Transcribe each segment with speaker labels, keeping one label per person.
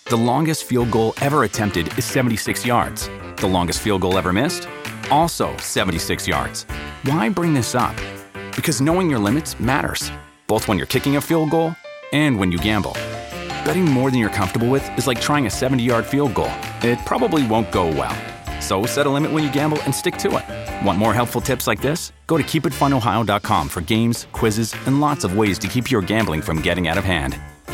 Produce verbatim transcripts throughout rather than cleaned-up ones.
Speaker 1: The longest field goal ever attempted is seventy-six yards. The longest field goal ever missed? Also seventy-six yards. Why bring this up? Because knowing your limits matters, both when you're kicking a field goal and when you gamble. Betting more than you're comfortable with is like trying a seventy-yard field goal. It probably won't go well. So set a limit when you gamble and stick to it. Want more helpful tips like this? Go to keep it fun ohio dot com for games, quizzes, and lots of ways to keep your gambling from getting out of hand.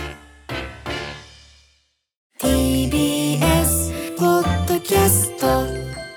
Speaker 2: ティービーエス ポッドキャスト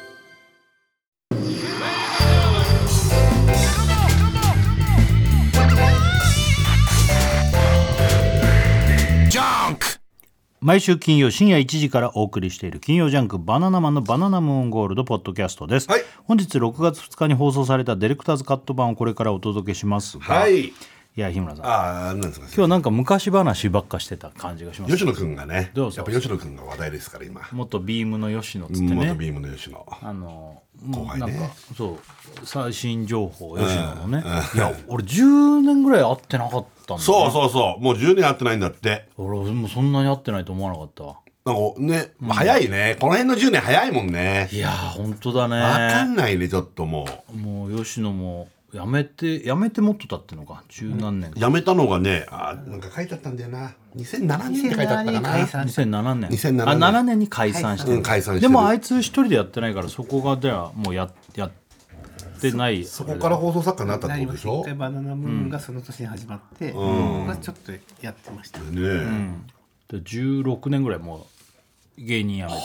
Speaker 3: 毎週金曜深夜いちじからお送りしている金曜ジャンクバナナマンのバナナムーンゴールドポッドキャストです、
Speaker 4: はい、
Speaker 3: 本日ろくがつふつかに放送されたディレクターズカット版をこれからお届けしますが、
Speaker 4: はい、い
Speaker 3: や日村さん、
Speaker 4: あなんですか、
Speaker 3: 今日はなんか昔話ばっかしてた感じがします。
Speaker 4: 吉野くんがね、
Speaker 3: どうぞ。
Speaker 4: やっぱ吉野くんが話題ですから今。
Speaker 3: 元ビームの吉野っつってね、
Speaker 4: 元ビームの吉野、
Speaker 3: あの
Speaker 4: 後輩ね、
Speaker 3: なんかそう最新情報吉野のね、うん、いや俺じゅうねんぐらい会ってなかったんだ。
Speaker 4: そうそうそう、もうじゅうねん会ってないんだって。
Speaker 3: 俺もそんなに会ってないと思わなかったわ。
Speaker 4: なんかね、うん、早いね、この辺のじゅうねん早いもんね。
Speaker 3: いや本当だね、
Speaker 4: 分かんないね、ちょっとも
Speaker 3: うもう吉野もやめてやめてもっと経ってんのか、十何年か。
Speaker 4: やめたのがね、あなんか書いてあったんだよな、にせんななねんって書いてあったかな。
Speaker 3: にせんななねん、
Speaker 4: にせんななねん、
Speaker 3: あななねんに解散してる、
Speaker 4: うん、解散してる。
Speaker 3: でもあいつ一人でやってないから、そこがではもうややってない。
Speaker 4: そ, そこから放送作家になったってことでしょ。
Speaker 5: 一回バナナムーンがその年に始まって、うん、僕はちょっとやってましたね、
Speaker 3: うんでじゅうろくねんぐらいもう芸人辞めて。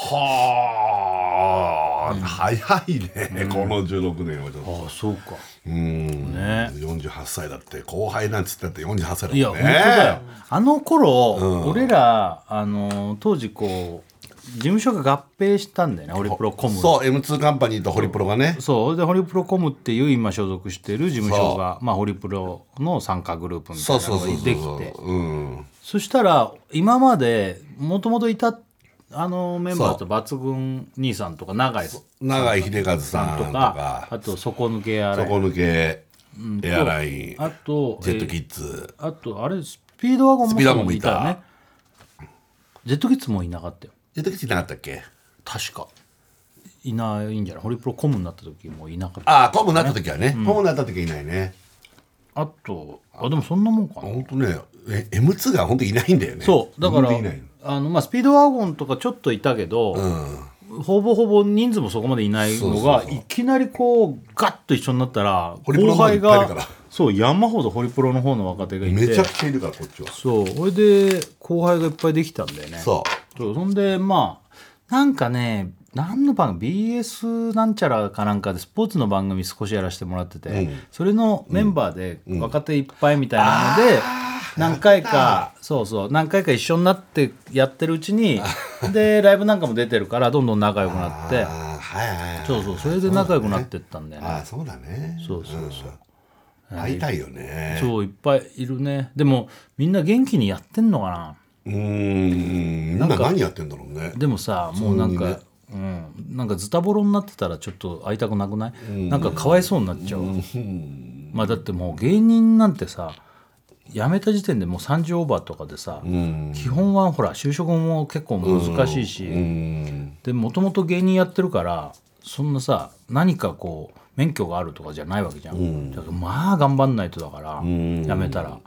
Speaker 4: はあ、うん、早いね、うん、このじゅうろくねんはちょっと。
Speaker 3: ああそうか、
Speaker 4: うんね、よんじゅうはっさいだって、後輩なんつってってよんじゅうはっさいだもんね。
Speaker 3: いや本当だよ。あの頃、うん、俺らあの当時こう事務所が合併したんだよね、ホリプロコム。
Speaker 4: そう エムツー カンパニーとホリプロがね。
Speaker 3: そうでホリプロコムっていう今所属してる事務所が、まあ、ホリプロの傘下グループみたいなのができて、そしたら今までもともといたあのメンバーと抜群兄さんとか永井
Speaker 4: 永井秀和さんとか、
Speaker 3: あと底抜けエアライン、
Speaker 4: 底抜けエアライン、
Speaker 3: あと
Speaker 4: ジェットキッズ、
Speaker 3: あとあれスピードワゴンもいたよね。ジェットキッズもいなかったよ。
Speaker 4: ジェットキッズいなかったっけ。
Speaker 3: 確かいないんじゃない。ホリプロコムになった時もいなかった、ね、
Speaker 4: ああコムになった時はね、うん、コムになった時はいないね。あ
Speaker 3: とあでもそんなもんかな。
Speaker 4: 本当ね、え エムツー が本当いないんだよね。
Speaker 3: そうだからあの、まあ、スピードワゴンとかちょっといたけど、うん、ほぼほぼ人数もそこまでいないのが、そうそうそう、いきなりこうガッと一緒になったら後輩がそう山ほどホリプロの方の若手がいて、
Speaker 4: めちゃくちゃいるからこっちは。
Speaker 3: そうそれで後輩がいっぱいできたんだよね。
Speaker 4: そう
Speaker 3: そうそんでまあなんかね、何の番組 ビーエス なんちゃらかなんかでスポーツの番組少しやらせてもらってて、うん、それのメンバーで若手いっぱいみたいなので、うん、何回かそうそう何回か一緒になってやってるうちにでライブなんかも出てるからどんどん仲良くなって、そうそうそれで仲良くなってったんだよね。
Speaker 4: ああそうだね。
Speaker 3: そうそうそう、
Speaker 4: うん、会いたいよね。
Speaker 3: そういっぱいいるね。でもみんな元気にやってんのかな。
Speaker 4: うーんなんか何やってんだろうね。
Speaker 3: でもさもうなんか、ね、うん、なんかズタボロになってたらちょっと会いたくなくない？んなんかかわいそうになっちゃう。まあだってもう芸人なんてさ辞めた時点でもうさんじゅうオーバーとかでさ、基本はほら就職も結構難しいし、でもともと芸人やってるからそんなさ何かこう免許があるとかじゃないわけじゃん、うん、だからまあ頑張んないとだから、うん、やめたら、うん、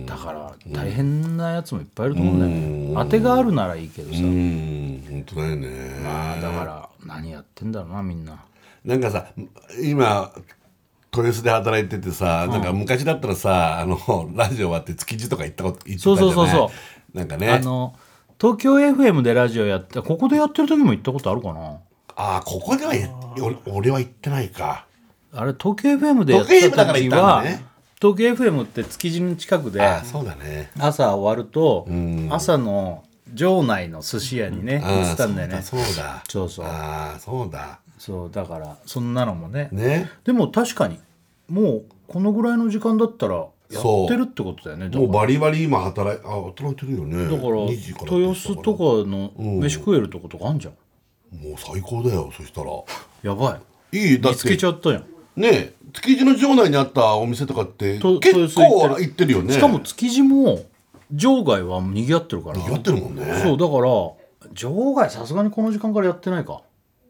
Speaker 3: だから大変なやつもいっぱいいると思うんだよね、うん、当てがあるならいいけどさ、うん、
Speaker 4: 本当だよね。
Speaker 3: まあだから何やってんだろうなみんな。
Speaker 4: なんかさ今豊洲で働いててさ、うん、なんか昔だったらさあのラジオ終わって築地とか行ったこと行ってたじゃない。
Speaker 3: そうそうそうそう
Speaker 4: なんかね、
Speaker 3: あの東京 エフエム でラジオやってここでやってる時も行ったことあるかな。あ
Speaker 4: あここでは俺, 俺は行ってないか。
Speaker 3: あれ東京 エフエム でやってた時は、ね、東京 エフエム って築地の近くで
Speaker 4: あそうだ、ね、
Speaker 3: 朝終わると、うん、朝の場内の寿司屋にね行ってたんだよね。
Speaker 4: そうだそうだ
Speaker 3: そうそう
Speaker 4: あそうだ
Speaker 3: そうだからそんなのも ね,
Speaker 4: ね
Speaker 3: でも確かにもうこのぐらいの時間だったらやってるってことだよね。
Speaker 4: もうバリバリ今働いあ働いてるよね。
Speaker 3: だから豊洲とかの飯食えるとことかあんじゃん、
Speaker 4: うん、もう最高だよ。そしたら
Speaker 3: やばい
Speaker 4: いいだって
Speaker 3: 見つけちゃったじゃん
Speaker 4: ねえ。築地の場内にあったお店とかって結構行ってるよね。
Speaker 3: しかも築地も場外は賑わってるから
Speaker 4: やってるもんね。
Speaker 3: そうだから場外さすがにこの時間からやってないか。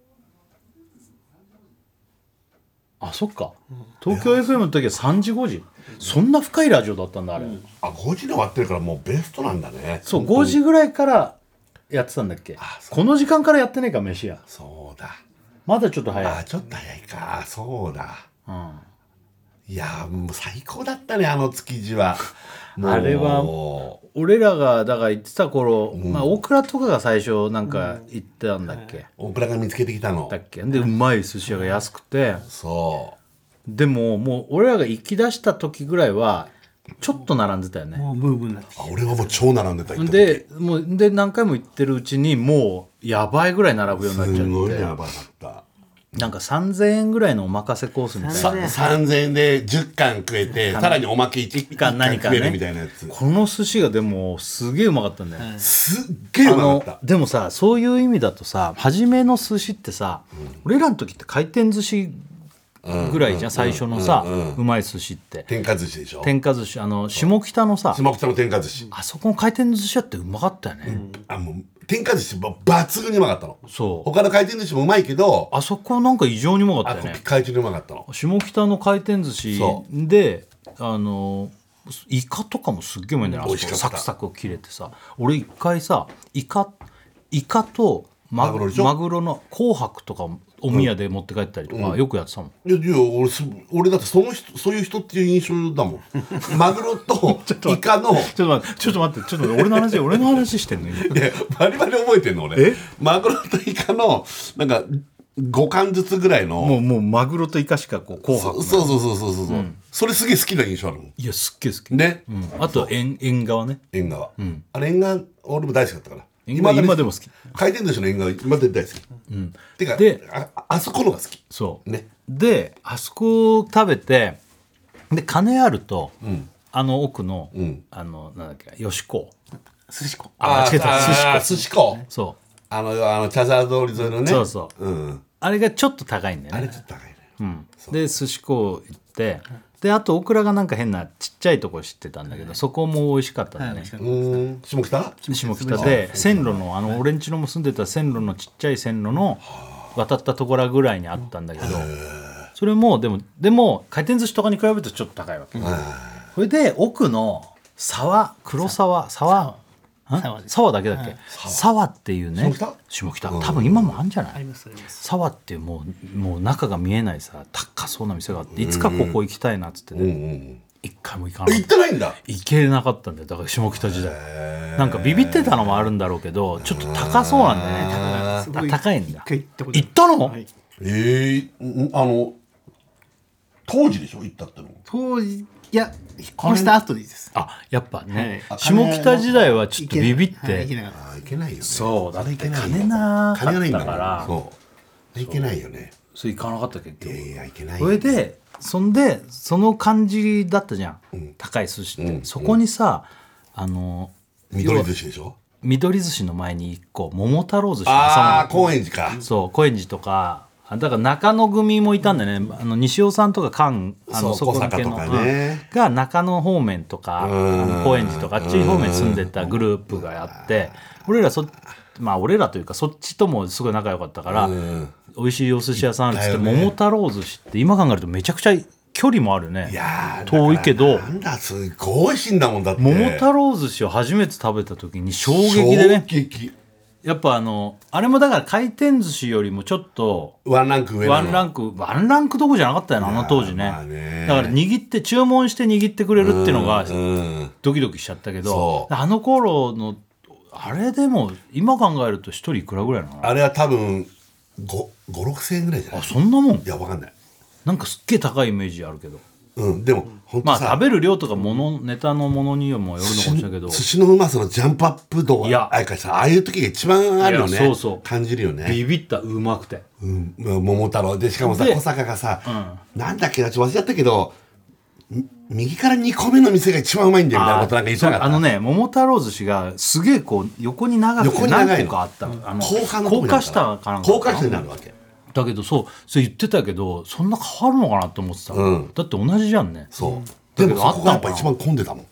Speaker 3: あそっか東京 エフエム の時はさんじごじ、そんな深いラジオだったんだあれ、
Speaker 4: あごじで終わってるからもうベストなんだね。
Speaker 3: そうごじぐらいからやってたんだっけ。この時間からやってないか飯屋。
Speaker 4: そうだ。
Speaker 3: まだちょっと早い。
Speaker 4: あちょっと早いか。そうだ。
Speaker 3: うん
Speaker 4: いやもう最高だったねあの築地は。もう
Speaker 3: あれは俺らがだから行ってた頃、
Speaker 4: うん
Speaker 3: まあ大倉とかが最初なんか行ってたんだっけ、
Speaker 4: 大倉が見つけてきたの
Speaker 3: だっけでうまい寿司屋が安くて、
Speaker 4: そ
Speaker 3: でももう俺らが行き出した時ぐらいはちょっと並んでたよね。
Speaker 5: もうブーブーになってきて。
Speaker 4: うあ俺はもう超並んでた。行った時
Speaker 3: でもうで何回も行ってるうちにもうやばいぐらい並ぶようになっちゃ
Speaker 4: すごい
Speaker 3: って、
Speaker 4: やばかった。
Speaker 3: なんかさんぜんえんぐらいのおまかせコースみたい
Speaker 4: さ
Speaker 3: な。
Speaker 4: さんぜんえんでじゅっかん食えてさらにおまけいち
Speaker 3: 一貫何かね
Speaker 4: 食えるみたいなやつ。
Speaker 3: この寿司がでもすげえうまかったんだよ、
Speaker 4: すっげえう
Speaker 3: あの
Speaker 4: まかった。
Speaker 3: でもさそういう意味だとさ初めの寿司ってさ、俺らの時って回転寿司ぐらいじゃん、最初のさ、うまい寿司って
Speaker 4: 天下寿司でしょ。
Speaker 3: 天下寿司あの下北のさ、
Speaker 4: 下北の天下寿司。
Speaker 3: あそこの回転寿司屋ってうまかったよね、
Speaker 4: あもう天下寿司も抜群にうまかったの。
Speaker 3: そう
Speaker 4: 他の回転寿司もうまいけど
Speaker 3: あそこなんか異常にうまか
Speaker 4: あ
Speaker 3: ったよね。
Speaker 4: こ回転にうまかったの。
Speaker 3: 下北の回転寿司
Speaker 4: そ
Speaker 3: であのイカとかもすっげえうまいんだよね、あそこ
Speaker 4: 美味しかった
Speaker 3: サクサク切れてさ。俺一回さイカイカとマ
Speaker 4: マグロでしょ
Speaker 3: マグロの紅白とかお宮で持って帰ったりとか、よくやってたもん。
Speaker 4: いやいや俺す俺だってその人そういう人っていう印象だもん。マグロとイカの
Speaker 3: ちょっと待ってちょっと待ってちょっと待って俺の話俺の話してんの今。
Speaker 4: いやバリバリ覚えてんの俺。
Speaker 3: え
Speaker 4: マグロとイカのなんかごかんずつぐらいの
Speaker 3: もうもうマグロとイカしかこう紅白の
Speaker 4: そうそうそうそうそうそう、それすげえ好きな印象あるもん
Speaker 3: いやすっげえ好き、
Speaker 4: ね、
Speaker 3: うん、あと縁縁側ね。
Speaker 4: 縁側、あれ縁側俺も大好きだったから
Speaker 3: 縁側今でも好き。
Speaker 4: 回転寿司の縁側今で大好き、てか
Speaker 3: で
Speaker 4: ああそこのが好き
Speaker 3: そう、
Speaker 4: ね
Speaker 3: であそこを食べてで金あると、あの奥の、
Speaker 4: ん
Speaker 3: あのなんだっけ吉子
Speaker 5: 寿司粉。
Speaker 3: あ間違えた寿司
Speaker 4: あー寿司粉
Speaker 3: そ
Speaker 4: あのあの茶沢通り沿いの
Speaker 3: う、
Speaker 4: ね
Speaker 3: そうそう、
Speaker 4: うん、
Speaker 3: あれがちょっと高いんだよ
Speaker 4: あれ
Speaker 3: ね。
Speaker 4: ちょっと高いね、
Speaker 3: うん、で寿司粉行ってであとオクラがなんか変なちっちゃいとこ知ってたんだけど、そこも美味しかったんだね、
Speaker 4: うーん下北
Speaker 3: で下北で線路のあの俺んちのも住んでた線路のちっちゃい線路の渡ったところぐらいにあったんだけど、それもでもでも回転寿司とかに比べるとちょっと高いわけ、それで奥の沢黒沢沢
Speaker 5: 沢です
Speaker 3: 沢だけだっけ、沢っていうね
Speaker 4: 下北
Speaker 3: 下北多分今もあるんじゃない、
Speaker 5: ありますあります。
Speaker 3: 沢っていうもうもう中が見えないさ高そうな店があっていつかここ行きたいなっつって
Speaker 4: うんう
Speaker 3: ね
Speaker 4: ん
Speaker 3: 一回も行かなかっ
Speaker 4: 行ったてないんだ
Speaker 3: 行けなかったんだよだから下北時代なんかビビってたのもあるんだろうけどちょっと高そうなんだよね
Speaker 5: すごい
Speaker 3: た高いんだ
Speaker 5: 一回行ったことある
Speaker 3: 行ったの、
Speaker 5: はい。
Speaker 4: ええー、あの当時でしょ行ったっての
Speaker 5: 当時いや引っ越した後でいいです。
Speaker 3: あやっぱね、
Speaker 4: はい
Speaker 3: 下北時代はちょっとビビっ
Speaker 5: はい行け
Speaker 3: て
Speaker 5: なかった。
Speaker 4: あいけないよね
Speaker 3: そうだって
Speaker 4: いけないよ
Speaker 3: 金なか
Speaker 4: 金がないんだ
Speaker 3: ったから
Speaker 4: そういけないよね
Speaker 3: そう行かなかった結局、
Speaker 4: いやいやいけない
Speaker 3: それでそんでその感じだったじゃん、高い寿司って、
Speaker 4: うん
Speaker 3: そこにさあの
Speaker 4: 緑寿司でしょ
Speaker 3: 緑寿司の前に一個桃太郎寿司
Speaker 4: ああ
Speaker 3: の
Speaker 4: 高円寺か
Speaker 3: そう高円寺とかあだから中野組もいたんだよね、あの西尾さんとか菅あの
Speaker 4: そう
Speaker 3: そこの系の、
Speaker 4: 小坂とかね
Speaker 3: うんが中野方面とかあ
Speaker 4: ん
Speaker 3: の高円寺とかあっち方面に住んでたグループがあって俺らそまあ俺らというかそっちともすごい仲良かったから、
Speaker 4: うん
Speaker 3: 美味しいお寿司屋さんあるっつって、
Speaker 4: だよね
Speaker 3: 桃太郎寿司って今考えるとめちゃくちゃ距離もあるね。
Speaker 4: いやー
Speaker 3: 遠いけど
Speaker 4: だからなんだすごい美味しいんだもんだって
Speaker 3: 桃太郎寿司を初めて食べた時に衝撃でね
Speaker 4: 衝撃
Speaker 3: やっぱあのあれもだから回転寿司よりもちょっと
Speaker 4: ワンランク上なの
Speaker 3: ワンランクワンランクどころじゃなかったよなあの当時ね,、
Speaker 4: まあね
Speaker 3: だから握って注文して握ってくれるっていうのが
Speaker 4: うん
Speaker 3: ドキドキしちゃったけど、
Speaker 4: そう
Speaker 3: あの頃のあれでも今考えると一人いくらぐらいなの
Speaker 4: あれは多分ごろくせんえんぐらいじゃない
Speaker 3: あそんなもん
Speaker 4: いやわかんない
Speaker 3: なんかすっげえ高いイメージあるけど
Speaker 4: うんでも本当さ
Speaker 3: まあ食べる量とかものネタのものにもよるのかもしれないけど
Speaker 4: 寿司のうまさのジャンプアップ度
Speaker 3: いや
Speaker 4: あれかさああいう時が一番あるよね
Speaker 3: いやそうそう
Speaker 4: 感じるよね
Speaker 3: ビビったうまくて
Speaker 4: うん桃太郎でしかもさ
Speaker 3: で
Speaker 4: 小坂がさなんだっけなちょっと忘れちゃったけどみ右からにこめの店が一番うまいんだよみたいなことなんか言ってなかった
Speaker 3: そうあのね桃太郎寿司がすげえこう横に長くて
Speaker 4: 横に長いの
Speaker 3: 何個かあったのあの
Speaker 4: 高架のとこにある
Speaker 3: 高架下かなんか
Speaker 4: 高架下になるわけ
Speaker 3: だけどそうそれ言ってたけどそんな変わるのかなって思ってた、
Speaker 4: うん
Speaker 3: だって同じじゃんね
Speaker 4: そう
Speaker 3: だけ
Speaker 4: でもそこがやっぱ
Speaker 3: どあったのかな
Speaker 4: 一番混んでたもん
Speaker 3: あ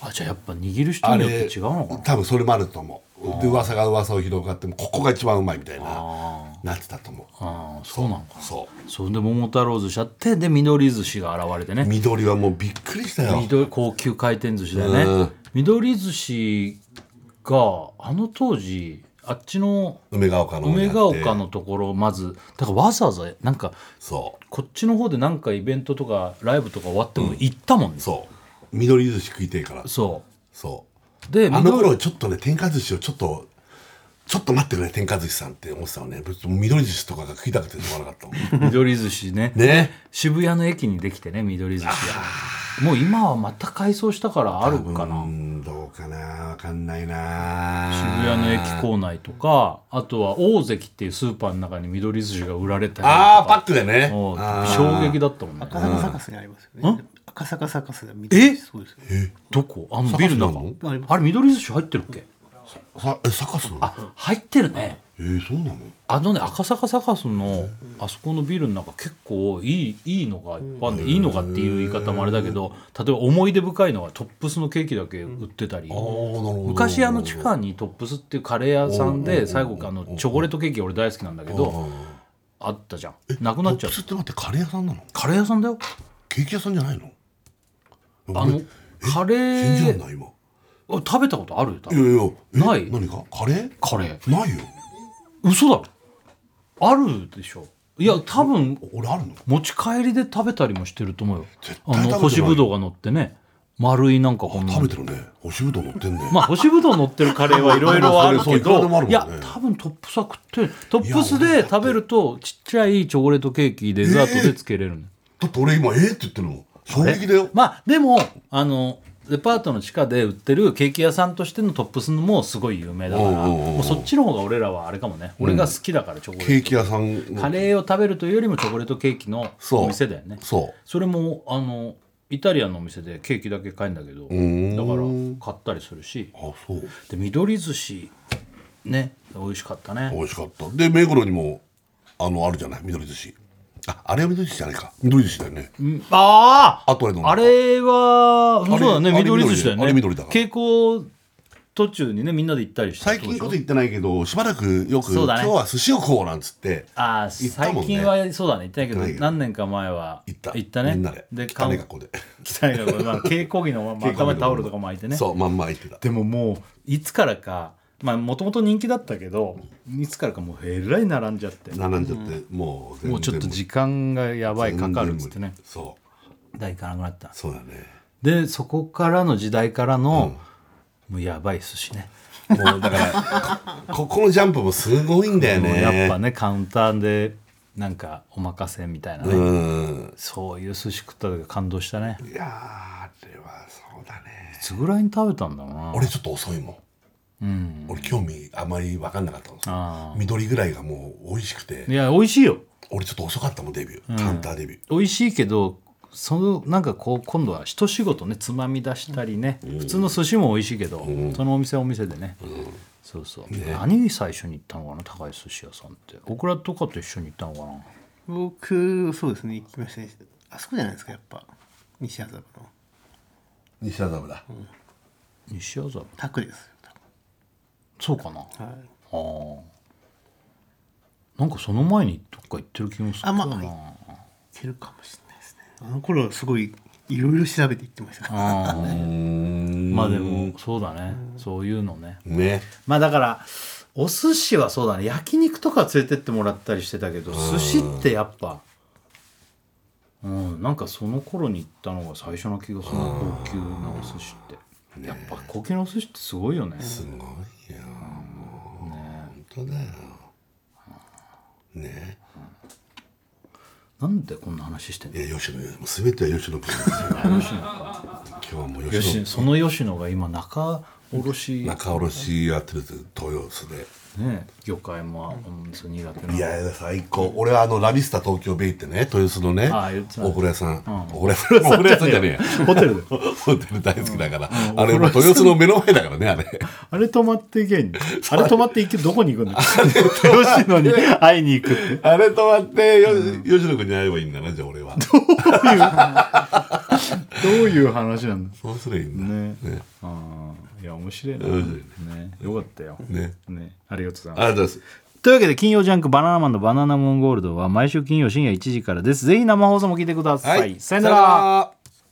Speaker 3: あじゃあやっぱ握る人によって違うのかな。
Speaker 4: 多分それもあると思う。で噂が噂を広がってもここが一番うまいみたいななってたと思う。
Speaker 3: ああそうなのかな。
Speaker 4: そう
Speaker 3: それで桃太郎寿司あってで緑寿司が現れてね。
Speaker 4: 緑はもうびっくりしたよ。
Speaker 3: 緑高級回転寿司だよね、
Speaker 4: うん
Speaker 3: 緑寿司があの当時あっちの
Speaker 4: 梅ヶ丘の方にあ
Speaker 3: 梅
Speaker 4: って
Speaker 3: ヶ丘のところまずだからわざわざなんか
Speaker 4: そ
Speaker 3: こっちの方でなんかイベントとかライブとか終わっても行ったもんね、
Speaker 4: うそう緑寿司食いてえから
Speaker 3: そ
Speaker 4: そう
Speaker 3: うで
Speaker 4: あの
Speaker 3: 緑
Speaker 4: 頃ちょっとね天下寿司をちょっとちょっと待ってくれ天下寿司さんって思ってたのね。別に緑寿司とかが食いたくてしょうがなかったもん
Speaker 3: 緑寿司ね
Speaker 4: ね
Speaker 3: 渋谷の駅にできてね緑寿司がもう今はまた改装したからあるかな。
Speaker 4: うんどうかな分かんないな。
Speaker 3: 渋谷の駅構内とかあとは大関っていうスーパーの中に緑寿司が売られたりとか
Speaker 4: ああパックでね
Speaker 3: もう
Speaker 4: あー
Speaker 3: 衝撃だったもんね。
Speaker 5: 赤坂サカスにありますよね。赤坂サカスが見て
Speaker 3: え
Speaker 5: そうですよ。
Speaker 3: どこあのビルの中
Speaker 4: サカスなの
Speaker 5: あります
Speaker 3: あれ緑寿司入ってるっけ。
Speaker 4: さえサカスなの
Speaker 3: あ入ってるね。
Speaker 4: えー、そうなの
Speaker 3: あのね赤坂サカスのあそこのビルの中結構いいいいのがいっぱいあるんでいいのかっていう言い方もあれだけど例えば思い出深いのはトップスのケーキだけ売ってたり、
Speaker 4: ああなるほど
Speaker 3: 昔あの地下にトップスっていうカレー屋さんで最後あのチョコレートケーキ俺大好きなんだけどあったじゃんなくなっちゃう。
Speaker 4: トップスって待ってカレー屋さんなの
Speaker 3: カレー屋さんだよ。
Speaker 4: ケーキ屋さんじゃないの
Speaker 3: あのカレ
Speaker 4: 信じらん
Speaker 3: ー
Speaker 4: ない今
Speaker 3: 食べたことあるよ多
Speaker 4: いや
Speaker 3: 分。
Speaker 4: いやえ
Speaker 3: ない
Speaker 4: 何かカレー
Speaker 3: カレー
Speaker 4: ないよ
Speaker 3: 嘘だろあるでしょ。いや多分
Speaker 4: 俺あるの
Speaker 3: 持ち帰りで食べたりもしてると思うよ。
Speaker 4: 絶対
Speaker 3: あの
Speaker 4: 食べてない
Speaker 3: 干しぶどうが乗ってね丸いなんかこんな
Speaker 4: 食べてるね干しぶどう乗ってんね
Speaker 3: まあ干しぶどう乗ってるカレーはいろいろあるけ
Speaker 4: そういくらでもあ
Speaker 3: ど
Speaker 4: るもんね
Speaker 3: いや多分トップスは食ってるトップスで食べるとちっちゃいチョコレートケーキデザートでつけれるの、
Speaker 4: だって俺今えーって言ってるの衝撃だよ
Speaker 3: まあでもあのデパートの地下で売ってるケーキ屋さんとしてのトップスもすごい有名だから
Speaker 4: うんうんうんうん
Speaker 3: もうそっちの方が俺らはあれかもね、俺が好きだからチョコレート
Speaker 4: ケーキ屋さんの
Speaker 3: カレーを食べるというよりもチョコレートケーキの
Speaker 4: そう
Speaker 3: お店だよね。
Speaker 4: そ
Speaker 3: それもあのイタリアンのお店でケーキだけ買えんだけどだ
Speaker 4: ん
Speaker 3: から買ったりするし
Speaker 4: うあそう
Speaker 3: で緑寿司ね美味しかったね。
Speaker 4: 美味しかったで目黒にもあのあるじゃない緑寿司ああれは緑寿司じゃないか緑寿司だよね
Speaker 3: ああ
Speaker 4: あとあれの
Speaker 3: あれは
Speaker 4: あれ
Speaker 3: そうだね
Speaker 4: あれ
Speaker 3: 緑寿司だよね。
Speaker 4: あれ緑だから
Speaker 3: 稽古途中にねみんなで行ったりして
Speaker 4: 最近こそ行ってないけどしばらくよく、
Speaker 3: そうだね
Speaker 4: 今日は寿司を食おうなんつって
Speaker 3: ああ最
Speaker 4: 行ったもんね
Speaker 3: 近はそうだね行ってないけど
Speaker 4: 行ってないけど
Speaker 3: 何年か前は
Speaker 4: 行った
Speaker 3: 行ったね
Speaker 4: みんなで
Speaker 3: で
Speaker 4: 汚い学校で
Speaker 3: 汚い学校でまあ稽古着のまま頭にタオルとか巻いてね
Speaker 4: そうまんま行ってた
Speaker 3: でももういつからかまあもともと人気だったけどいつからかもうえらい並んじゃって
Speaker 4: 並んじゃって、もう全然
Speaker 3: もうちょっと時間がやばいかかるっつってね
Speaker 4: そう
Speaker 3: だいかなくなった
Speaker 4: そうだね
Speaker 3: でそこからの時代からの、もうやばい寿司ね
Speaker 4: もうだからここのジャンプもすごいんだよ
Speaker 3: もう
Speaker 4: ね
Speaker 3: やっぱねカウンターでなんかお任せみたいなね、
Speaker 4: うん
Speaker 3: そういう寿司食った時感動したね。
Speaker 4: いやーあれはそうだね
Speaker 3: いつぐらいに食べたんだろうな。
Speaker 4: 俺ちょっと遅いもん、
Speaker 3: うん、
Speaker 4: 俺興味あまり分かんなかったの
Speaker 3: あー
Speaker 4: 緑ぐらいがもう美味しくて
Speaker 3: いや美味しいよ
Speaker 4: 俺ちょっと遅かったもんデビュー、カウンターデビュー
Speaker 3: 美味しいけどそのなんかこう今度は一仕事ねつまみ出したりね、普通の寿司も美味しいけど、そのお店はお店でね、そうそう、何最初に行ったのかな高い寿司屋さんって小倉とかと一緒に行ったのかな。
Speaker 5: 僕そうですね行きましたね。あそこじゃないですかやっぱ西麻布の
Speaker 4: 西麻布だ、
Speaker 3: 西麻布
Speaker 5: タクですよ。
Speaker 3: そうかな、
Speaker 5: はい。
Speaker 3: ああなんかその前にどっか行ってる気もするけどな、
Speaker 5: あまあ行ってるかもしれないですね。あの頃はすごいいろいろ調べて行ってましたから。
Speaker 3: あー
Speaker 4: うん
Speaker 3: まあでもそうだね、そういうのね。
Speaker 4: ね
Speaker 3: まあだからお寿司はそうだね焼肉とか連れてってもらったりしてたけど寿司ってやっぱうんなんかその頃に行ったのが最初の気がするな高級なお寿司って、やっぱ高級なお寿司ってすごいよね。
Speaker 4: すごいよもう、本当だよね
Speaker 3: なんでこんな話してんの。
Speaker 4: いや吉野もう全ては吉野君ですよ
Speaker 3: 吉野か
Speaker 4: 今日はもう
Speaker 3: 吉
Speaker 4: 吉野
Speaker 3: 野その吉野が今中卸
Speaker 4: 仲卸やってる豊洲で。
Speaker 3: ね、魚介も、うん、そう苦手な。
Speaker 4: いや最高。俺はあのラビスタ東京ベイってね、豊洲のね、
Speaker 3: あ言ってた
Speaker 4: お風呂屋さん、お風呂屋さん、お風呂屋さんじゃねえや、
Speaker 3: ホテルで
Speaker 4: ホテル大好きだから、あれも豊洲の目の前だからね、あれ。
Speaker 5: あれ泊まっていけんのあれ泊まっていけどこに行くんだ吉野に会いに行くって
Speaker 4: あれ泊まってよ吉野君に会えばいいんだな、じゃあ俺は。
Speaker 5: どういう話なんだ
Speaker 4: そうすればいいんだ
Speaker 5: ね
Speaker 4: ね。
Speaker 5: ああいや面白いな
Speaker 4: 面白い
Speaker 5: ねよかったよ
Speaker 4: ね。
Speaker 5: ねありがとうございます
Speaker 4: ありがとうございます。
Speaker 5: というわけで金曜ジャンクバナナマンのバナナムーンゴールドは毎週金曜深夜いちじからです。ぜひ生放送も聞いてください、
Speaker 4: はい。
Speaker 5: さよなら。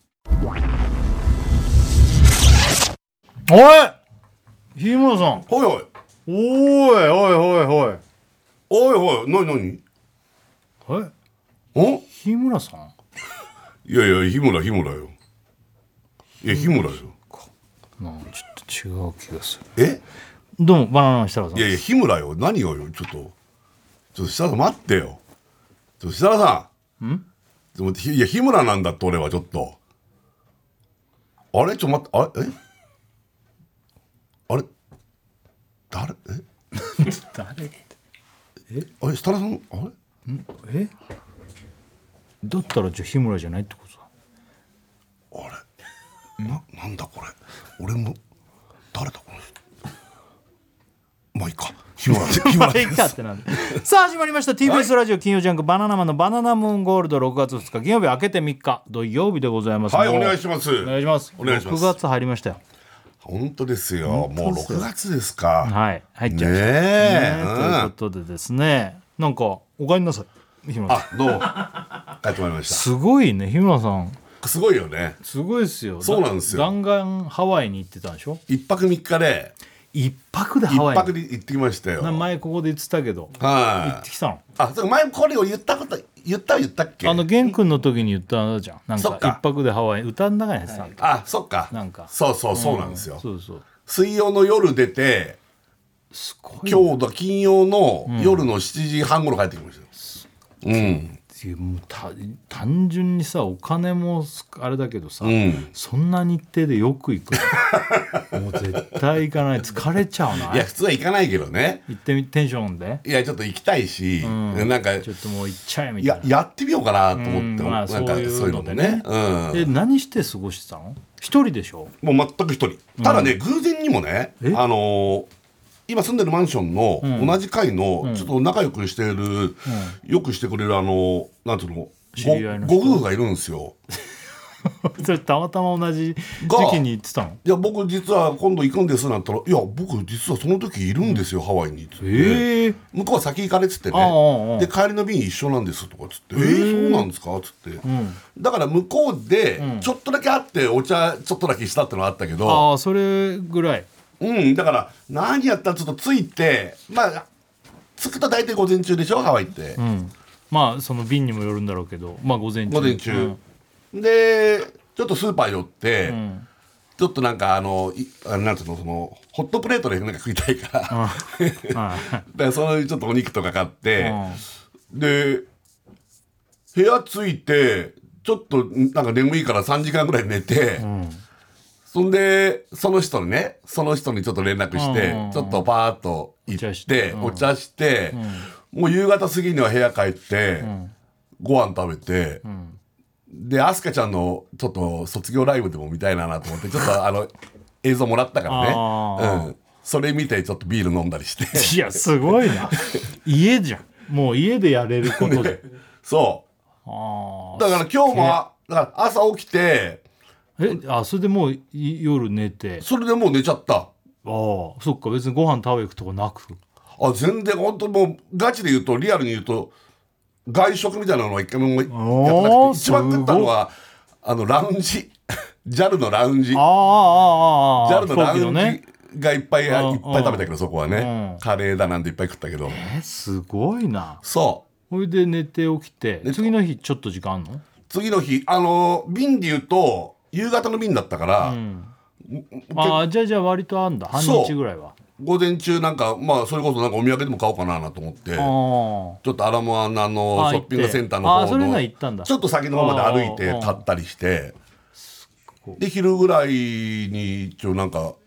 Speaker 4: さよなら。
Speaker 5: おい日村さん
Speaker 4: ほいほい。
Speaker 5: おいおいおいおい
Speaker 4: おいおい、なになに
Speaker 5: え
Speaker 4: ん
Speaker 5: 日村さん
Speaker 4: いやいや、日村、日村よ。いや、日村よ。
Speaker 5: なんかちょっと違う気がする。
Speaker 4: え
Speaker 5: どうもバナナの設楽さん
Speaker 4: いやいや、日村よ。何をよ、ちょっと。ちょっと設楽さん待ってよ。ちょっと設楽さん。んちょっといや、日村なんだって俺はちょっと。あれちょっと待って、あれえあれ誰え
Speaker 5: 誰って
Speaker 4: あれ設楽さんあれ
Speaker 5: えだったらじゃあ日村じゃないってことだ。
Speaker 4: あれな、なんだこれ俺も誰だこの人。まあいいか。日村日村で
Speaker 5: いいかってなんでさあ始まりました ティービーエス ラジオ金曜ジャンクバナナマンのバナナムーンゴールドろくがつふつか金曜日明けてみっか土曜日でございます。
Speaker 4: はい、
Speaker 5: もう
Speaker 4: お願いします。
Speaker 5: お願いします。
Speaker 4: お願いします
Speaker 5: ろくがつ入りましたよ。
Speaker 4: 本当ですよ。もうろくがつですか。
Speaker 5: はい入っちゃいました
Speaker 4: ねえ、
Speaker 5: ねということでですねなんかお帰りなさい日村さん。
Speaker 4: あ、どうも帰ってまいりまし
Speaker 5: すごいね日村さん
Speaker 4: た。すごいよね。
Speaker 5: すごいですよ。
Speaker 4: そうなんですよ
Speaker 5: ガンガンハワイに行ってたんでしょ。
Speaker 4: 一泊三日で
Speaker 5: 一泊で
Speaker 4: 一
Speaker 5: ハワイ
Speaker 4: 泊で行ってきましたよ。
Speaker 5: な前ここで言ってたけど行
Speaker 4: はい。
Speaker 5: ってきたの。
Speaker 4: あ、そう前これを言ったこと言った言ったっけ？
Speaker 5: あの玄君の時に言ったじゃんなんか
Speaker 4: そっか
Speaker 5: 一泊でハワイ歌の中に入ってたんだ。
Speaker 4: あ、そっか。
Speaker 5: なんか
Speaker 4: そうそうそうなんですよ。
Speaker 5: そうそう
Speaker 4: 水曜の夜出て、
Speaker 5: すごい
Speaker 4: 今日だ金曜の夜のしちじはん頃帰ってきましたよ。うん。
Speaker 5: もうた単純にさお金もあれだけどさ、
Speaker 4: ん
Speaker 5: そんな日程でよく行くのもう絶対行かない疲れちゃうない
Speaker 4: や普通は行かないけどね。
Speaker 5: 行ってみテンションで
Speaker 4: いやちょっと行きたいし、
Speaker 5: ん
Speaker 4: なんか
Speaker 5: ちょっともう行っちゃえみたいな。
Speaker 4: ややってみようかなと思って、
Speaker 5: うんまあ
Speaker 4: なんかそういうのもね。うん。
Speaker 5: え何して過ごしてたの？一人でしょ？
Speaker 4: もう全く一人。ただね、偶然にもね、
Speaker 5: え
Speaker 4: あのー今住んでるマンションの同じ階のちょっと仲良くしてる、よくしてくれるあのなんていうの
Speaker 5: 知り合いの人
Speaker 4: ごご夫婦がいるんですよ。
Speaker 5: それたまたま同じ
Speaker 4: が
Speaker 5: 時期に行ってたの？
Speaker 4: いや僕実は今度行くんですなんて言ったら「いや僕実はその時いるんですよ、ハワイに」っつって、
Speaker 5: えー
Speaker 4: 向こうは先行かれっつって
Speaker 5: ああああ
Speaker 4: ねで帰りの便一緒なんですとかっつって「えー、そうなんですか?」っつって、だから向こうでちょっとだけ会ってお茶ちょっとだけしたってのはあったけど、
Speaker 5: ああそれぐらい。
Speaker 4: うんだから何やったらちょっと着いてまあ着くと大体午前中でしょハワイって、
Speaker 5: うんまあその便にもよるんだろうけどまあ午前中
Speaker 4: 午前中、でちょっとスーパー寄って、
Speaker 5: ん
Speaker 4: ちょっとなんかあのいあなんていうのそのホットプレートでなんか食いたいから、だ
Speaker 5: は
Speaker 4: からそういうちょっとお肉とか買って、
Speaker 5: い
Speaker 4: で部屋着いてちょっとなんか眠いからさんじかんぐらい寝て、
Speaker 5: うん
Speaker 4: そんでその人にねその人にちょっと連絡して、
Speaker 5: うん
Speaker 4: ちょっとパーッと行
Speaker 5: お茶
Speaker 4: っ
Speaker 5: してうん
Speaker 4: てお茶して、もう夕方過ぎには部屋帰って、ご飯食べて、でアスカちゃんのちょっと卒業ライブでも見たいなと思ってちょっとあの映像もらったからね、
Speaker 5: あー
Speaker 4: うん、それ見てちょっとビール飲んだりして
Speaker 5: いやすごいな家じゃんもう家でやれることで
Speaker 4: そ
Speaker 5: あ
Speaker 4: うだから今日もだから朝起きて
Speaker 5: えあそれでもうい夜寝て
Speaker 4: それでもう寝ちゃった。
Speaker 5: ああそっか別にご飯食べ行くとかなく
Speaker 4: あ全然本当もうガチで言うとリアルに言うと外食みたいなのは一回もやってな
Speaker 5: おー
Speaker 4: くて一番食ったのはあのラウンジジャル のラウンジ ジ
Speaker 5: ああああああ
Speaker 4: ャル のラウン
Speaker 5: 飛行機のね
Speaker 4: ジがいっぱいいっ
Speaker 5: うん
Speaker 4: ぱい食べたけどそこはね
Speaker 5: うん
Speaker 4: カレーだなんていっぱい食ったけど
Speaker 5: えすごいな
Speaker 4: そ
Speaker 5: それで寝て起きて
Speaker 4: 寝た
Speaker 5: 次の日ちょっと時間あんの
Speaker 4: う次の日あの便で言うと夕方の便だったから、
Speaker 5: うんああじゃあじゃあ割とあんだ半日ぐらいは
Speaker 4: 午前中なんかまあそれこそなんかお土産でも買おうかなと思ってち
Speaker 5: あ
Speaker 4: ょっとアラモアナの
Speaker 5: あ
Speaker 4: ショッピングセンターの方
Speaker 5: 行ってあそれなら
Speaker 4: の
Speaker 5: 行ったんだ
Speaker 4: ちょっと先の方まで歩いて
Speaker 5: あー
Speaker 4: 買ったりしてで昼ぐらいに一応なんか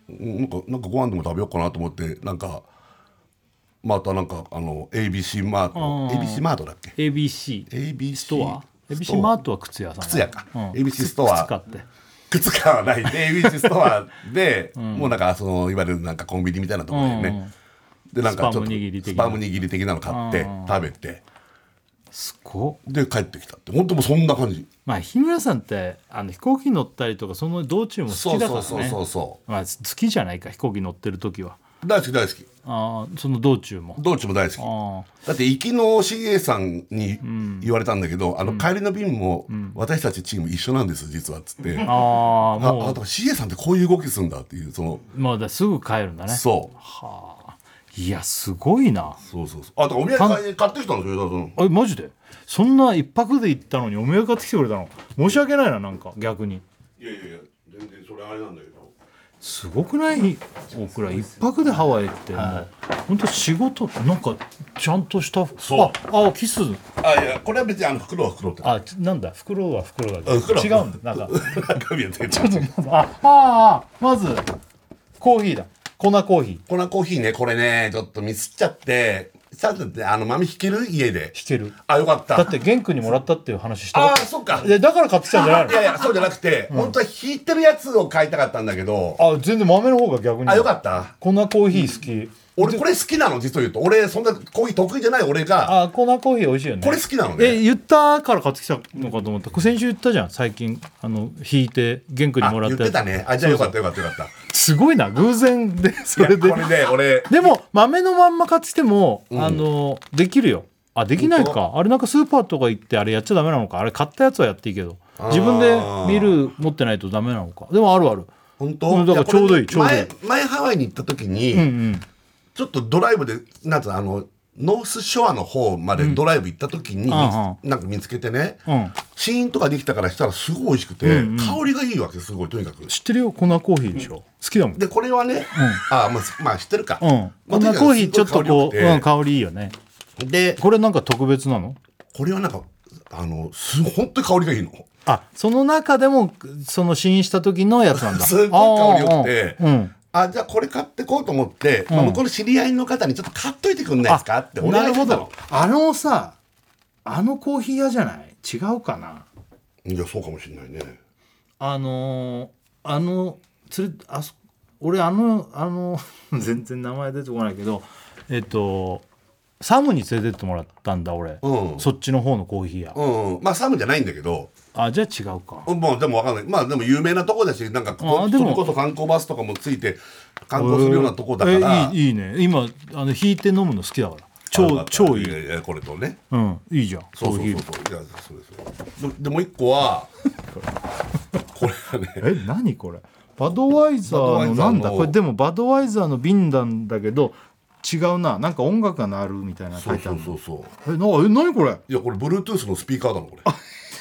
Speaker 4: なんかなんかご飯でも食べようかなと思ってなんかまたなんかあの エービーシー マート エービーシー マートだっけ
Speaker 5: エービーシー
Speaker 4: エービーシー
Speaker 5: ストア エービーシー マートは靴屋さん
Speaker 4: 靴屋か、
Speaker 5: うん、
Speaker 4: エービーシー ストア
Speaker 5: 靴買って
Speaker 4: 靴買わないで エービーシー ストアで、うん、もうなんかそのいわゆるなんかコンビニみたいなところでね、うんでなんかちょっとスパム握り的なスパム握り的なの買って食べて
Speaker 5: すご
Speaker 4: で帰ってきたって本当もうそんな感じ。
Speaker 5: まあ日村さんってあの飛行機乗ったりとかその道中も好きだからね。
Speaker 4: そうそうそうそう
Speaker 5: まあ好きじゃないか飛行機乗ってる時は。
Speaker 4: 大好き大好き。
Speaker 5: ああその道中も
Speaker 4: 道中も大好き。だって行きの シーエー さんに言われたんだけど、うん、あの帰りの便も私たちチーム一緒なんです実はっつって、うん、ああもうあだから シーエー さんってこういう動きするんだっていうその
Speaker 5: まあだすぐ帰るんだね。
Speaker 4: そう
Speaker 5: はあいやすごいな。
Speaker 4: そうそうそうあだからお土産買ってきたんですよ。
Speaker 5: えマジでそんな一泊で行ったのにお土産買ってきてくれたの申し訳ないななんか逆に。
Speaker 4: いやいやいや全然それあれなんだけど
Speaker 5: すごくない大倉一泊でハワイってもう本当仕事なんかちゃんとした
Speaker 4: そう
Speaker 5: ああキス
Speaker 4: あいやこれは別にあの袋は袋って
Speaker 5: あなんだ袋は袋だけど
Speaker 4: 袋
Speaker 5: 違うんだなんか
Speaker 4: 中身は全
Speaker 5: ちょっとまずああまずコーヒーだ粉コーヒー
Speaker 4: 粉コーヒーねこれねちょっとミスっちゃってちゃんとねあの豆引ける家で
Speaker 5: 引ける
Speaker 4: あよかった
Speaker 5: だって玄君にもらったっていう話した
Speaker 4: ああそっか
Speaker 5: いやだから買ってきたんじゃないの
Speaker 4: いやいやそうじゃなくて、うん、本当は引いてるやつを買いたかったんだけど
Speaker 5: あ全然豆の方が逆に
Speaker 4: あよかった
Speaker 5: 粉コーヒー好き、うん
Speaker 4: 俺これ好きなの実を言うと俺そんなコーヒー得意じゃない俺が
Speaker 5: あ粉コーヒー美味しいよね
Speaker 4: これ好きなのね
Speaker 5: え言ったから買ってきたのかと思った先週言ったじゃん最近あの引いて玄君にもらって
Speaker 4: 言ってたねあじゃあよかったよかったよかった
Speaker 5: すごいな偶然でそれで
Speaker 4: これね俺
Speaker 5: でも豆のまんま買ってきても、うん、あのできるよあできないかあれなんかスーパーとか行ってあれやっちゃダメなのかあれ買ったやつはやっていいけど自分でミル持ってないとダメなのかでもあるある
Speaker 4: 本当
Speaker 5: だからちょうどいいちょうどいい
Speaker 4: 前, 前ハワイに行った時に、うんうんちょっとドライブでなんつうのあのノースショアの方までドライブ行った時に、うん、なんか見つけてね、うん、シーンとかできたからしたらすごい美味しくて、うんうん、香りがいいわけすごいとにかく
Speaker 5: 知ってるよ粉コーヒーでしょ、うん、好きだもん
Speaker 4: でこれはね、うん、あまあまあ知ってるか、
Speaker 5: うんまあ、粉コーヒーちょっとこう香り、うん、香りいいよねでこれなんか特別なの
Speaker 4: これはなんかあのす本当に香りがいいの
Speaker 5: あその中でもその試飲した時のやつなんだ
Speaker 4: すごい香りよくてうんあじゃあこれ買ってこうと思って、うんまあ、向こうの知り合いの方にちょっと買っといてくんないですかってお願いしてたの。
Speaker 5: あのさあのコーヒー屋じゃない違うかない
Speaker 4: やそうかもしれないね
Speaker 5: あのー、あのつれあそ俺あのあの全然名前出てこないけどえっとサムに連れてってもらったんだ俺、うん、そっちの方のコーヒー屋、
Speaker 4: うん、まあサムじゃないんだけど
Speaker 5: あじゃあ違うか
Speaker 4: もうでも分かんないまあでも有名なとこだしなんかこそれこそ観光バスとかもついて観光するようなとこだから、
Speaker 5: えー、いい, いいね今あの引いて飲むの好きだから超超いい
Speaker 4: いやいやこれとね
Speaker 5: うんいいじゃん
Speaker 4: そうそうそうそういやそうですよでもう一個はこれはね
Speaker 5: え何これバドワイザーのなんだこれでもバドワイザーの瓶なんだけど違うななんか音楽が鳴るみたいな書いてある
Speaker 4: そうそうそう
Speaker 5: えなえ何これ
Speaker 4: いやこれ Bluetooth のスピーカーだのこれ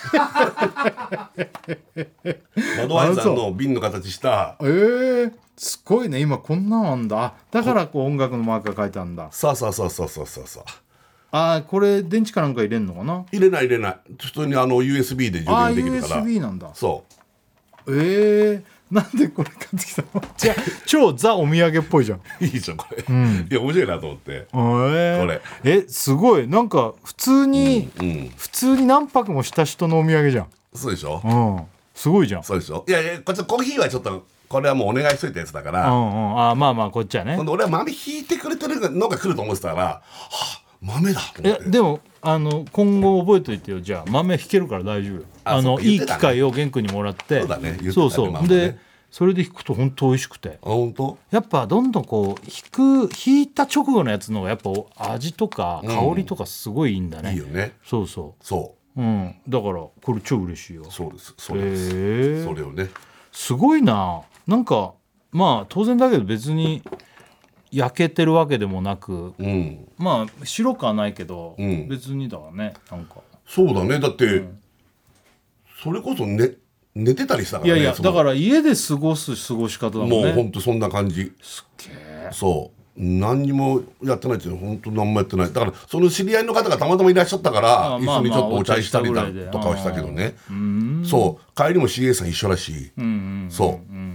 Speaker 4: バドワイザーの瓶の形した
Speaker 5: えー、すごいね今こんなのあんだだからこう音楽のマークが書いてあるんだ
Speaker 4: さあさあさあさあさあさあさあ
Speaker 5: あこれ電池かなんか入れんのかな
Speaker 4: 入れない入れない普通にあの ユーエスビー で充電できるから
Speaker 5: あ ユーエスビー なんだ
Speaker 4: そう
Speaker 5: えーなんでこれ買ってきたのじゃ超ザお土産っぽいじゃん
Speaker 4: いいじゃんこれ、うん、いや面白いなと思って、え
Speaker 5: ー、
Speaker 4: これ
Speaker 5: えすごいなんか普通に、うんうん、普通に何泊もした人のお土産じゃん
Speaker 4: そうでしょ、
Speaker 5: うん、すごいじゃん
Speaker 4: そうでしょいやいやこっちコーヒーはちょっとこれはもうお願いしといたやつだから、
Speaker 5: うんうん、あまあまあこっちはね
Speaker 4: 今度俺は豆引いてくれてるのが来ると思ってたからはあ豆だと思って
Speaker 5: いやでもあの今後覚えといてよじゃあ豆引けるから大丈夫ああの、ね、いい機会を玄君にもらって
Speaker 4: そうだね言ってたね
Speaker 5: そうそう、
Speaker 4: ね、
Speaker 5: でそれで引くと本当美味しくて
Speaker 4: あ本当
Speaker 5: やっぱどんどんこう引く引いた直後のやつの方がやっぱ味とか香りとかすごいいいんだね、
Speaker 4: うん、いいよね
Speaker 5: そうそう
Speaker 4: そう、
Speaker 5: うん、だからこれ超嬉しいよ
Speaker 4: そうですそうです、えー、それをね
Speaker 5: すごいななんかまあ当然だけど別に焼けてるわけでもなく、うん、まあ白くはないけど、うん、別にだわねなんか
Speaker 4: そうだねだって、うん、それこそね寝てたりしたからね
Speaker 5: いやいやだから家で過ごす過ごし方だもんね
Speaker 4: もうほんとそんな感じ
Speaker 5: すっげえ
Speaker 4: そう何にもやってないっていうのは本当何もやってないだからその知り合いの方がたまたまいらっしゃったから一緒にちょっとお茶したりだとかはしたけどねそう帰りも シーエー さん一緒だし、うんうんうん、そう、うん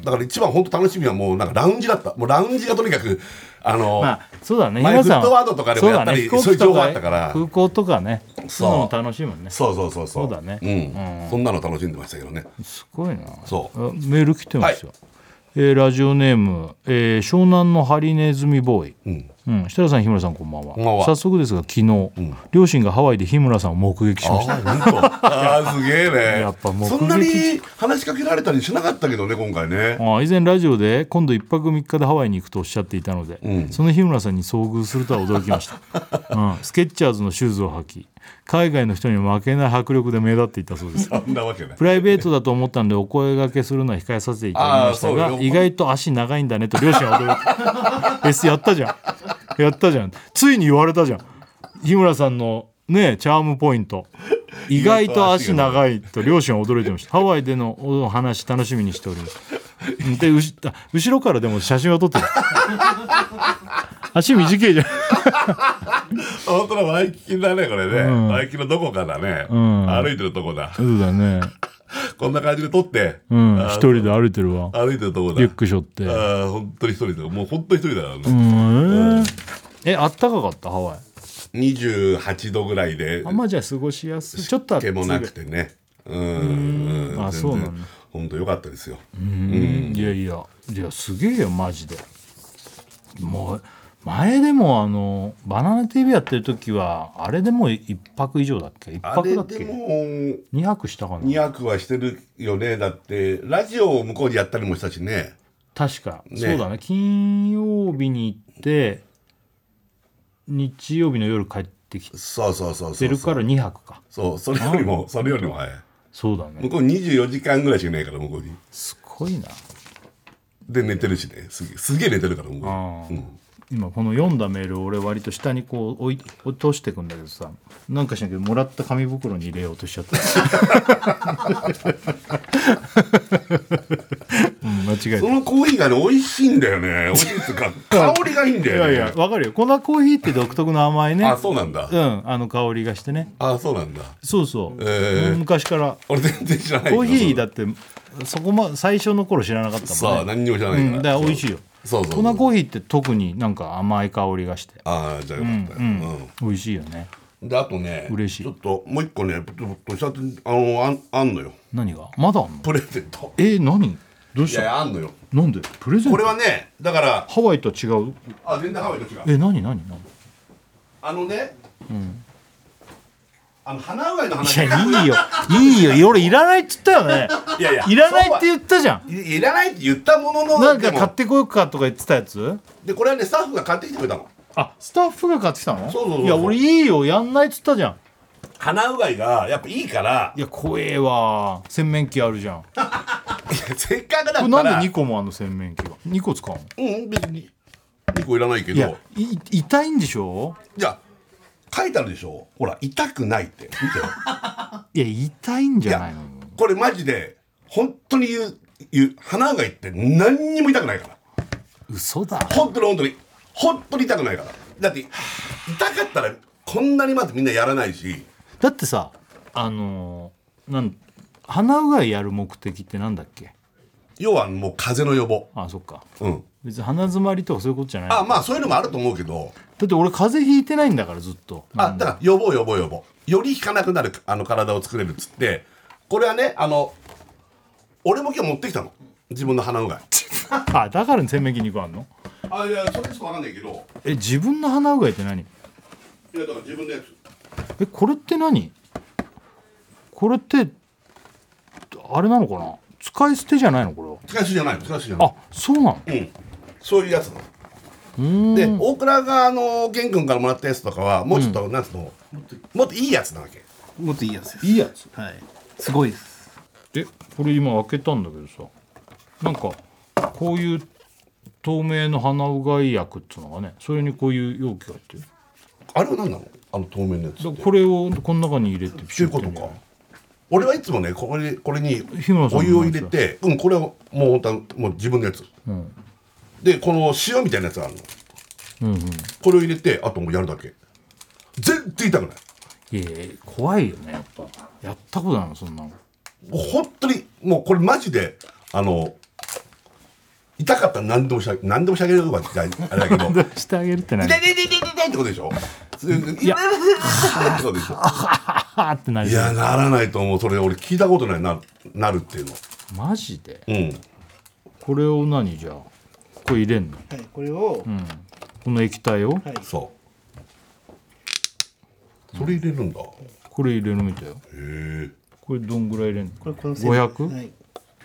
Speaker 4: だから一番本当楽しみはもうなんかラウンジだった。もうラウンジがとにかくあの、
Speaker 5: まあそうだね、
Speaker 4: 前
Speaker 5: 皆さん
Speaker 4: フットワードとかでもやったり、そういう情報あったから
Speaker 5: 空港とかね、そういうのも楽しいもんね。
Speaker 4: そうそうそうそう。
Speaker 5: そうだね、
Speaker 4: うん。そんなの楽しんでましたけどね。
Speaker 5: すごいな。
Speaker 4: そう
Speaker 5: あメール来てますよ。えーラジオネーム、えー湘南のハリネズミボーイ。
Speaker 4: うん。
Speaker 5: うん、設楽さん、日村さん、こんばんは。
Speaker 4: こんばんは
Speaker 5: 早速ですが、昨日、両親がハワイで日村さんを目撃しました。
Speaker 4: ああ、本当。ああ、すげえね。
Speaker 5: やっぱ目撃
Speaker 4: そんなに話しかけられたりしなかったけどね、今回ね。
Speaker 5: あ以前ラジオで今度いっぱくみっかでハワイに行くとおっしゃっていたので、
Speaker 4: うん
Speaker 5: その日村さんに遭遇するとは驚きました、うん、スケッチャーズのシューズを履き海外の人に負けない迫力で目立っていたそうです。
Speaker 4: そんなわけない。
Speaker 5: プライベートだと思ったのでお声掛けするのは控えさせていただきましたが、
Speaker 4: あーそうよ
Speaker 5: 意外と足長いんだねと両親は驚いて S やったじゃんやったじゃん、ついに言われたじゃん、日村さんのねチャームポイント、意外と足長いと両親は驚いてました。ハワイでのお話楽しみにしております。でうし後ろからでも写真を撮ってる足短いじゃん
Speaker 4: 本当だ、ワイキキだね、これね。
Speaker 5: うん
Speaker 4: ワイキキのどこかだね。
Speaker 5: ん
Speaker 4: 歩いてるとこだ。
Speaker 5: そうだね、
Speaker 4: こんな感じで撮って。
Speaker 5: うん、
Speaker 4: あー
Speaker 5: 一人で歩いてるわ、
Speaker 4: 歩いてるとこだ。
Speaker 5: リュック背負って。
Speaker 4: ああ、本当に一人だ。もう本当に一人だよね。
Speaker 5: うんえあったかかったハワイ。
Speaker 4: にじゅうはちどぐらいで。
Speaker 5: あんまじゃあ過ごしやすい、ちょっと暑い
Speaker 4: 毛もなくてね。うん。
Speaker 5: あそうなんだ。
Speaker 4: 本当良かったですよ。
Speaker 5: うんいやいやいやすげえよマジで。もう前でもあのバナナ ティーブイ やってる時はあれでも一泊以上だっけ、一
Speaker 4: あ
Speaker 5: 泊だっけ、
Speaker 4: れでも
Speaker 5: 二泊したかな。
Speaker 4: にひゃくはしてるよね。だってラジオを向こうでやったりもしたしね。
Speaker 5: 確か、
Speaker 4: ね
Speaker 5: そうだね、金曜日に行って日曜日の夜帰ってき
Speaker 4: そうそうそうそう。
Speaker 5: てるからにはくか。
Speaker 4: そう、それよりもそれよりも早い。
Speaker 5: そうだね、
Speaker 4: 向こうにじゅうよじかんぐらいしかいないから向こうに。
Speaker 5: すごいな。
Speaker 4: で寝てるしね。すげえすげえ寝てるから向こ
Speaker 5: あー
Speaker 4: うに。うん
Speaker 5: 今この読んだメールを俺割と下にこう置い落としていくんだけどさ、なんかしなきゃもらった紙袋に入れようとしちゃった、うん、間違えた。
Speaker 4: そのコーヒーがね美味しいんだよね。美味しいっていうか香りがいいんだ
Speaker 5: い
Speaker 4: よね。
Speaker 5: やいやわかるよ、粉コーヒーって独特の甘いね、
Speaker 4: あ、そうなんだ。
Speaker 5: うんあの香りがしてね。
Speaker 4: あ、そうなんだ。
Speaker 5: そうそう、
Speaker 4: えー
Speaker 5: 昔から
Speaker 4: 俺全然知らない
Speaker 5: コーヒーだ
Speaker 4: っ
Speaker 5: ってそこま最初の頃知らなかった
Speaker 4: さあ
Speaker 5: もんね。
Speaker 4: 何にも知らないから。
Speaker 5: うん、だから美味しいよ。
Speaker 4: そうそうそう。
Speaker 5: 粉コーヒーって特になんか甘い香りがして
Speaker 4: ああ、じゃあよかったよ。
Speaker 5: うん
Speaker 4: うん
Speaker 5: 美味しいよね。
Speaker 4: であとね、
Speaker 5: 嬉しい
Speaker 4: ちょっともう一個ね、ちょっとしたあのあんあんのよ。
Speaker 5: 何がまだあんの。
Speaker 4: プレゼント。
Speaker 5: えー、何どうした。
Speaker 4: いやいやあんのよ。
Speaker 5: なんでプレゼント。
Speaker 4: これはね、だから
Speaker 5: ハワイとは違う。
Speaker 4: あ全然ハワイと違う。
Speaker 5: え何何何。
Speaker 4: あのね、あの鼻うがいの話。
Speaker 5: いやいいよいいよ俺いらないって言ったよね。
Speaker 4: いやいや
Speaker 5: いらないって言ったじゃん。
Speaker 4: いいらないって言ったものの
Speaker 5: なんか
Speaker 4: でも
Speaker 5: 買ってこようかとか言ってたやつ。
Speaker 4: でこれはねスタッフが買ってきてくれたの。
Speaker 5: あスタッフが買ってきたの。
Speaker 4: そうそうそうそう
Speaker 5: いや俺いいよやんないって言ったじゃん。
Speaker 4: 鼻うがいがやっぱいいから
Speaker 5: いや怖えわ洗面器あるじゃん。こ
Speaker 4: せっかくだったら
Speaker 5: れなんでにこもあんの洗面器が。にこ使うの。
Speaker 4: うん別ににこいらないけ
Speaker 5: いや
Speaker 4: ど
Speaker 5: い痛いんでしょ。
Speaker 4: じゃあ書いてあるでしょ。ほら痛くないって見てよ。
Speaker 5: いや痛いんじ
Speaker 4: い
Speaker 5: ゃないの。
Speaker 4: やこれマジで本当に言う言う鼻うがいって何にも痛くないから。
Speaker 5: 嘘だ。
Speaker 4: 本当に本当に本当に痛くないから。だって痛かったらこんなにまずみんなやらないし。
Speaker 5: だってさあのー、なん鼻うがいやる目的ってなんだっけ。
Speaker 4: 要はもう風邪の予防。
Speaker 5: あそっか
Speaker 4: うん。
Speaker 5: 別に鼻詰まりとかそういうことじゃない。
Speaker 4: あまあそういうのもあると思うけど。
Speaker 5: だって俺風邪ひいてないんだからずっと。
Speaker 4: あだから予防予防予防。より引かなくなるあの体を作れるっつって、これはねあの俺も今日持ってきたの自分の鼻うがい。
Speaker 5: あだから洗面器にこあんの。
Speaker 4: あいやそれしかわかんないけど。
Speaker 5: え自分の鼻うがいって何。
Speaker 4: いやだから自分のやつ。
Speaker 5: えこれって何。これってあれなのかな。使い捨てじゃないのこれは。
Speaker 4: 使い捨てじゃないの使い捨てじゃない。
Speaker 5: あそうなの。
Speaker 4: うん。そういうやつなの。
Speaker 5: うーん
Speaker 4: で大倉があの玄君からもらったやつとかはもうちょっと、なんつうのもっといいやつなわけ。
Speaker 6: もっといいやつです。
Speaker 5: いいやつ。
Speaker 6: はい。すごいです。
Speaker 5: えこれ今開けたんだけどさなんかこういう透明の鼻うがい薬っていうのがねそれにこういう容器が入ってる。
Speaker 4: あれは何なのあの透明のやつって。
Speaker 5: だからこれをこの中に入れてピ
Speaker 4: そういうことか。俺はいつもねこれこれに
Speaker 5: 日村さんの
Speaker 4: お湯を入れて、うんこれはもう本当はもう自分のやつ。
Speaker 5: うん
Speaker 4: でこの塩みたいなやつがあるの。
Speaker 5: うんうん。
Speaker 4: これを入れてあともうやるだけ。全然痛くない。
Speaker 5: いやいや怖いよねやっぱ。やったことないのそんなの。
Speaker 4: 本当にもうこれマジであの痛かったら何でもしてあげ何でもしてあげるわってあれだけど
Speaker 3: してあげるって何
Speaker 4: 痛い痛い痛い痛い痛いってことでしょ。いやってことでしょ。
Speaker 3: はってなる。
Speaker 4: いやならないと思う。それ俺聞いたことないななるっていうの。
Speaker 3: マジで。
Speaker 4: うん。
Speaker 3: これを何じゃあこれ入れんの。
Speaker 6: はい、これを、
Speaker 3: うん、この液体を、
Speaker 6: はい、
Speaker 4: そうそれ入れるんだ。
Speaker 3: これ入れるみたいよ。
Speaker 4: へえ。
Speaker 3: これどんぐらい入れんの。
Speaker 6: これこの
Speaker 3: ごひゃく、
Speaker 6: はい、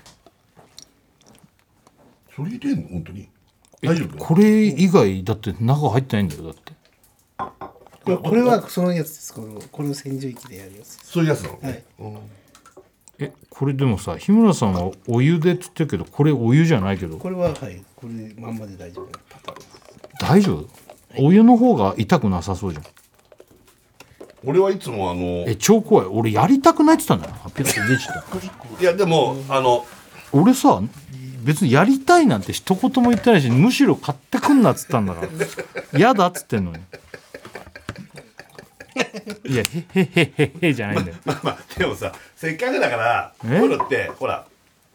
Speaker 4: それ入れんの本当に大丈夫。
Speaker 3: これ以外だって中入ってないんだよだって。
Speaker 6: これこれはそのやつです。このこの洗浄機でやるやつです。
Speaker 4: そういうやつなの、
Speaker 6: はい、
Speaker 4: うん、
Speaker 3: えこれでもさ日村さんはお湯でって言ってるけどこれお湯じゃないけど
Speaker 6: これははいこれまんまで大丈夫なパターンです。
Speaker 3: 大丈夫、お湯の方が痛くなさそうじゃん。
Speaker 4: 俺はいつもあの
Speaker 3: え超怖い。俺やりたくないって言ったんだよ。ピュッて出ちゃった
Speaker 4: いやでもあの
Speaker 3: 俺さ別にやりたいなんて一言も言ってないしむしろ買ってくんなっつったんだから嫌だっつってんのにいやへへへへへじゃないんだよ。
Speaker 4: まあまあでもさせっかくだからこう
Speaker 3: え
Speaker 4: いうのってほら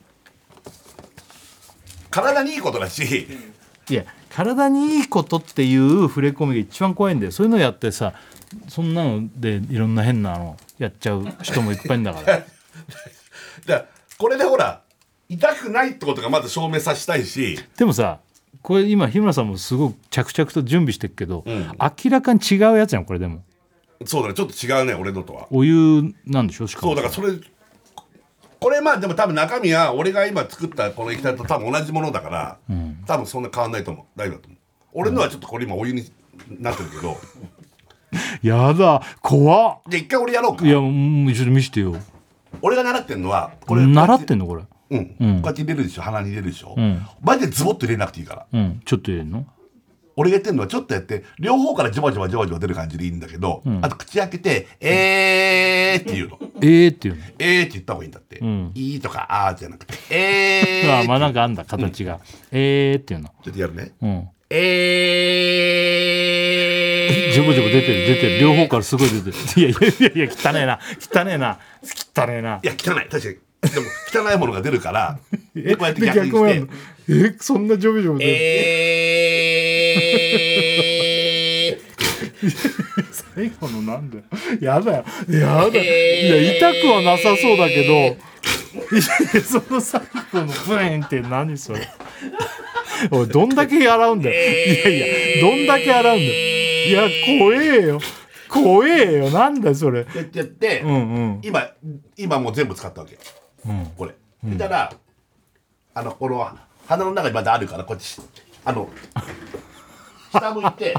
Speaker 4: 体にいいことだし
Speaker 3: いや体にいいことっていう触れ込みが一番怖いんだよ。そういうのやってさそんなのでいろんな変なのやっちゃう人もいっぱいいるんだから
Speaker 4: だからこれでほら痛くないってことがまず証明させたいし。
Speaker 3: でもさこれ今日村さんもすごく着々と準備してるけど、
Speaker 4: うん、
Speaker 3: 明らかに違うやつじゃんこれ。でも
Speaker 4: そうだねちょっと違うね俺のとは。
Speaker 3: お湯なんでしょ。しかも
Speaker 4: そうだからそれこれまあでも多分中身は俺が今作ったこの液体と多分同じものだから、うん、多分そんな変わんないと思う。大丈夫だと思う。俺のはちょっとこれ今お湯になってるけど
Speaker 3: やだ怖っ。
Speaker 4: じゃあ一回俺やろうか。
Speaker 3: いやもうちょっと見してよ。
Speaker 4: 俺が習ってんのはこれ
Speaker 3: 習ってんのこれ。
Speaker 4: うん、うん、こうやって入れるでしょ。鼻に入れるでしょ、うん、マジでズボッと入れなくていいから、
Speaker 3: うん、ちょっと入れるの。
Speaker 4: 俺が言ってるのはちょっとやって両方からジョバジョバジョバジョバ出る感じでいいんだけど、うん、あと口開けてえーって言うの。
Speaker 3: えーって言うの。
Speaker 4: えーって言った方がいいんだって、うん、いいとかあーじゃなくてえー
Speaker 3: あまあなんかあんだ形が、うん、えーっていうの
Speaker 4: ちょっとやるね、
Speaker 3: うん、
Speaker 4: えー
Speaker 3: ジョボジョボ出てる出てる両方からすごい出てるいやいやいや汚ねえな汚ねえな汚ねえな。
Speaker 4: いや汚い確かにでも汚いものが出るから
Speaker 3: え
Speaker 4: こうやって逆にして
Speaker 3: えそんなジョボジョボ出る
Speaker 4: えー
Speaker 3: 最後のなんだよやだよやだよ、いや痛くはなさそうだけどいやその最後のブーンって何それおいどんだけ洗うんだよ、いやいやどんだけ洗うんだよ、いや怖えよ怖えよなんだよそれ
Speaker 4: やってやって、うんうん、今今もう全部使ったわけよ、うん、これ、うん、だからあのこの鼻の中にまだあるからこっちあの下向いて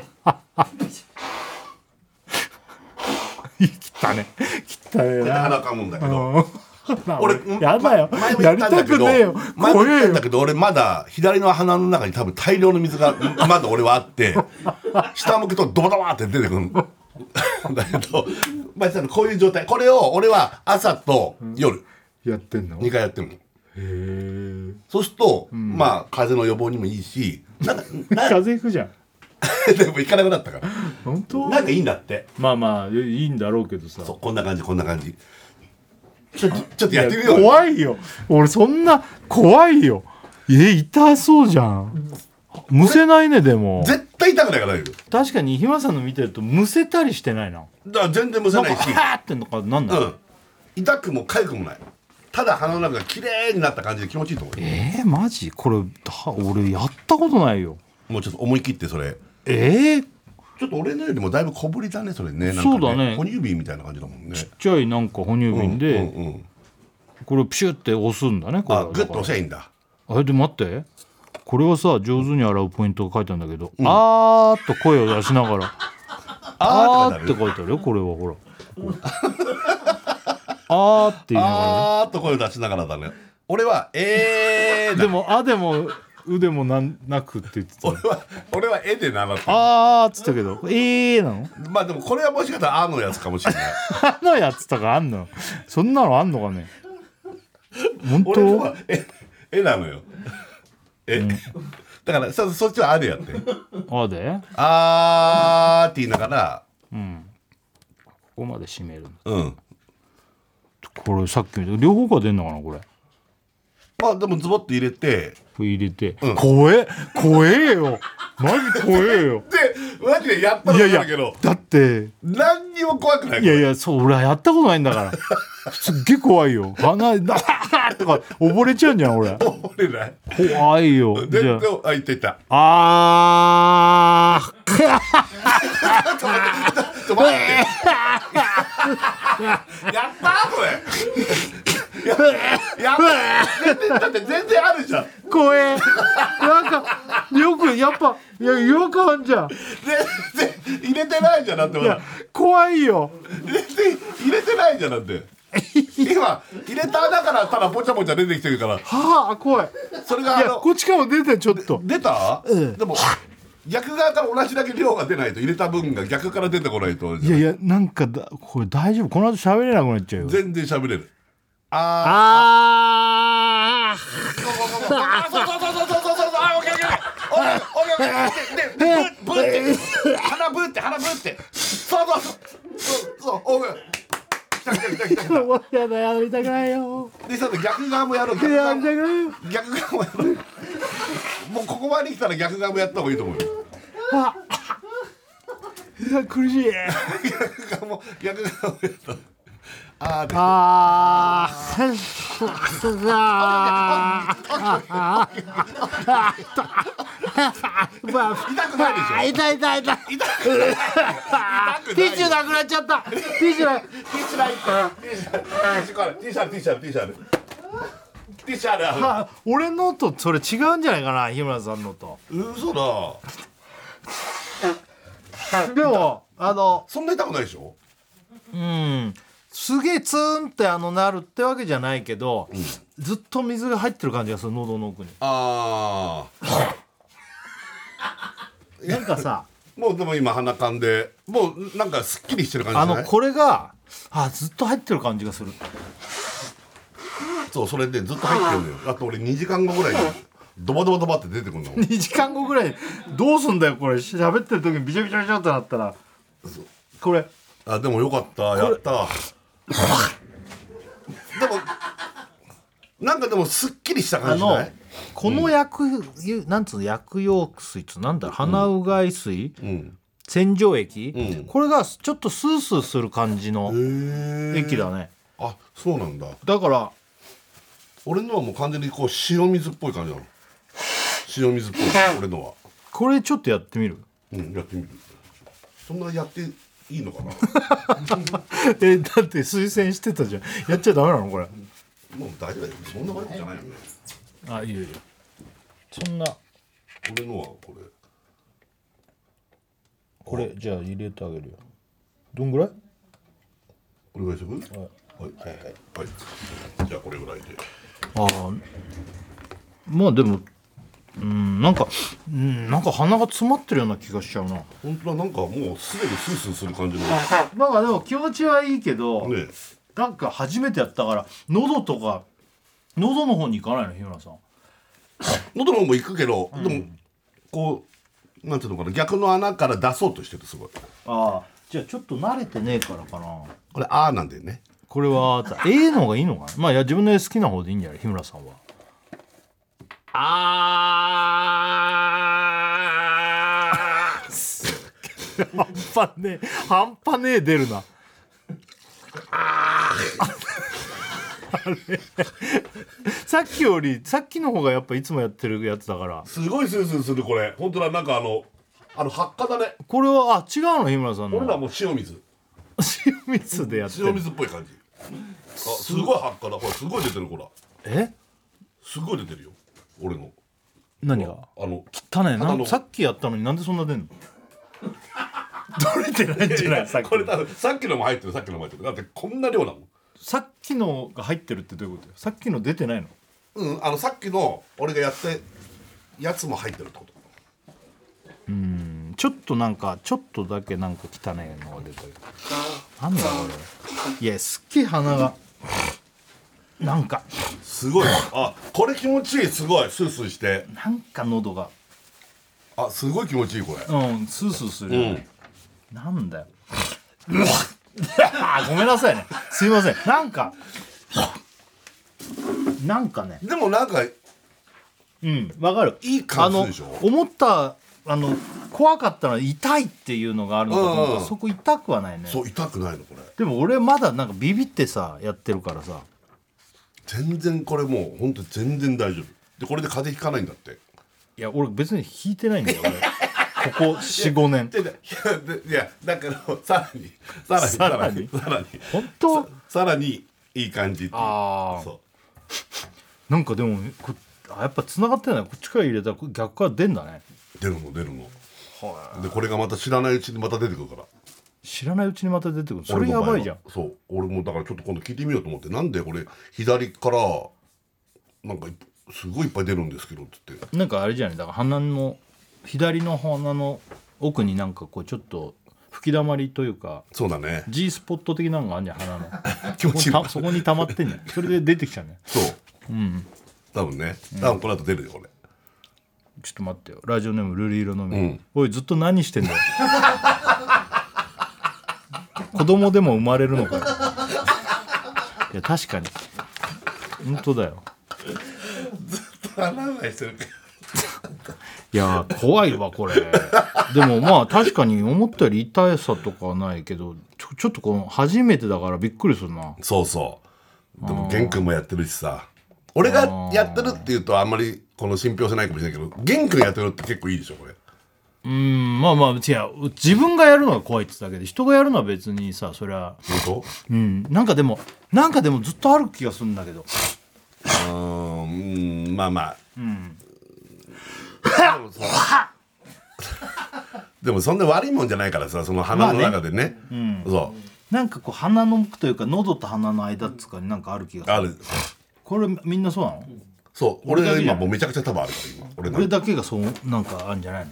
Speaker 3: 汚ね汚ねな
Speaker 4: 鼻かむんだけど俺
Speaker 3: やだよ、
Speaker 4: ま、前も言ったんだけど
Speaker 3: やりたくねえよ
Speaker 4: 前も言ったんだけど俺まだ左の鼻の中に多分大量の水がまだ俺はあって下向くとドバドバって出てくるだけど、まあ、こういう状態これを俺は朝と夜、
Speaker 3: うん、やってんの
Speaker 4: にかいやってるの。
Speaker 3: へー
Speaker 4: そうすると、うん、まあ風邪の予防にもいいしなんか
Speaker 3: 風邪ひくじゃん
Speaker 4: でも行かなくなったから
Speaker 3: 本当
Speaker 4: なんかいいんだって。
Speaker 3: まあまあいいんだろうけどさ、
Speaker 4: そうこんな感じこんな感じちょ, ちょっとやってみよう。
Speaker 3: 怖いよ俺そんな怖いよ。え痛そうじゃん。むせないね。でも
Speaker 4: 絶対痛くないから
Speaker 3: 確かに日村さんの見てるとむせたりしてないな。
Speaker 4: だから全然むせないし
Speaker 3: なんかハーってんのかなんだ、うん、
Speaker 4: 痛くも痒くもない。ただ鼻の中が綺麗になった感じで気持ちいいと思う。
Speaker 3: えー、マジこれ俺やったことないよ。
Speaker 4: もうちょっと思い切ってそれ
Speaker 3: えー、
Speaker 4: ちょっと俺のよりもだいぶ小ぶりだねそれね。なんかね
Speaker 3: そうだね
Speaker 4: 哺乳瓶みたいな感じだもんね。
Speaker 3: ちっちゃいなんか哺乳瓶で、うんうんうん、これをピシュって押すんだね。これ
Speaker 4: あグッと押せばいいんだ。
Speaker 3: あれで待ってこれはさ上手に洗うポイントが書いてあるんだけど、うん、あーっと声を出しながらあーって書いてあるよ。これはほらあーって言いながら
Speaker 4: あーっと声を出しながらだね。俺はえー
Speaker 3: でもあでもうでも な, なくって言ってた。
Speaker 4: 俺は俺は絵で習った
Speaker 3: あーっつったけどえーなの。
Speaker 4: まあでもこれはもしかしたらあのやつかもしれない
Speaker 3: あのやつとかあんのそんなのあんのかね本当。
Speaker 4: 俺のは絵絵なのよえ、うん、だからそ, そっちはあるやって
Speaker 3: あで
Speaker 4: あーって言いながら、
Speaker 3: うん、ここまで締めるんだ。
Speaker 4: うん
Speaker 3: これさっき見た両方から出んのかなこれ。
Speaker 4: まあでもズボッと入れて
Speaker 5: 入れて、うん、怖え怖えよマジ怖えよ
Speaker 4: でマジでやったことないけど、いやいや
Speaker 5: だって
Speaker 4: 何にも怖くない。
Speaker 5: いやいやそう俺はやったことないんだからすっげえ怖いよ鼻なとか溺れちゃうんじゃん俺。
Speaker 4: 溺れない
Speaker 5: 怖いよ。
Speaker 4: でであいったいった
Speaker 5: あー
Speaker 4: ちょっと待ってちょっと待ってやったこれやや全然だって全然あるじゃん。
Speaker 5: 怖えなんかよくやっぱいや違和感あんじゃん。
Speaker 4: 全然入れてないじゃん。だって
Speaker 5: いや怖いよ。
Speaker 4: 入れて入れてないじゃん。だって今入れただからただポチャポチャ出てきてるから
Speaker 5: はあ怖い。
Speaker 4: それがあの
Speaker 5: いやこっちからも出てちょっと
Speaker 4: 出た、
Speaker 5: うん、
Speaker 4: でも逆側から同じだけ量が出ないと入れた分が逆から出てこないと。
Speaker 5: いやいやなんかだこれ大丈夫この後喋れなくなっちゃうよ。
Speaker 4: 全然喋れる。
Speaker 5: あーあー
Speaker 4: そうそうそうそうそうそうそうあオッケーオッケーオッケーオッケーでブーって鼻ブーって鼻ブーってそうそうそうそうオッケー来た来た来た来た来た。
Speaker 5: もうやだやりたくないよ。
Speaker 4: でさ逆側もやろう。逆側も逆側もやろう。もうここまで来たら逆側もやった方がいいと思うよ。
Speaker 5: あいや苦しい。
Speaker 4: 逆側も逆側もやった。あーで
Speaker 5: あー
Speaker 4: 痛くないでしょ。
Speaker 5: 痛い痛い痛い。
Speaker 4: 痛くない
Speaker 5: ティッシュなくなっちゃった。ティッシュな
Speaker 4: ティッシュないか。ティッシュあるティッシュあるティッシュあるティッシュあるティッシュあるある。
Speaker 5: 俺のとそれ違うんじゃないかな日村さんのと。
Speaker 4: 嘘だ。
Speaker 5: でもあの
Speaker 4: そんな痛くないでしょ。
Speaker 5: うんすげえツーンってあのなるってわけじゃないけど、うん、ずっと水が入ってる感じがする喉の奥に。
Speaker 4: あ
Speaker 5: あなんかさ
Speaker 4: もうでも今鼻かんでもうなんかすっきりしてる感じじゃない。
Speaker 5: あのこれがあずっと入ってる感じがする。
Speaker 4: そうそれでずっと入ってるのよ。あと俺にじかんごぐらいにドバドバドバって出てくるの。
Speaker 5: にじかんごぐらいどうすんだよこれ喋ってる時にビチャビチャビチャってなったらこれ。
Speaker 4: あでもよかったやった。でもなんかでもすっきりした感じじゃない。
Speaker 5: この薬、うん、なんつうの薬用水っつうなんだろう鼻うがい水、うん、洗浄液、うん、これがちょっとスースーする感じの液だね。
Speaker 4: あそうなんだ。
Speaker 5: だから
Speaker 4: 俺のはもう完全にこう塩水っぽい感じなの。塩水っぽい俺のは。
Speaker 5: これちょっとやってみる。
Speaker 4: うんやってみる。そんなやっていいのかな
Speaker 5: えだって推薦してたじゃん。やっちゃダメなのこれ。
Speaker 4: もう大丈夫だよ。そんな悪いじゃないよね。
Speaker 5: あいいよいいよ。そんな
Speaker 4: 俺のはこれ
Speaker 5: これじゃあ入れてあげるよ。どんぐらい
Speaker 4: お願いする。はい
Speaker 5: はいはいはい、
Speaker 4: はい、じゃあこれぐらいで。
Speaker 5: ああまあでもうんなんかうんなんか鼻が詰まってるような気がしちゃうな。
Speaker 4: 本当はなんかもうすでにスースーする感じの。
Speaker 5: まあでも気持ちはいいけど、ね、なんか初めてやったから喉とか喉の方に行かないの日村さん。
Speaker 4: 喉の方も行くけど、うん、でもこうなんていうのかな逆の穴から出そうとしてるすごい。
Speaker 5: ああじゃあちょっと慣れてねえからかな。
Speaker 4: これあーなんだよね。
Speaker 5: これは A の方がいいのかな。まあいや自分の好きな方でいいんじゃない日村さんは。あー半端ねえ半端ねえ出るな。ああれさっきよりさっきの方がやっぱいつもやってるやつだから
Speaker 4: すごいスースーするこれ。本当だなんかあのあの発火だね。
Speaker 5: これはあ違うの日村さんの。
Speaker 4: 俺らもう塩水
Speaker 5: 塩水でやってる。
Speaker 4: 塩水っぽい感じ。あすごい発火だ。これすごい出てるほら。
Speaker 5: え
Speaker 4: すごい出てるよ俺の。
Speaker 5: 何が
Speaker 4: あの
Speaker 5: 汚ねえな。さっきやったのになんでそんな出んの取れてないんじゃないさっき
Speaker 4: これ多分さっきのも入ってるさっきのも入ってる。だってこんな量なの。
Speaker 5: さっきのが入ってるってどういうことよ。さっきの出てないの。
Speaker 4: うんあのさっきの俺がやってやつも入ってるってこと。
Speaker 5: うんちょっとなんかちょっとだけなんか汚ねえのが出てる。なんだこれ。いやすっげえ鼻がなんか
Speaker 4: すごい。あこれ気持ちいい。すごいスースーして
Speaker 5: なんか喉が
Speaker 4: あすごい気持ちいいこれ。
Speaker 5: うんスースーするよね、うん、なんだよごめんなさいねすいませんなんかなんかね
Speaker 4: でもなんか
Speaker 5: うんわかる。
Speaker 4: いい感じでしょ。
Speaker 5: あの思ったあの怖かったのは痛いっていうのがあるのかと思ったら、
Speaker 4: うん
Speaker 5: そこ痛くはないね。
Speaker 4: そう痛くないのこれ。
Speaker 5: でも俺まだなんかビビってさやってるからさ。
Speaker 4: 全然これもう本当に全然大丈夫で、これで風邪ひかないんだって。
Speaker 5: いや俺別に引いてないんだよ俺ここ よん,ご 年
Speaker 4: いやいやいやだけどさらにさらにさらにさらに
Speaker 5: 本当
Speaker 4: さ, さらにいい感じっていう。
Speaker 5: ああ
Speaker 4: そう
Speaker 5: なんかでもこあやっぱ繋がってない。こっちから入れたら逆から出んだね。
Speaker 4: 出るの出るの。でこれがまた知らないうちにまた出てくるから。
Speaker 5: 知らないうちにまた出てくる。それやばいじゃん。
Speaker 4: そう俺もだからちょっと今度聞いてみようと思って、なんで俺左からなんかすごいいっぱい出るんですけどって言って。
Speaker 5: なんかあれじゃないだから鼻の左の鼻の奥になんかこうちょっと吹き溜まりというか
Speaker 4: そうだね
Speaker 5: G スポット的なのがあるんじゃん鼻の
Speaker 4: 気持ちいい
Speaker 5: そこにたそこに溜まってんじゃん。それで出てきちゃうね。
Speaker 4: そう
Speaker 5: うん
Speaker 4: 多分ね多分この後出るよこれ。
Speaker 5: ちょっと待ってよ。ラジオネームルリ色のみ、
Speaker 4: うん、
Speaker 5: おいずっと何してんだよ子供でも生まれるのかよ。いや確かに本当だよ。
Speaker 4: ずっと鼻うがいしてる。
Speaker 5: いや怖いわこれ。でもまあ確かに思ったより痛さとかはないけどちょ、ちょっとこの初めてだからびっくりするな。
Speaker 4: そうそうでも玄君もやってるしさ、俺がやってるっていうとあんまりこの信憑性ないかもしれないけど、玄君やってるって結構いいでしょこれ。
Speaker 5: うーんまあまあ違う自分がやるのが怖いって言っただけで人がやるのは別にさそれは
Speaker 4: 本
Speaker 5: うんなんかでもなんかでもずっとある気がするんだけど。
Speaker 4: 当？うーんまあまあ
Speaker 5: うん
Speaker 4: でもそでもそんな悪いもんじゃないからさ、その鼻の中でね、
Speaker 5: まあねうん、
Speaker 4: そう
Speaker 5: なんかこう鼻の奥というか喉と鼻の間っつうかになんかある気がする。
Speaker 4: ある。
Speaker 5: これみんなそうなの？
Speaker 4: そう俺が
Speaker 5: 俺だけじゃん
Speaker 4: 今もうめちゃくちゃ多分あるから今俺なん
Speaker 5: 俺だけがそうなんかあるんじゃないの？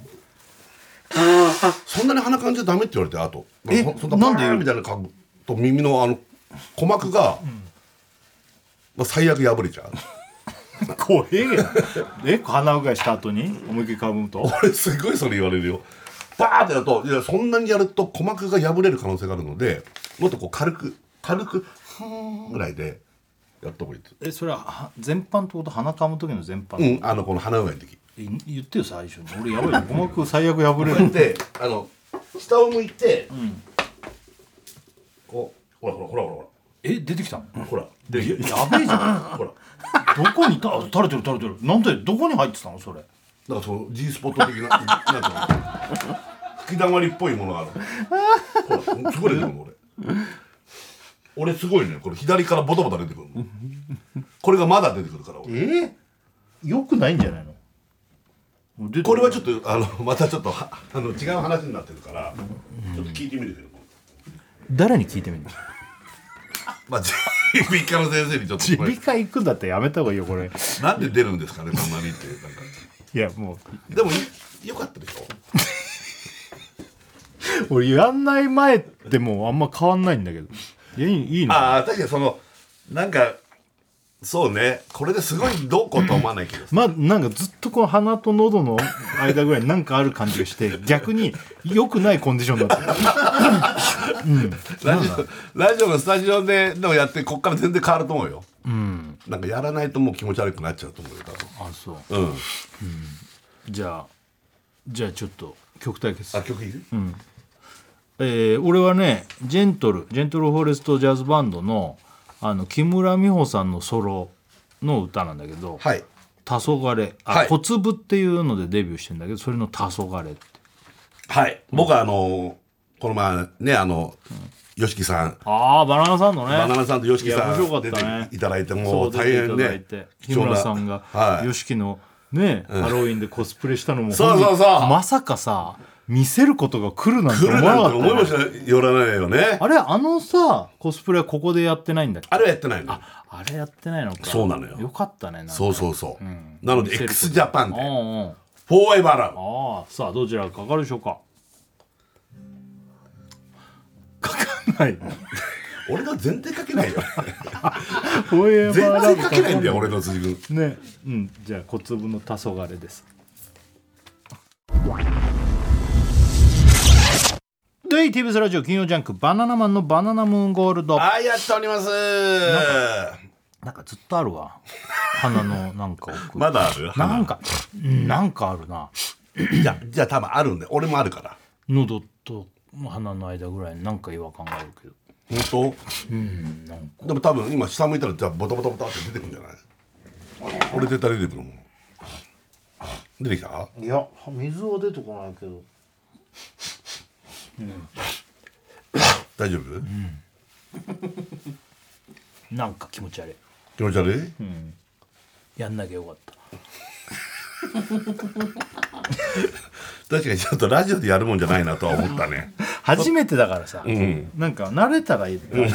Speaker 4: そんなに鼻感じちゃダメって言われて、あと
Speaker 5: え
Speaker 4: そそんな
Speaker 5: なんで
Speaker 4: バーンみたいな感じと耳のあの鼓膜が、まあ、最悪破れちゃう。
Speaker 5: 怖えよ。え鼻うがいした後に思いっきりかむと
Speaker 4: 俺すごいそれ言われるよ。バーってやると、いやそんなにやると鼓膜が破れる可能性があるので、もっとこう軽く軽くふーんぐらいでやった方がいいです。
Speaker 5: えそれはは全般ってこと？鼻かむ時の全般、
Speaker 4: うんあのこの鼻うがいの時
Speaker 5: え言ってよ最初に。俺やばいよ鼓膜最悪破れる。
Speaker 4: であの下を向いて、
Speaker 5: ん
Speaker 4: こうほらほらほらほらほ
Speaker 5: え出てきたの？
Speaker 4: らほら
Speaker 5: でややべえじゃん。
Speaker 4: ほら
Speaker 5: どこにた垂れてる垂れてる。なんでどこに入ってたのそれ？
Speaker 4: だからその G スポット的ななんていうの吹き溜まりっぽいものがある。ほらすごい出てくるの俺。俺すごいねこれ左からボタボタ出てくるの。これがまだ出てくるから俺。
Speaker 5: えー、よくないんじゃないの？出て
Speaker 4: これはちょっとあのまたちょっとはあの違う話になってるからちょっと聞いてみるけど。
Speaker 5: 誰に聞いてみるの？
Speaker 4: まあ耳鼻科の先生にちょっと
Speaker 5: 耳鼻科行くんだったらやめた方がいいよこれ。
Speaker 4: なんで出るんですかねこんなにってなんか。
Speaker 5: いやも
Speaker 4: でもいよかったでしょ。
Speaker 5: う俺やんない前ってもうあんま変わんないんだけど。いやいいいいの？
Speaker 4: ああ確かにそのなんかそうねこれですごいどうこうとは思わないけどさ。
Speaker 5: まあなんかずっとこの鼻と喉の間ぐらいになんかある感じがして逆に良くないコンディションになってる。
Speaker 4: ラジオラジオのスタジオででもやってこっから全然変わると思うよ。
Speaker 5: うん
Speaker 4: なんかやらないともう気持ち悪くなっちゃうと思うよ多
Speaker 5: あそう。
Speaker 4: 分。うん。
Speaker 5: じゃあじゃあちょっと曲対決。
Speaker 4: あ曲いる？
Speaker 5: えー俺はねジェントルジェントルフォレストジャズバンドのあの木村美穂さんのソロの歌なんだけど
Speaker 4: はい
Speaker 5: 「黄昏」あ、
Speaker 4: はい
Speaker 5: 小粒っていうのでデビューしてんだけどそれの「黄昏」って
Speaker 4: はい僕はあのこの前ねあの YOSHIKI さん
Speaker 5: ああバナナサンドね
Speaker 4: バナナさんと YOSHIKI
Speaker 5: いや
Speaker 4: さ
Speaker 5: 面白か
Speaker 4: ん出
Speaker 5: ったね
Speaker 4: ていただいても
Speaker 5: そうう
Speaker 4: 大変
Speaker 5: 出ていただい
Speaker 4: ね
Speaker 5: て日村さんが
Speaker 4: はい
Speaker 5: YOSHIKI のねハロウィンでコスプレしたのも
Speaker 4: そうそうそう
Speaker 5: まさかさ見せることが来るなんて
Speaker 4: 来る
Speaker 5: 思わな
Speaker 4: なん
Speaker 5: かったね
Speaker 4: て思いもしよらないよね。
Speaker 5: あれあのさコスプレはここでやってないんだっけ？
Speaker 4: あれはやってないの。
Speaker 5: あれやってないのか。
Speaker 4: そうなのよ
Speaker 5: よかったねなんか
Speaker 4: そうそうそう、
Speaker 5: ん
Speaker 4: なので x ジャパンで
Speaker 5: うんうん
Speaker 4: フォーエバーラブ
Speaker 5: ああさあどちらがかかるでしょうか。かかんない
Speaker 4: 俺の全然かけないよ
Speaker 5: フォーエバー
Speaker 4: 全
Speaker 5: ラブ
Speaker 4: 然かけないんだよ俺の辻君。
Speaker 5: ねうんじゃあ小粒の黄昏ですで ティービーエス ラジオ金曜ジャンクバナナマンのバナナムーンゴールド
Speaker 4: はいやっております。
Speaker 5: なんかずっとあるわ鼻のなんか奥
Speaker 4: まだある
Speaker 5: なんかうんなんかあるな
Speaker 4: じゃあじゃあ多分あるんで俺もあるから
Speaker 5: 喉と鼻の間ぐらいになんか違和感があるけど
Speaker 4: 本
Speaker 5: うんなんか
Speaker 4: 当でも多分今下向いたらじゃあボタボタボタって出てくるんじゃない俺絶対出てくるもん出てきた
Speaker 5: いや水は出てこないけど
Speaker 4: 大丈夫、
Speaker 5: なんか気持ち悪い
Speaker 4: 気持ち悪い、
Speaker 5: やんなきゃよかった
Speaker 4: 確かにちょっとラジオでやるもんじゃないなとは思ったね
Speaker 5: 初めてだからさ、
Speaker 4: ん
Speaker 5: なんか慣れたらいい、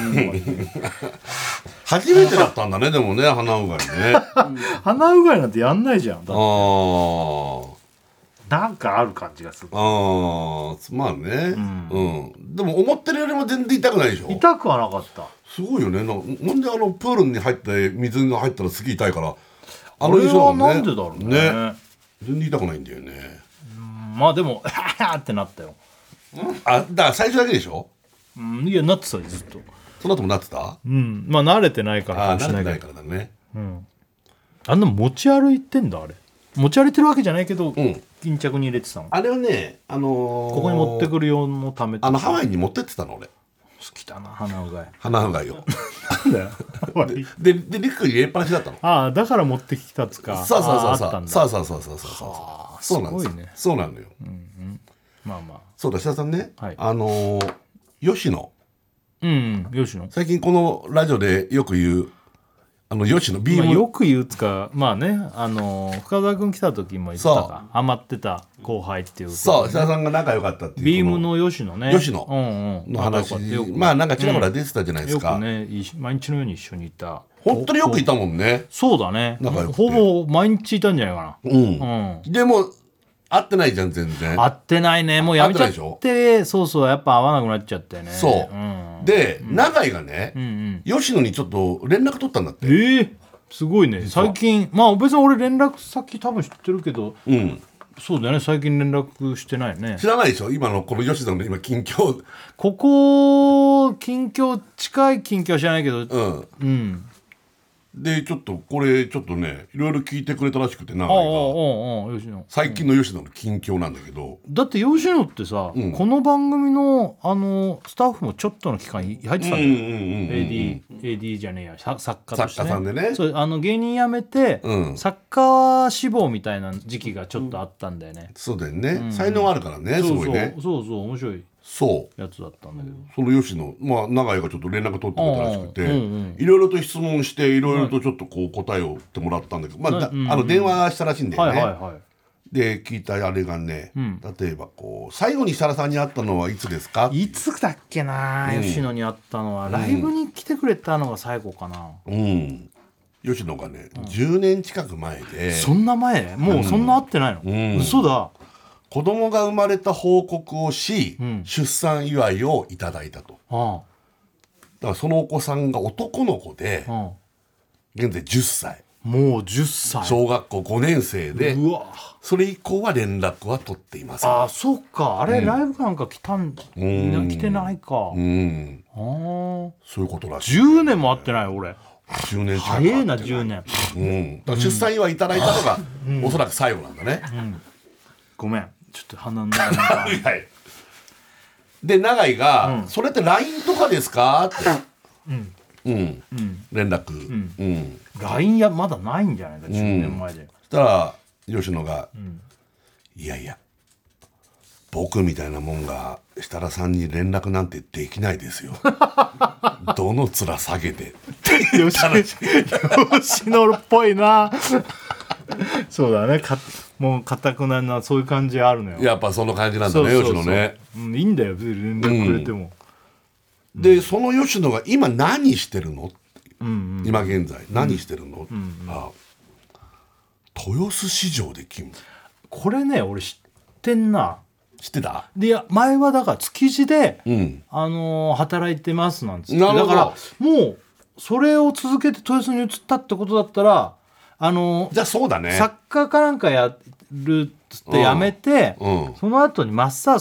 Speaker 4: 初めてだったんだねでもね鼻うがいね
Speaker 5: 鼻うがいなんてやんないじゃんだ
Speaker 4: あー
Speaker 5: なんかある感じがする
Speaker 4: あーまあねうん、でも思ってるよりも全然痛くないでしょ
Speaker 5: 痛くはなかった
Speaker 4: すごいよねななんであのプールに入って水が入ったらすげえ痛いからあ
Speaker 5: あ
Speaker 4: の
Speaker 5: れはなんでだろうね
Speaker 4: 全然痛くないんだよね
Speaker 5: まあでもはってなったよ、
Speaker 4: あだから最初だけでしょ
Speaker 5: うん、いやなってたよずっと
Speaker 4: その後もなってた
Speaker 5: うんまあ慣れてないから
Speaker 4: ああ
Speaker 5: かもし
Speaker 4: 慣れて
Speaker 5: れないけど
Speaker 4: ないからだね
Speaker 5: あんな持ち歩いてんだあれ持ち歩いてるわけじゃないけど、
Speaker 4: ん
Speaker 5: 巾着に入れてたの
Speaker 4: あれはねあのー、
Speaker 5: ここに持ってくる用のため
Speaker 4: あのハワ
Speaker 5: イ
Speaker 4: イに持ってってたの俺
Speaker 5: 好きだな鼻うがい
Speaker 4: 鼻うがいを
Speaker 5: なんだよ
Speaker 4: ででリュックに入れっぱなしだったの
Speaker 5: ああだから持ってきたっつか
Speaker 4: そうそうそう
Speaker 5: あ
Speaker 4: そう
Speaker 5: あったんだ
Speaker 4: そうそうそうそうそうそう
Speaker 5: あ
Speaker 4: そうなんです
Speaker 5: すごいね
Speaker 4: そうなのよ
Speaker 5: まあまあ
Speaker 4: そうだ設楽さんね、
Speaker 5: はい
Speaker 4: あのー、吉野
Speaker 5: うん吉野
Speaker 4: 最近このラジオでよく言うあの吉野ビー
Speaker 5: まあ、
Speaker 4: ム、
Speaker 5: よく言うつかまあねあの深澤君来た時も言ってたかハマってた後輩っていう
Speaker 4: そう設楽さんが仲良かったっていう
Speaker 5: ビーム
Speaker 4: こ
Speaker 5: の吉野ね
Speaker 4: 吉野
Speaker 5: うんうん
Speaker 4: の話
Speaker 5: 仲良かったよく
Speaker 4: まあなんかちらほら出てたじゃないです
Speaker 5: よ
Speaker 4: か、
Speaker 5: くねい毎日のように一緒にいた
Speaker 4: 本当によくいたもんね
Speaker 5: そうだね
Speaker 4: 仲良くて
Speaker 5: ほぼ毎日いたんじゃないか
Speaker 4: うん、
Speaker 5: なうん
Speaker 4: でも会ってないじゃん全然
Speaker 5: 会ってないねもうやめちゃっ
Speaker 4: 会ってない
Speaker 5: てそうそうやっぱ会わなくなっちゃったよね
Speaker 4: そう、
Speaker 5: ん、
Speaker 4: で、永井がね、
Speaker 5: うん
Speaker 4: 吉野にちょっと連絡取ったんだって
Speaker 5: ええすごいね
Speaker 4: は
Speaker 5: 最近まあ別に俺連絡先多分知ってるけど
Speaker 4: うん
Speaker 5: そうだよね最近連絡してないよね
Speaker 4: 知らないでしょ今のこの吉野の今近況
Speaker 5: ここ近況近い近況は知らないけど
Speaker 4: うん
Speaker 5: うん
Speaker 4: でちょっとこれちょっとねいろいろ聞いてくれたらしくて永井
Speaker 5: ああああ
Speaker 4: が
Speaker 5: ああ吉野
Speaker 4: 最近の吉野の近況なんだけど、
Speaker 5: だって吉野ってさ、
Speaker 4: ん
Speaker 5: この番組のあのスタッフもちょっとの期間入ってたんだよ、
Speaker 4: うんうんうんうん
Speaker 5: エーディー エーディー じゃねえやさ作家として、ね、
Speaker 4: 作家さんでね
Speaker 5: そうあの芸人辞めて、
Speaker 4: うん
Speaker 5: 作家志望みたいな時期がちょっとあったんだよね、
Speaker 4: そうだよね、才能あるからねす
Speaker 5: そうそう
Speaker 4: ごいね
Speaker 5: そうそう面白い
Speaker 4: そう
Speaker 5: やつだったんだけど、
Speaker 4: その吉野まあ永井がちょっと連絡取ってくれたらしくて、
Speaker 5: うんうん
Speaker 4: いろいろと質問していろいろとちょっとこう答えをってもらったんだけど、まあ、だ
Speaker 5: うん
Speaker 4: あの電話したらしいんだよね、
Speaker 5: はいはいはい
Speaker 4: で聞いたあれがね、
Speaker 5: ん
Speaker 4: 例えばこう最後に設楽さんに会ったのはいつですか
Speaker 5: いつだっけな、
Speaker 4: うん
Speaker 5: 吉野に会ったのはライブに来てくれたのが最後かな、
Speaker 4: うん吉野がね、じゅうねん近く前で
Speaker 5: そんな前もうそんな会ってないの、
Speaker 4: うん
Speaker 5: 嘘だ
Speaker 4: 子供が生まれた報告をし、
Speaker 5: ん
Speaker 4: 出産祝いをいただいたと
Speaker 5: あ
Speaker 4: だからそのお子さんが男の子で
Speaker 5: あ、うん
Speaker 4: 現在じゅっさい
Speaker 5: もうじゅっさい
Speaker 4: 小学校ごねん生で
Speaker 5: うわ
Speaker 4: それ以降は連絡は取っていません
Speaker 5: あそっかあれ、ライブなんか来たん、
Speaker 4: ん
Speaker 5: 来てないか、
Speaker 4: うん
Speaker 5: あー
Speaker 4: そういうことらしい
Speaker 5: じゅうねんも会ってない俺
Speaker 4: じゅうねん近く
Speaker 5: 早いな
Speaker 4: 会って
Speaker 5: じゅうねん
Speaker 4: うん、だから出産祝いいただいたのが、おそらく最後なんだね、
Speaker 5: ごめんちょっと鼻の中が
Speaker 4: はいで永井が、それって ライン とかですか?」って、うん連絡、うん
Speaker 5: ライン やまだないんじゃないかじゅうねんまえで、
Speaker 4: そしたら吉野が、いやいや僕みたいなもんが設楽さんに連絡なんてできないですよどの面下げて
Speaker 5: よし吉野っぽいなそうだねかもう固くなるなそういう感じあるのよ
Speaker 4: やっぱその感じなんだね
Speaker 5: そうそうそう
Speaker 4: 吉野ね
Speaker 5: うん、いいんだよ別に連絡くれても、
Speaker 4: でその吉野が今何してるの、今現在何してるの、あ豊洲市場で勤務
Speaker 5: これね俺知ってんな
Speaker 4: 知ってた
Speaker 5: でいや前はだから築地で、
Speaker 4: うん
Speaker 5: あのー働いてますなんつって
Speaker 4: なるほど
Speaker 5: だからもうそれを続けて豊洲に移ったってことだったらあのー
Speaker 4: じゃあそうだね
Speaker 5: 作家かなんかやるっつってやめて、
Speaker 4: うん
Speaker 5: その後にマッサージそう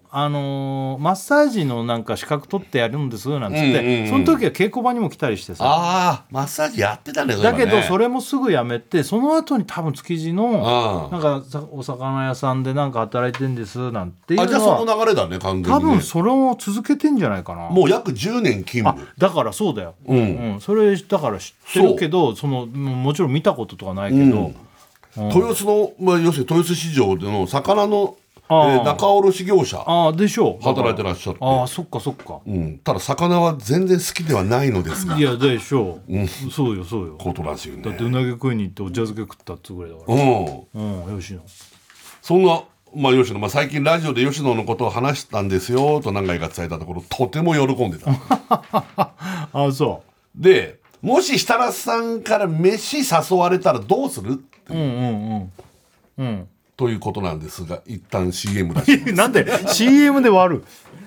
Speaker 5: あのーマッサージのなんか資格取ってやるんですなんつって、
Speaker 4: うんうんうん、
Speaker 5: その時は稽古場にも来たりしてさ、
Speaker 4: ああマッサージやってたね。
Speaker 5: だけど
Speaker 4: ね、
Speaker 5: それもすぐやめて、その後に多分築地のなんかお魚屋さんでなんか働いてんですなんていうのは、
Speaker 4: あじゃあその流れだね完全にね。
Speaker 5: 多分それを続けてんじゃないかな。
Speaker 4: もう約じゅうねん勤務。
Speaker 5: あだからそうだよ、
Speaker 4: うん
Speaker 5: うん、それだから知ってるけど、そのもちろん見たこととかないけど、
Speaker 4: うん、豊洲の、まあ、要するに豊洲市場での魚のえー、仲卸業者
Speaker 5: あでしょう
Speaker 4: 働いてらっしゃって、
Speaker 5: あそっかそっか、
Speaker 4: うん、ただ魚は全然好きではないのですが、
Speaker 5: いやでしょう、
Speaker 4: うん、
Speaker 5: そうよそうよ
Speaker 4: ことらしいよね。
Speaker 5: だってうなぎ食いに行ってお茶漬け食ったっつぐらいだから、
Speaker 4: うん
Speaker 5: うん、吉野
Speaker 4: そんな、まあ、吉野、まあ、最近ラジオで吉野のことを話したんですよと何回か伝えたところとても喜んでた
Speaker 5: あそう
Speaker 4: で、もし設楽さんから飯誘われたらどうするって
Speaker 5: うんうんうんうん
Speaker 4: ということなんですが、一旦 シーエム 出します
Speaker 5: なんで シーエム で割る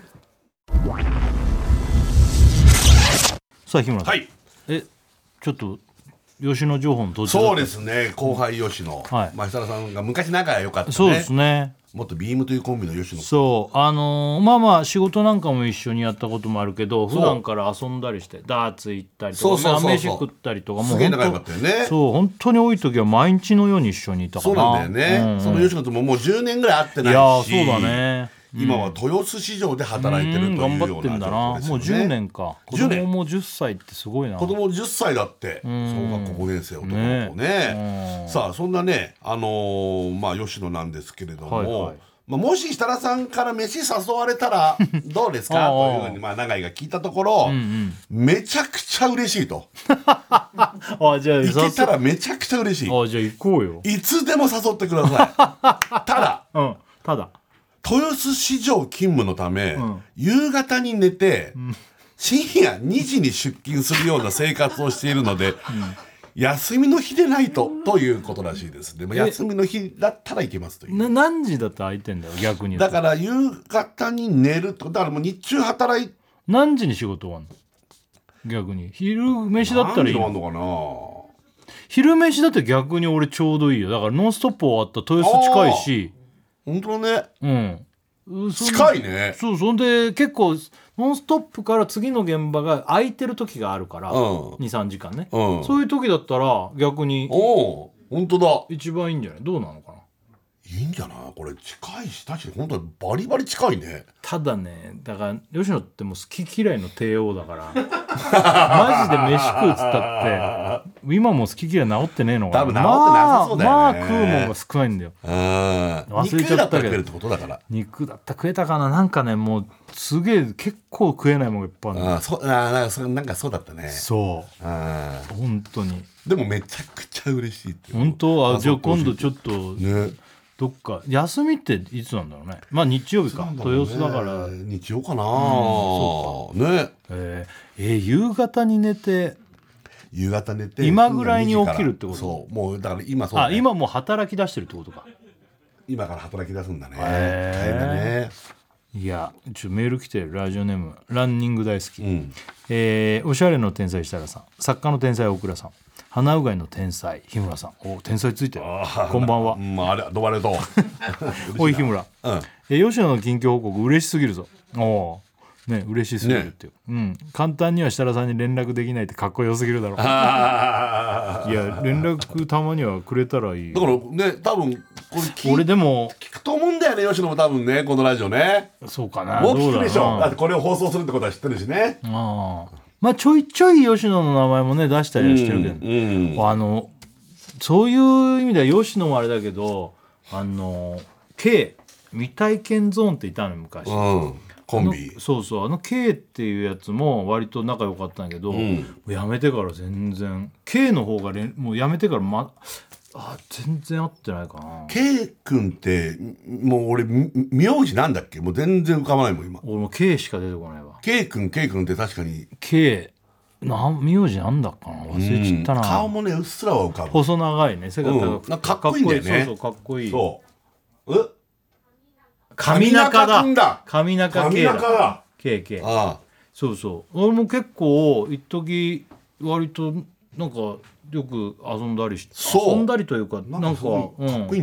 Speaker 5: さあ日村さん、
Speaker 4: はい、
Speaker 5: えちょっと吉野情報の途中
Speaker 4: そうですね、後輩吉野、
Speaker 5: はい、
Speaker 4: まあ、設楽さんが昔仲良かったね。
Speaker 5: そうですね、
Speaker 4: もっとビームというコンビの吉野、
Speaker 5: そうあのー、まあまあ仕事なんかも一緒にやったこともあるけど、普段から遊んだりしてダーツ行ったりとか、
Speaker 4: そうそうそうそう、
Speaker 5: 飯食ったりとか、もう
Speaker 4: すげえ仲良かったよね。
Speaker 5: そう本当に多い時は毎日のように一緒にいたかな。
Speaker 4: そうなんだよね、うんうん、その吉野とももうじゅうねんぐらい会ってないし、
Speaker 5: いやそうだね、
Speaker 4: 今は豊洲市場で働いてるというような状況ですよね。
Speaker 5: 頑張ってんだな、もうじゅうねんか。子供もじゅっさいってすごいな。
Speaker 4: 子供じゅっさいだって、小学校ごねん生男の子ね、ね、さあそんなね、あのー、まあ吉野なんですけれども、はいはい、まあ、もし設楽さんから飯誘われたらどうですかというふうに、まあ、永井が聞いたところ、うんうん、めちゃくちゃ嬉しいと
Speaker 5: あじゃあ
Speaker 4: 行けたらめちゃくちゃ嬉しい。
Speaker 5: あじゃあ行こうよ、
Speaker 4: いつでも誘ってくださいただ、
Speaker 5: うん、ただ
Speaker 4: 豊洲市場勤務のため、うん、夕方に寝て、うん、深夜にじに出勤するような生活をしているので、うん、休みの日でないとということらしいですね。休みの日だったら行けますという。
Speaker 5: な何時だったら空いてんだよ逆に。
Speaker 4: だから夕方に寝ると、だからもう日中働い
Speaker 5: 何時に仕事終わるの逆に。昼飯だったらいいの。
Speaker 4: 何時終わるのかな。
Speaker 5: 昼飯だって逆に俺ちょうどいいよ。だからノンストップ終わった豊洲近いし。
Speaker 4: 本当だね、
Speaker 5: うん、
Speaker 4: 近いね。
Speaker 5: そうそんで結構ノンストップから次の現場が空いてる時があるから、うん、にさんじかんね、うん、そういう時だったら逆に
Speaker 4: お本当だ
Speaker 5: 一番いいんじゃない。どうなのかな。
Speaker 4: いいんじゃないこれ。近いし確かに本当にバリバリ近いね。
Speaker 5: ただね、だから吉野ってもう好き嫌いの帝王だからマジで飯食うっつったって今も好き嫌い治ってねえのかな。
Speaker 4: 多分治ってなさそうだよね。
Speaker 5: まあ、まあ食うもんが少ないんだよ。
Speaker 4: 忘れちゃったけど。肉だったら食えるってことだから。
Speaker 5: 肉だったら食えたかな。なんかねもうすげえ結構食えないもんがいっぱいある。
Speaker 4: あそあなんかそなんかそうだったね。
Speaker 5: そうあ本当に。
Speaker 4: でもめちゃくちゃ嬉しいって
Speaker 5: 本当。あじゃあ今度ちょっとねどっか休みっていつなんだろうね。まあ日曜日か、ね、豊洲だから
Speaker 4: 日曜かな、うん、そうかね
Speaker 5: えー、えー、夕方に寝て
Speaker 4: 夕方寝て
Speaker 5: 今ぐらいに起きるってこと。
Speaker 4: そうもうだから今そうだ、ね、
Speaker 5: あ今もう働き出してるってことか。
Speaker 4: 今から働き出すんだね。
Speaker 5: 大
Speaker 4: 変だね。
Speaker 5: いやちょメール来てる。ラジオネームランニング大好き、うんえー、おしゃれの天才設楽さん、作家の天才大倉さん、鼻うがいの天才日村さん。お天才ついてる。こんばんは。
Speaker 4: まあ、あれどうもありがとう
Speaker 5: おい日村、うんえー、吉野の近況報告嬉しすぎるぞ。おね嬉しすぎるっていう、ねうん、簡単には設楽さんに連絡できないってかっこよすぎるだろう。いや連絡たまにはくれたらいい。
Speaker 4: だからね多分これ聞
Speaker 5: 俺でも
Speaker 4: 聞くと思うんだよね吉野も多分ねこのラジオね。
Speaker 5: そうかな。
Speaker 4: もう聞くでしょ。だってこれを放送するってことは知ってるしね。
Speaker 5: あまあちょいちょい吉野の名前もね出したりはしてるけど、うんうん、あのそういう意味では吉野もあれだけどあの K 未体験ゾーンっていたの昔、うん
Speaker 4: コンビ。
Speaker 5: そうそうあの K っていうやつも割と仲良かったんだけど、うん、やめてから全然 K の方がもうやめてから、ま、あ全然合ってないかな。
Speaker 4: K 君ってもう俺名字なんだっけもう全然浮かばないもん今。
Speaker 5: 俺も K しか出てこないわ。
Speaker 4: K 君 K 君って確かに
Speaker 5: K な名字なんだっかな忘れちゃったな、うん、
Speaker 4: 顔もねうっすらは浮かぶ。
Speaker 5: 細長いね背が高く、
Speaker 4: うん、かっこいいんだよね。
Speaker 5: そうそうかっこいい。
Speaker 4: そうえ
Speaker 5: 上中だ。上中 K だ。
Speaker 4: 上中だ。
Speaker 5: K K。
Speaker 4: ああ。
Speaker 5: そうそう。俺も結構一時割となんかよく遊んだりして。遊んだりというかなんか、
Speaker 4: うん、かっこいいんだよ。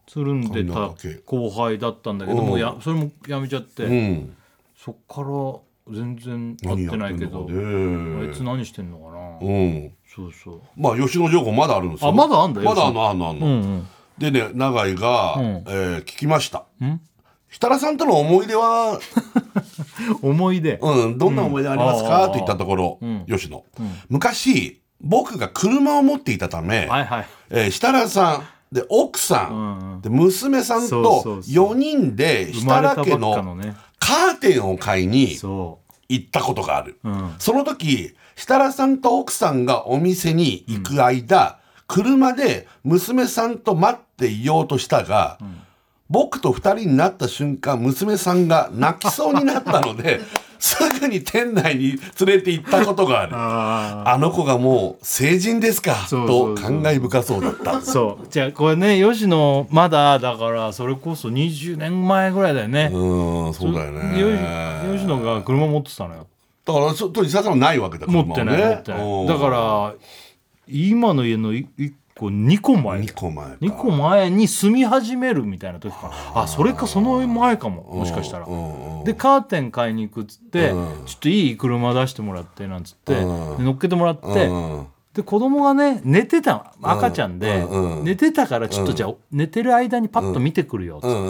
Speaker 5: つるんでた後輩だったんだけども、やそれもやめちゃって、うん、そっから全然会ってないけど、あいつ何してんのかな、うん、そうそう。
Speaker 4: まあ吉野情報まだあるんですよ。
Speaker 5: あ、まだあんだよ。
Speaker 4: まだあんのあんのあんの、うんうん、でね、永井が、うん、えー、聞きました。ん設楽さんとの思い出は
Speaker 5: 思い出、
Speaker 4: うん、どんな思い出ありますか、うん、と言ったところ、うん、吉野、うん、昔僕が車を持っていたため、はいはい、えー、設楽さんで奥さん、うんうん、で娘さんとよにんで設楽家のカーテンを買いに行ったことがある。 そ,、うん、その時設楽さんと奥さんがお店に行く間、うん、車で娘さんと待っていようとしたが、うん、僕とふたりになった瞬間娘さんが泣きそうになったのですぐに店内に連れて行ったことがある。あ, あの子がもう成人ですかと感慨深そうだった。
Speaker 5: そうじゃあこれね、吉野まだだからそれこそにじゅうねんまえぐらいだよね。
Speaker 4: うん、そうだよね。
Speaker 5: 吉野が車持ってたのよ。
Speaker 4: だからちょっと石田さんはないわけだから、
Speaker 5: 持ってない、ね、持ってないだから今の家のいっこにこまえ
Speaker 4: にこまえか
Speaker 5: にこまえに住み始めるみたいな時かな。あ、それかその前かも、もしかしたら。でカーテン買いに行くっつって、うん、ちょっといい車出してもらってなんつって、うん、で乗っけてもらって、うん、で子供がね寝てた赤ちゃんで、うん、寝てたからちょっとじゃあ、うん、寝てる間にパッと見てくるよっつって、うん、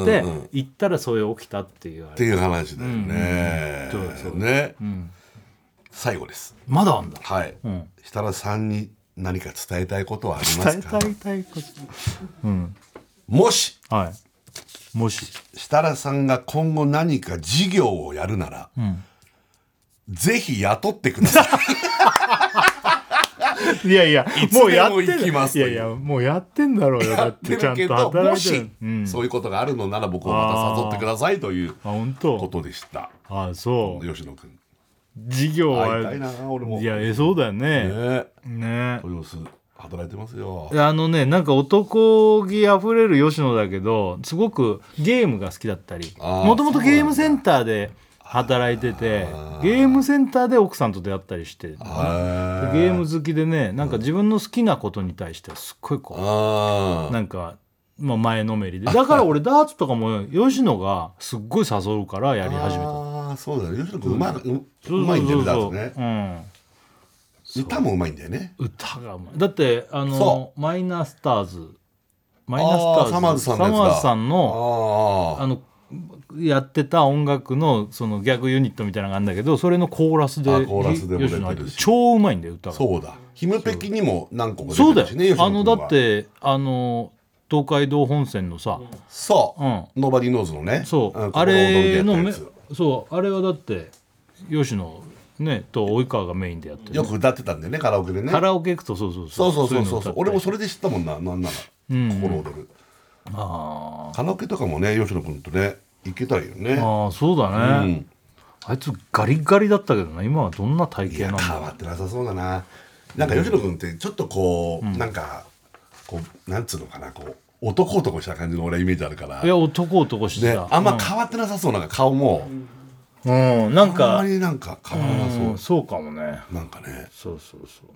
Speaker 5: 行ったらそれ起きたっていう
Speaker 4: っていう話だよね。うんうん、そうそうね、うん、最後です。
Speaker 5: まだあんだ。
Speaker 4: はい、うん、設楽さんに何か伝えたいことはありますか？
Speaker 5: 伝えたいこと、うん、
Speaker 4: もし、
Speaker 5: はい、もし
Speaker 4: 設楽さんが今後何か事業をやるなら、うん、ぜひ雇ってくださ
Speaker 5: いいやいや
Speaker 4: もうやってんだ。
Speaker 5: いやいやもうやってんだろうよ。だってちゃんと働いてる。
Speaker 4: もし、うん、そういうことがあるのなら僕をまた誘ってくださいということでした。
Speaker 5: ああ、そう
Speaker 4: 吉野君
Speaker 5: 事業は
Speaker 4: 会いたいな。俺も
Speaker 5: いや、えそうだよね。
Speaker 4: ねね、豊洲働いてますよ。
Speaker 5: あのね、なんか男気あふれる吉野だけどすごくゲームが好きだったり、もともとゲームセンターで働いてて、ゲームセンターで奥さんと出会ったりして、ゲーム好きでね、なんか自分の好きなことに対してすっごいこうなんか、まあ、前のめりで、だから俺ダーツとかも吉野がすっごい誘うからやり始めた。
Speaker 4: ああ、そうだね。吉野君うまい、うまいんだよね、ダーツね。うん、歌もうまいんだよね。
Speaker 5: 歌がうまい。だってあのマイナースターズマイナースターズ
Speaker 4: サマーズさんのやつだ。
Speaker 5: サマーズさんの あ, あのやってた音楽のそのギャグユニットみたいなのがあるんだけど、それのコーラスで
Speaker 4: コーラスでも出てるし、
Speaker 5: 超うまいんだよ歌が。
Speaker 4: そうだ、ヒムペキにも何個か出てるしね。
Speaker 5: そうだよ。あのだってあの東海道本線のさ、
Speaker 4: そう、うん、ノーバディーノーズのね、
Speaker 5: そう、あれのめそうあれはだって吉野ねと及川がメインでやってる、
Speaker 4: よく歌ってたんでね、カラオケでね。
Speaker 5: カラオケ行くとそうそう
Speaker 4: そうそうそうそうそう、俺もそれで知ったもんな。なんなら、うん、心躍る。あカラオケとかもね、吉野君とね行けたいよね。
Speaker 5: ああ、そうだね、うん、あいつガリガリだったけどな。今はどんな体型なんだ。
Speaker 4: 変わってなさそうだな。なんか吉野君ってちょっとこう、うん、なんかこうなんつうのかな、こう男男した感じの俺はイメージあるから。
Speaker 5: いや、男男してた、
Speaker 4: ね、あんま変わってなさそう。なんか顔も、
Speaker 5: うん、なんか
Speaker 4: あんまりなんか変わらなそう、
Speaker 5: うん、そうかもね。
Speaker 4: なんかね。
Speaker 5: そうそうそう、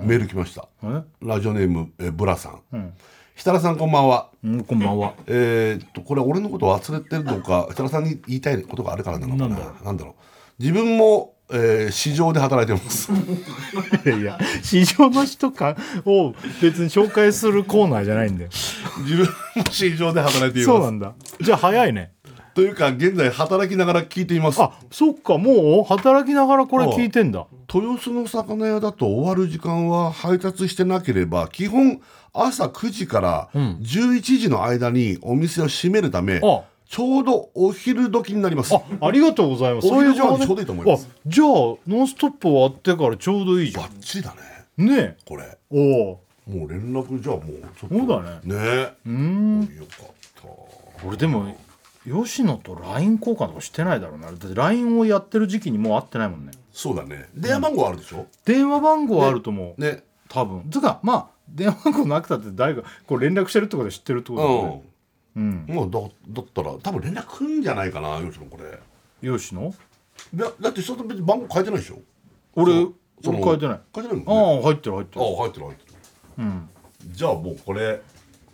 Speaker 4: うん、メール来ました。ラジオネームえブラさん、うん、設楽さんこんばんは。
Speaker 5: うん、こんばんは。
Speaker 4: えー、っとこれ俺のこと忘れてるのか、設楽さんに言いたいことがあるからなのかな。なんだろう、自分もえー、市場で働いてます
Speaker 5: いやいや、市場の人かを別に紹介するコーナーじゃないんだよ。
Speaker 4: 自分も市場で働いています。
Speaker 5: そうなんだ。じゃあ早いね。
Speaker 4: というか現在働きながら聞いています。
Speaker 5: あ、そっか、もう働きながらこれ聞いてんだ。
Speaker 4: 豊洲の魚屋だと終わる時間は配達してなければ基本朝くじからじゅういちじの間にお店を閉めるため、うん、あちょうどお昼時になります。
Speaker 5: あ、ありがとうございます。
Speaker 4: そういう情報でちょうどいいと思います。
Speaker 5: じゃあノンストップ終わってからちょうどいいじゃん。
Speaker 4: バッチリだ
Speaker 5: ね。ね
Speaker 4: これ。
Speaker 5: おお。
Speaker 4: もう連絡じゃあもうちょっと。
Speaker 5: そうだね。
Speaker 4: ね。うん。よかった。
Speaker 5: 俺でも吉野と ライン 交換とかしてないだろうな。だって ライン をやってる時期にもう会ってないもんね。
Speaker 4: そうだね。電話番号あるでしょ。うん、
Speaker 5: 電話番号あると思う。
Speaker 4: ね。ね
Speaker 5: 多分。つかまあ電話番号なくたって誰かこう連絡してるってことで知ってるってことだよね。
Speaker 4: うん、もう だ, だったら多分連絡来るんじゃないかな、吉野これ。
Speaker 5: 吉野
Speaker 4: だ, だってその別に番号変えてないでしょ。
Speaker 5: 俺俺変えてない。
Speaker 4: 変えてないもんね。
Speaker 5: ああ入ってる入ってる。
Speaker 4: ああ入ってる入ってる。うん。じゃあもうこれ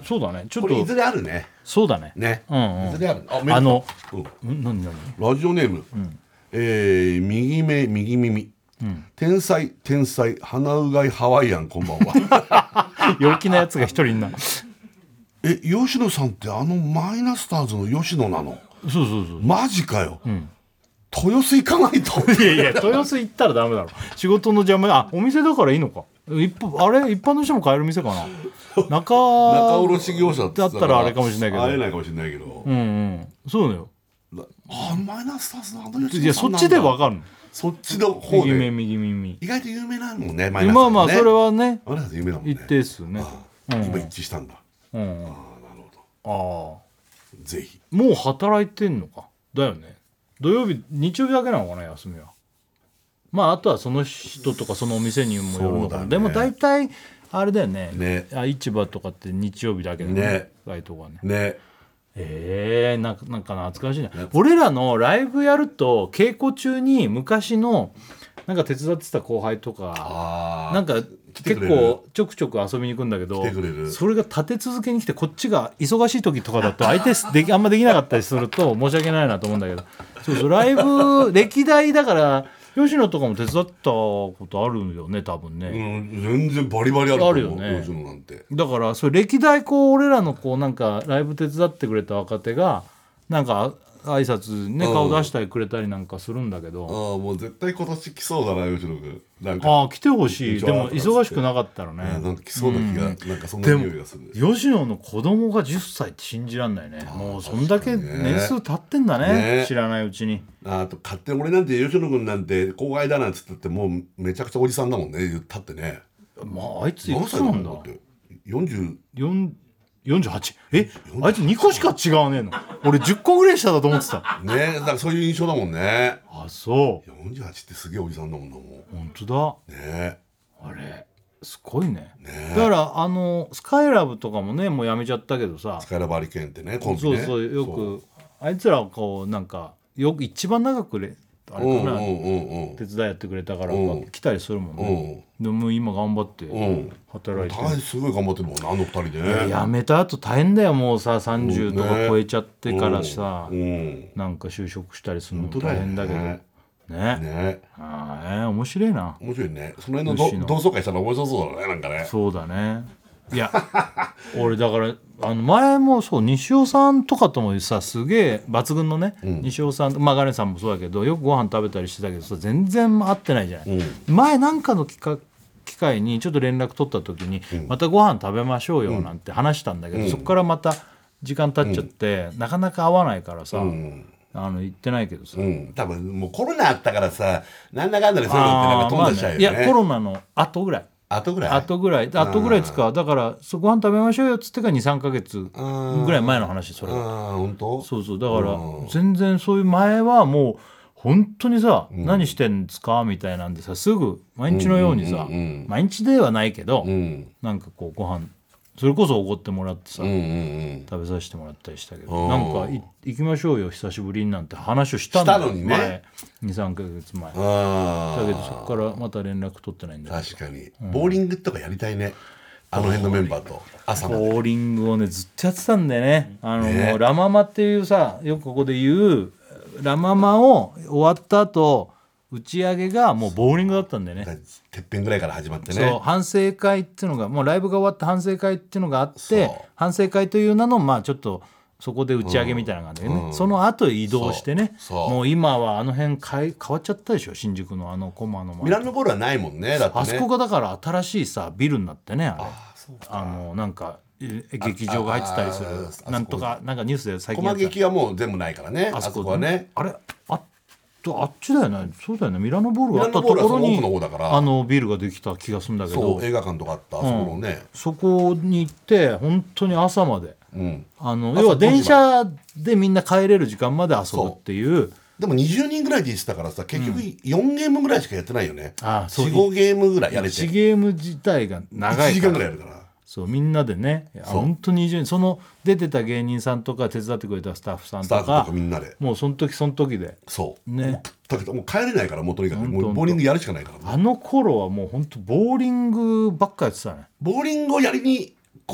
Speaker 3: そうだねちょっ
Speaker 4: ことれいずれあるね
Speaker 3: そうだね
Speaker 4: ね、
Speaker 3: うんうん
Speaker 4: いずれあるあ
Speaker 3: あの
Speaker 4: うん
Speaker 3: ん何何
Speaker 4: ラジオネーム、えー右目右耳、天才天才鼻うがいハワイアンこんばんは
Speaker 3: 陽気なやつが一人いんな
Speaker 4: え吉野さんってあのマイナスターズの吉野なの？
Speaker 3: そうそうそう
Speaker 4: マジかよ、豊洲行かないと
Speaker 3: いやいや豊洲行ったらダメだろ仕事の邪魔あお店だからいいのか一般あれ一般の人も買える店かな中
Speaker 4: 仲卸業者
Speaker 3: だったらあれかもしれないけど
Speaker 4: 会えないかもしれないけど、
Speaker 3: うんうんそうだよ
Speaker 4: あマイナスターズのあの吉野さんなんだ
Speaker 3: いやそっちでわかるの
Speaker 4: そっちの方
Speaker 3: 右目
Speaker 4: で
Speaker 3: 右耳
Speaker 4: 意外と有名なのねマイナスターズね
Speaker 3: まあまあそれはね
Speaker 4: マイナスターズ有名だもんね
Speaker 3: 一定数ねうん
Speaker 4: 今一致したんだ、
Speaker 3: うん
Speaker 4: ああなるほ
Speaker 3: あ
Speaker 4: どぜひ
Speaker 3: あもう働いてんのかだよね土曜日日曜日だけなのかな休みはまああとはその人とかそのお店にもよるのかな、
Speaker 4: そうだね
Speaker 3: でも大体あれだよね
Speaker 4: ね
Speaker 3: あ市場とかって日曜日だけだよ
Speaker 4: ね
Speaker 3: ねライトがね
Speaker 4: ね
Speaker 3: えー、なんかなんか懐かしいね俺らのライブやると稽古中に昔のなんか手伝ってた後輩とか
Speaker 4: ああ
Speaker 3: なんか結
Speaker 4: 来てくれる
Speaker 3: 構ちょくちょく遊びに行くんだけど
Speaker 4: 来てくれる
Speaker 3: それが立て続けに来てこっちが忙しい時とかだと相手できあんまできなかったりすると申し訳ないなと思うんだけどそうそうライブ歴代だから吉野とかも手伝ったことあるよね多分ね、
Speaker 4: うん全然バリバリあると思う
Speaker 3: あるよね
Speaker 4: 吉野なんて
Speaker 3: だからそれ歴代こう俺らのこうなんかライブ手伝ってくれた若手がなんか挨拶ね
Speaker 4: うん
Speaker 3: 顔出したりくれたりなんかするんだけど、
Speaker 4: ああもう絶対今年来そうだな吉野君なんか
Speaker 3: ああ来てほしい
Speaker 4: 一応
Speaker 3: でも忙しくなかったらね、
Speaker 4: ねなんか来そうな気が、なんかそんな
Speaker 3: でも
Speaker 4: 匂いがする
Speaker 3: 吉野の子供がじゅっさいって信じらんないねもうそんだけ年数経ってんだね
Speaker 4: ね
Speaker 3: 知らないうちに
Speaker 4: あと勝手に俺なんて吉野君なんて後輩だなんつってってもうめちゃくちゃおじさんだもんね言ったってね
Speaker 3: まああいつい
Speaker 4: 何
Speaker 3: くつなんだ
Speaker 4: 歳だもんだってよんじゅう
Speaker 3: よんよんじゅうはちえあいつにこしか違わねえの俺じゅっこぐらい下だと思ってた
Speaker 4: ねだからそういう印象だもんね
Speaker 3: あそう
Speaker 4: よんじゅうはちってすげえおじさんだもんなも
Speaker 3: 本当だ
Speaker 4: うね
Speaker 3: あれすごいね
Speaker 4: ね
Speaker 3: だからあのスカイラブとかもねもうやめちゃったけどさ
Speaker 4: スカイラバリケンってねコンビね
Speaker 3: そうそうよくあいつらはこうなんかよく一番長くれあれかな、
Speaker 4: うんうんうんうん
Speaker 3: 手伝いやってくれたから
Speaker 4: うん
Speaker 3: 来たりするもんね、でも今頑張って
Speaker 4: うん
Speaker 3: 働いてる、
Speaker 4: 大変すごい頑張ってるもんねあの二人でね
Speaker 3: やめた後大変だよもうささんじゅうとか超えちゃってからさ、
Speaker 4: うん
Speaker 3: なんか就職したりするのも
Speaker 4: 本当だよね
Speaker 3: 大変だけどね
Speaker 4: ね
Speaker 3: ああえー、面白いな
Speaker 4: 面白いねその辺の
Speaker 3: 吉野
Speaker 4: ど同窓会したら面白そうだねなんかね
Speaker 3: そうだねいや俺だからあの前もそう西尾さんとかともさすげえ抜群のね、西尾さんまあガレンさんもそうだけどよくご飯食べたりしてたけどさ全然会ってないじゃない、前なんかの機会機会にちょっと連絡取った時に、またご飯食べましょうよなんて話したんだけど、そこからまた時間経っちゃって、なかなか会わないからさ、あの行ってないけどさ、
Speaker 4: うん多分もうコロナあったからさなんだかんだでそういうのってなんか飛んでちゃうよね
Speaker 3: いやコロナの後ぐらい
Speaker 4: 後ぐらい
Speaker 3: 後ぐらい後ぐらいつかだからそうご飯食べましょうよっつってからにさんかげつぐらい前の話それは
Speaker 4: ああ本当
Speaker 3: そうそうだから全然そういう前はもう本当にさ、何してんですかみたいなんでさすぐ毎日のようにさ、毎日ではないけど、なんかこうご飯それこそおごってもらってさ、食べさせてもらったりしたけど、なんかい行きましょうよ久しぶりになんて話をしたんだよ
Speaker 4: したのにね
Speaker 3: 前にさんかげつまえだ
Speaker 4: あ
Speaker 3: けどそこからまた連絡取ってないんだ
Speaker 4: あ
Speaker 3: けど
Speaker 4: 確かにボーリングとかやりたいねあの辺のメンバーと朝まで
Speaker 3: ボーリングをねずっとやってたんだよねあの、
Speaker 4: ね
Speaker 3: もうラママっていうさよくここで言うラママを終わった後打ち上げがもうボーリングだったんだよね、
Speaker 4: てっぺんぐらいから始まって
Speaker 3: そう
Speaker 4: ね
Speaker 3: 反省会っていうのがもうライブが終わって反省会っていうのがあって
Speaker 4: そう
Speaker 3: 反省会という名のまあちょっとそこで打ち上げみたいなのがあるんだけどね、その後移動してね
Speaker 4: そうそう
Speaker 3: もう今はあの辺変え変わっちゃったでしょ新宿のあのコマの前
Speaker 4: ミラノボールはないもんねだってね
Speaker 3: あそこがだから新しいさビルになってねあれ
Speaker 4: あそうか
Speaker 3: あのなんかえ劇場が入ってたりする
Speaker 4: あああ
Speaker 3: なんとかなんかニュースで最近や
Speaker 4: 駒
Speaker 3: ってた
Speaker 4: 劇はもう全部ないからねあそこはね
Speaker 3: あれああっちだよねそうだよねミラノボールがあったと
Speaker 4: ミラノボールは
Speaker 3: ころに
Speaker 4: その奥の方だから
Speaker 3: あのビルができた気がするんだけ
Speaker 4: そ
Speaker 3: ど
Speaker 4: う映画館とかあったあそこのね
Speaker 3: そこに行って本当に朝まで
Speaker 4: うん
Speaker 3: あの
Speaker 4: 朝
Speaker 3: 要は電車でみんな帰れる時間まで遊ぶっていう
Speaker 4: でもにじゅうにんぐらいで言ってたからさ結局よんゲームぐらいしかやってないよね
Speaker 3: ああそう
Speaker 4: よん、ごゲームぐらいやれて
Speaker 3: いちゲーム自体が長
Speaker 4: いちじかん
Speaker 3: いから
Speaker 4: ぐらいやるから
Speaker 3: そうみんなでねいや
Speaker 4: そう
Speaker 3: 本当ににじゅうにんその出てた芸人さんとか手伝ってくれたスタッフさんと
Speaker 4: スタッフと
Speaker 3: か
Speaker 4: かみんなで
Speaker 3: もうその時その時で
Speaker 4: そう
Speaker 3: ね
Speaker 4: だけどもう帰れないからもうとにかく
Speaker 3: ほんとほんと
Speaker 4: もうボーリングやるしかないから
Speaker 3: あの頃はもう本当ボーリングばっかやってたね
Speaker 4: ボーリングをやりにこう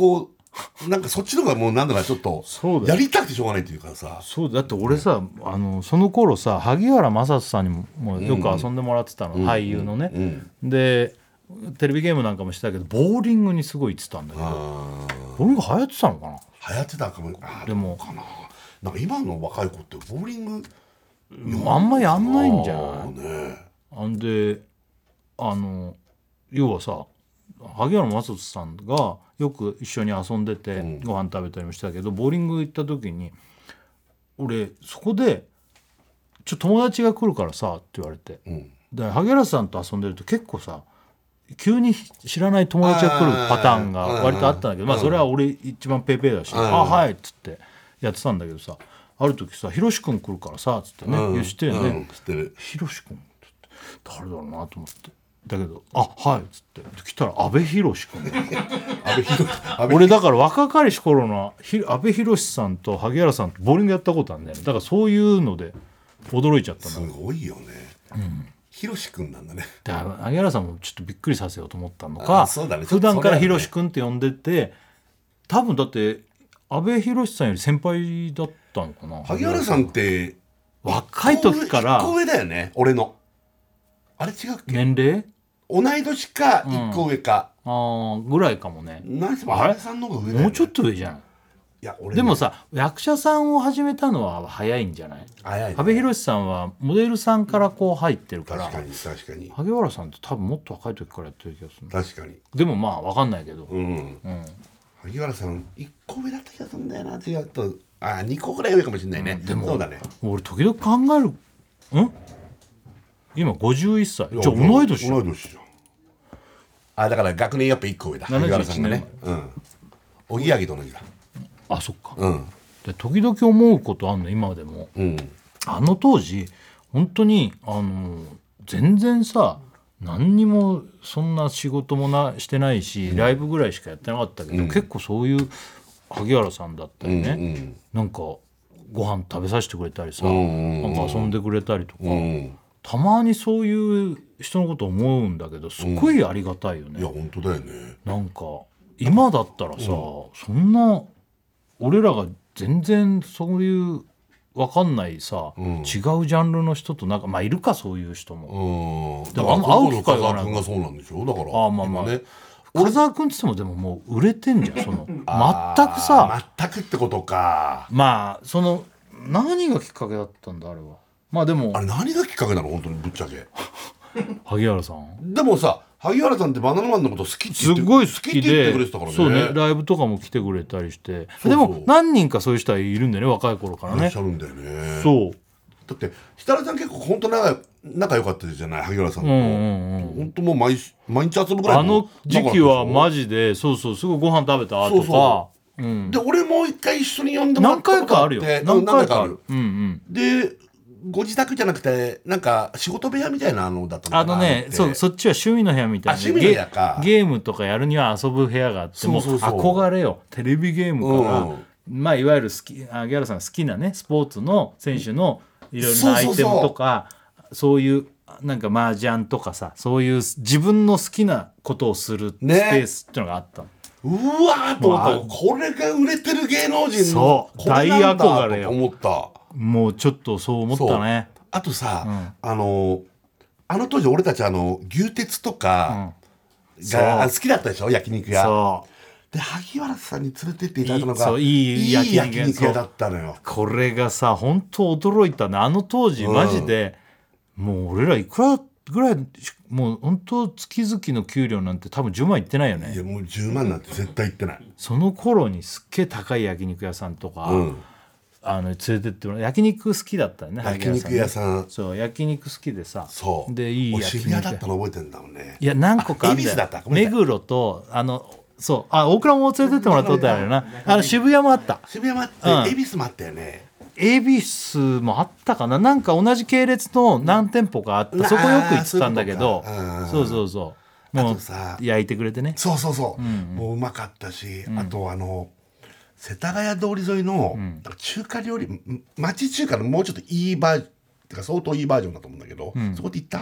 Speaker 4: なんかそっちの方がもうなんだかちょっと
Speaker 3: そうだよ
Speaker 4: やりたくてしょうがないっていうかさ。
Speaker 3: そうだって俺さ、あのその頃さ萩原正人さんにももよく遊んでもらってたの、俳優のね、でテレビゲームなんかもしてたけどボーリングにすごい行ってたんだけど、ボーリング流行ってたのかな。
Speaker 4: 流行ってたかも。あ
Speaker 3: でも
Speaker 4: かな、なんか今の若い子ってボーリング
Speaker 3: あんまやんないんじゃない。
Speaker 4: ね。
Speaker 3: あんであの要はさ萩原正人さんがよく一緒に遊んでて、うん、ご飯食べたりもしたけどボーリング行った時に俺そこで「ちょっと友達が来るからさ」って言われて、うん、で萩原さんと遊んでると結構さ急に知らない友達が来るパターンが割とあったんだけど、まあそれは俺一番ペーペーだし「あはい」っつってやってたんだけどさ、ある時さ「ひろし君来るからさ」っつってね「いや知ってるよね」ひろし君って誰だろうなと思って。だけど「あはい」っつって来たら阿部寛君俺だから若かりし頃の阿部寛さんと萩原さんとボーリングやったことあるんだよね。だからそういうので驚いちゃったんだ。
Speaker 4: すごいよね。寛君なんだね。
Speaker 3: だから萩原さんもちょっとびっくりさせようと思ったのか、
Speaker 4: そうだね、
Speaker 3: 普段から寛君って呼んでて、多分だって阿部寛さんより先輩だったのかな。
Speaker 4: 萩原さんって
Speaker 3: 若い時から
Speaker 4: いっこ上だよね俺の。あれ違うっけ。
Speaker 3: 年齢
Speaker 4: 同い年かいっこ上か、
Speaker 3: うん、ああぐらいかもね。
Speaker 4: 何せ阿部さんの方が上だよね。
Speaker 3: もうちょっと上じゃん。
Speaker 4: いや俺、ね、
Speaker 3: でもさ役者さんを始めたのは早いんじゃない。
Speaker 4: 早い、ね、
Speaker 3: 阿部寛さんはモデルさんからこう入ってるから。
Speaker 4: 確かに確かに。
Speaker 3: 萩原さんって多分もっと若い時からやってる気がする。
Speaker 4: 確かに。
Speaker 3: でもまあ分かんないけど、うんうん、
Speaker 4: 萩原さんいっこ上だった気がするんだよな。違うとあにこぐらい上かもしれないね、うん、でもそうだね。
Speaker 3: 俺時々考えるん今ごじゅういっさいじゃあ同い年。
Speaker 4: 同い年じゃん。あだから学年やっぱいっこ上だ萩原さんがね。うんおぎやはぎと同じだ。
Speaker 3: あそっか、
Speaker 4: うん、
Speaker 3: で時々思うことあんの今でも、うん、あの当時本当にあの全然さ何にもそんな仕事もなしてないし、うん、ライブぐらいしかやってなかったけど、うん、結構そういう萩原さんだったりね、うんうん、なんかご飯食べさせてくれたりさ、うんうんうん、なんか遊んでくれたりとか、うん、たまにそういう人のこと思うんだけどすっごいありがたいよね、
Speaker 4: うん、いや本当だよね。
Speaker 3: なんか今だったらさ、うん、そんな俺らが全然そういう分かんないさ、うん、違うジャンルの人となんかまあいるかそういう人も、
Speaker 4: うん、だから会う機会がない。風沢君がそうなんでしょ。だから
Speaker 3: あまあまあ、ね、風沢君って言ってもでももう売れてんじゃんその全くさ
Speaker 4: 全くってことか。
Speaker 3: まあその何がきっかけだったんだあれは。まあでも
Speaker 4: あれ何がきっかけなの本当にぶっちゃけ
Speaker 3: 萩原さん
Speaker 4: でもさ萩原さんってバナナマンのこと好きって言って
Speaker 3: すごい好きで
Speaker 4: 好きって言ってくれてたからね。
Speaker 3: そうねライブとかも来てくれたりしてそうそうでも何人かそういう人はいるんだよね若い頃からね。
Speaker 4: いらっしゃるんだよね。
Speaker 3: そう
Speaker 4: だって設楽さん結構本当仲仲良かったじゃない萩原さんと、うんうんうん、本当もう 毎, 毎日遊ぶぐらいの
Speaker 3: あの時期はマジでそうそうすごいご飯食べたとかそうそう、うん、
Speaker 4: で俺も一回一緒に呼んでもらったことあって
Speaker 3: 何回かあるよ何回かある、
Speaker 4: うんうん、でご自宅じゃなくてなんか仕事部屋みたいなのだったのかな。
Speaker 3: あのねそうそっちは趣味の部屋みたいな、
Speaker 4: 趣味の部屋か
Speaker 3: ゲ, ゲームとかやるには遊ぶ部屋があってもそうそうそう憧れよテレビゲームから、うん、まあいわゆる好きあギャラさん好きなねスポーツの選手のいろいろなアイテムとかそういうなんか麻雀とかさそういう自分の好きなことをするスペースっていうのがあったの、
Speaker 4: ね、うわーと思ったこれが売れてる芸能人の
Speaker 3: そう大憧れよ
Speaker 4: 思った
Speaker 3: もうちょっとそう思ったね。
Speaker 4: あとさ、うん、あのあの当時俺たちあの牛鉄とかが、うん、好きだったでしょ焼肉屋。そうで萩原さんに連れてっていただいたのが
Speaker 3: そういい焼肉
Speaker 4: 焼肉屋だったのよ。
Speaker 3: これがさ本当驚いたねあの当時マジで、うん、もう俺らいくらぐらいもう本当月々の給料なんて多分じゅうまんいってないよね。
Speaker 4: いやもうじゅうまんなんて絶対いってない。
Speaker 3: その頃にすっげえ高い焼肉屋さんとか、うんあの連れてってもらう焼肉好きだったよね。
Speaker 4: 焼肉屋さん
Speaker 3: そう焼肉好きでさ
Speaker 4: そう
Speaker 3: でいい焼肉
Speaker 4: 渋谷だったの覚えてるんだもんね。
Speaker 3: いや何個かあるんだよ。
Speaker 4: 恵比寿だった
Speaker 3: 目黒とあのそうあ大倉も連れてってもらったことあるよな。あの渋谷もあった
Speaker 4: 渋谷もあって、うん、恵比寿もあったよね。
Speaker 3: 恵比寿もあったかななんか同じ系列の何店舗かあったそこよく行ってたんだけどそうそうそうもう焼いてくれてね
Speaker 4: そうそうそう、うんうん、もううまかったし、うん、あとあの世田谷通り沿いの、うん、中華料理町中華のもうちょっといいバージョンてか相当いいバージョンだと思うんだけど、うん、そこって行った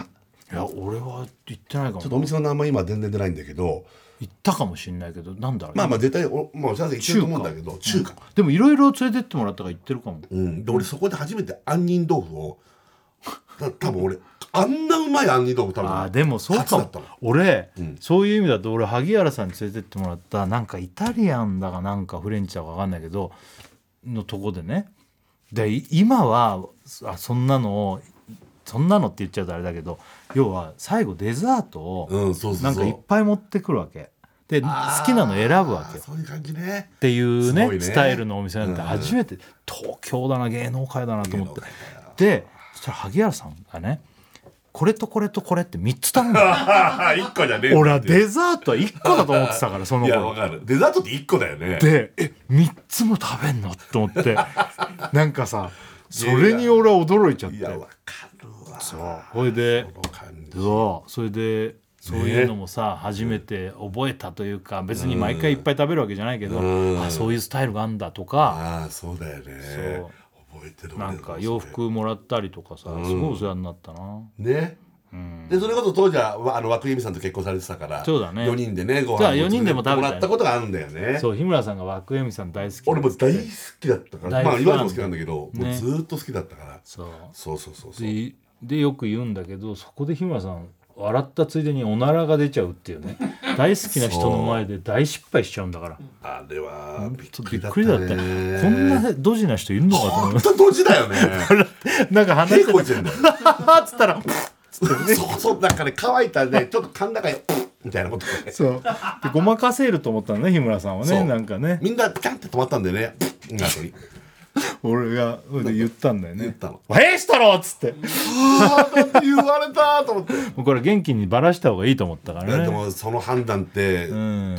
Speaker 5: いや俺は行ってないかも。
Speaker 4: ちょっとお店の名前今全然出ないんだけど、
Speaker 5: 行ったかもしれないけどなんだろう、
Speaker 4: まあまあ絶対おもう先生行ってると思うんだけど、中華、
Speaker 5: うん、でもいろいろ連れてってもらったから行ってるかも。
Speaker 4: うん、で俺そこで初めて杏仁豆腐をた多分俺あんなうまい杏仁豆腐食べたの
Speaker 5: あでもそうかも。俺、うん、そういう意味だと俺萩原さんに連れてってもらったなんかイタリアンだかなんかフレンチだか分かんないけどのとこでね、で今はあそんなのをそんなのって言っちゃうとあれだけど、要は最後デザートをなんかいっぱい持ってくるわけで、好きなの選ぶわけよ。
Speaker 4: そういう感じね
Speaker 5: っていうね、
Speaker 4: ね
Speaker 5: スタイルのお店なんて初めて、うん、東京だな芸能界だなと思って、でそしたら萩原さんがねこれとこれとこれってみっつ頼んだ
Speaker 4: いっこじゃねえ。
Speaker 5: 俺はデザートはいっこだと思ってたからその頃。いや
Speaker 4: わかる、デザートっていっこだよね。
Speaker 5: でえみっつも食べんのと思ってなんかさそれに俺は驚いちゃって。
Speaker 4: いやわかるわ。
Speaker 5: そうそれでそうそれでそういうのもさ、ね、初めて覚えたというか、別に毎回いっぱい食べるわけじゃないけど、あそういうスタイルがあるんだとか。
Speaker 4: あそうだよね。そう覚えてる。
Speaker 5: なんか洋服もらったりとかさ、すごいお世話になったな。
Speaker 4: ね。うん、でそれこそ当時はあの涌井美さんと結婚されてたから、そうだね、よにんでねご飯を
Speaker 5: よにんでも食べ
Speaker 4: もらったことがあるんだよね。
Speaker 5: そう日村さんが涌井美さん大好き。
Speaker 4: 俺も大好きだったから、まあ今でも好きなんだけど、ね、もうずっと好きだったから。そうそうそうそうそう
Speaker 5: ででよく言うんだけど、そこで日村さん笑ったついでにおならが出ちゃうっていうね大好きな人の前で大失敗しちゃうんだから。
Speaker 4: あれはびっくりだった
Speaker 5: ね。びっくりだった。こんなドジな人いるのかと思う。
Speaker 4: 本当ドジだよね
Speaker 5: なんか話して
Speaker 4: てんだよ
Speaker 5: つったら
Speaker 4: そうそうなんかね乾いたねちょっと甲高いみたいなことで、
Speaker 5: そうでごまかせると思ったのね日村さんはね。なんかね
Speaker 4: みんなピャンって止まったんでね後に
Speaker 5: 俺が言ったんだよね。
Speaker 4: 言ったの。
Speaker 5: えーしたろっつって。
Speaker 4: ああだって言われたと思って。
Speaker 5: もうこれ元気にバラした方がいいと思ったからね。
Speaker 4: でもその判断って、うん、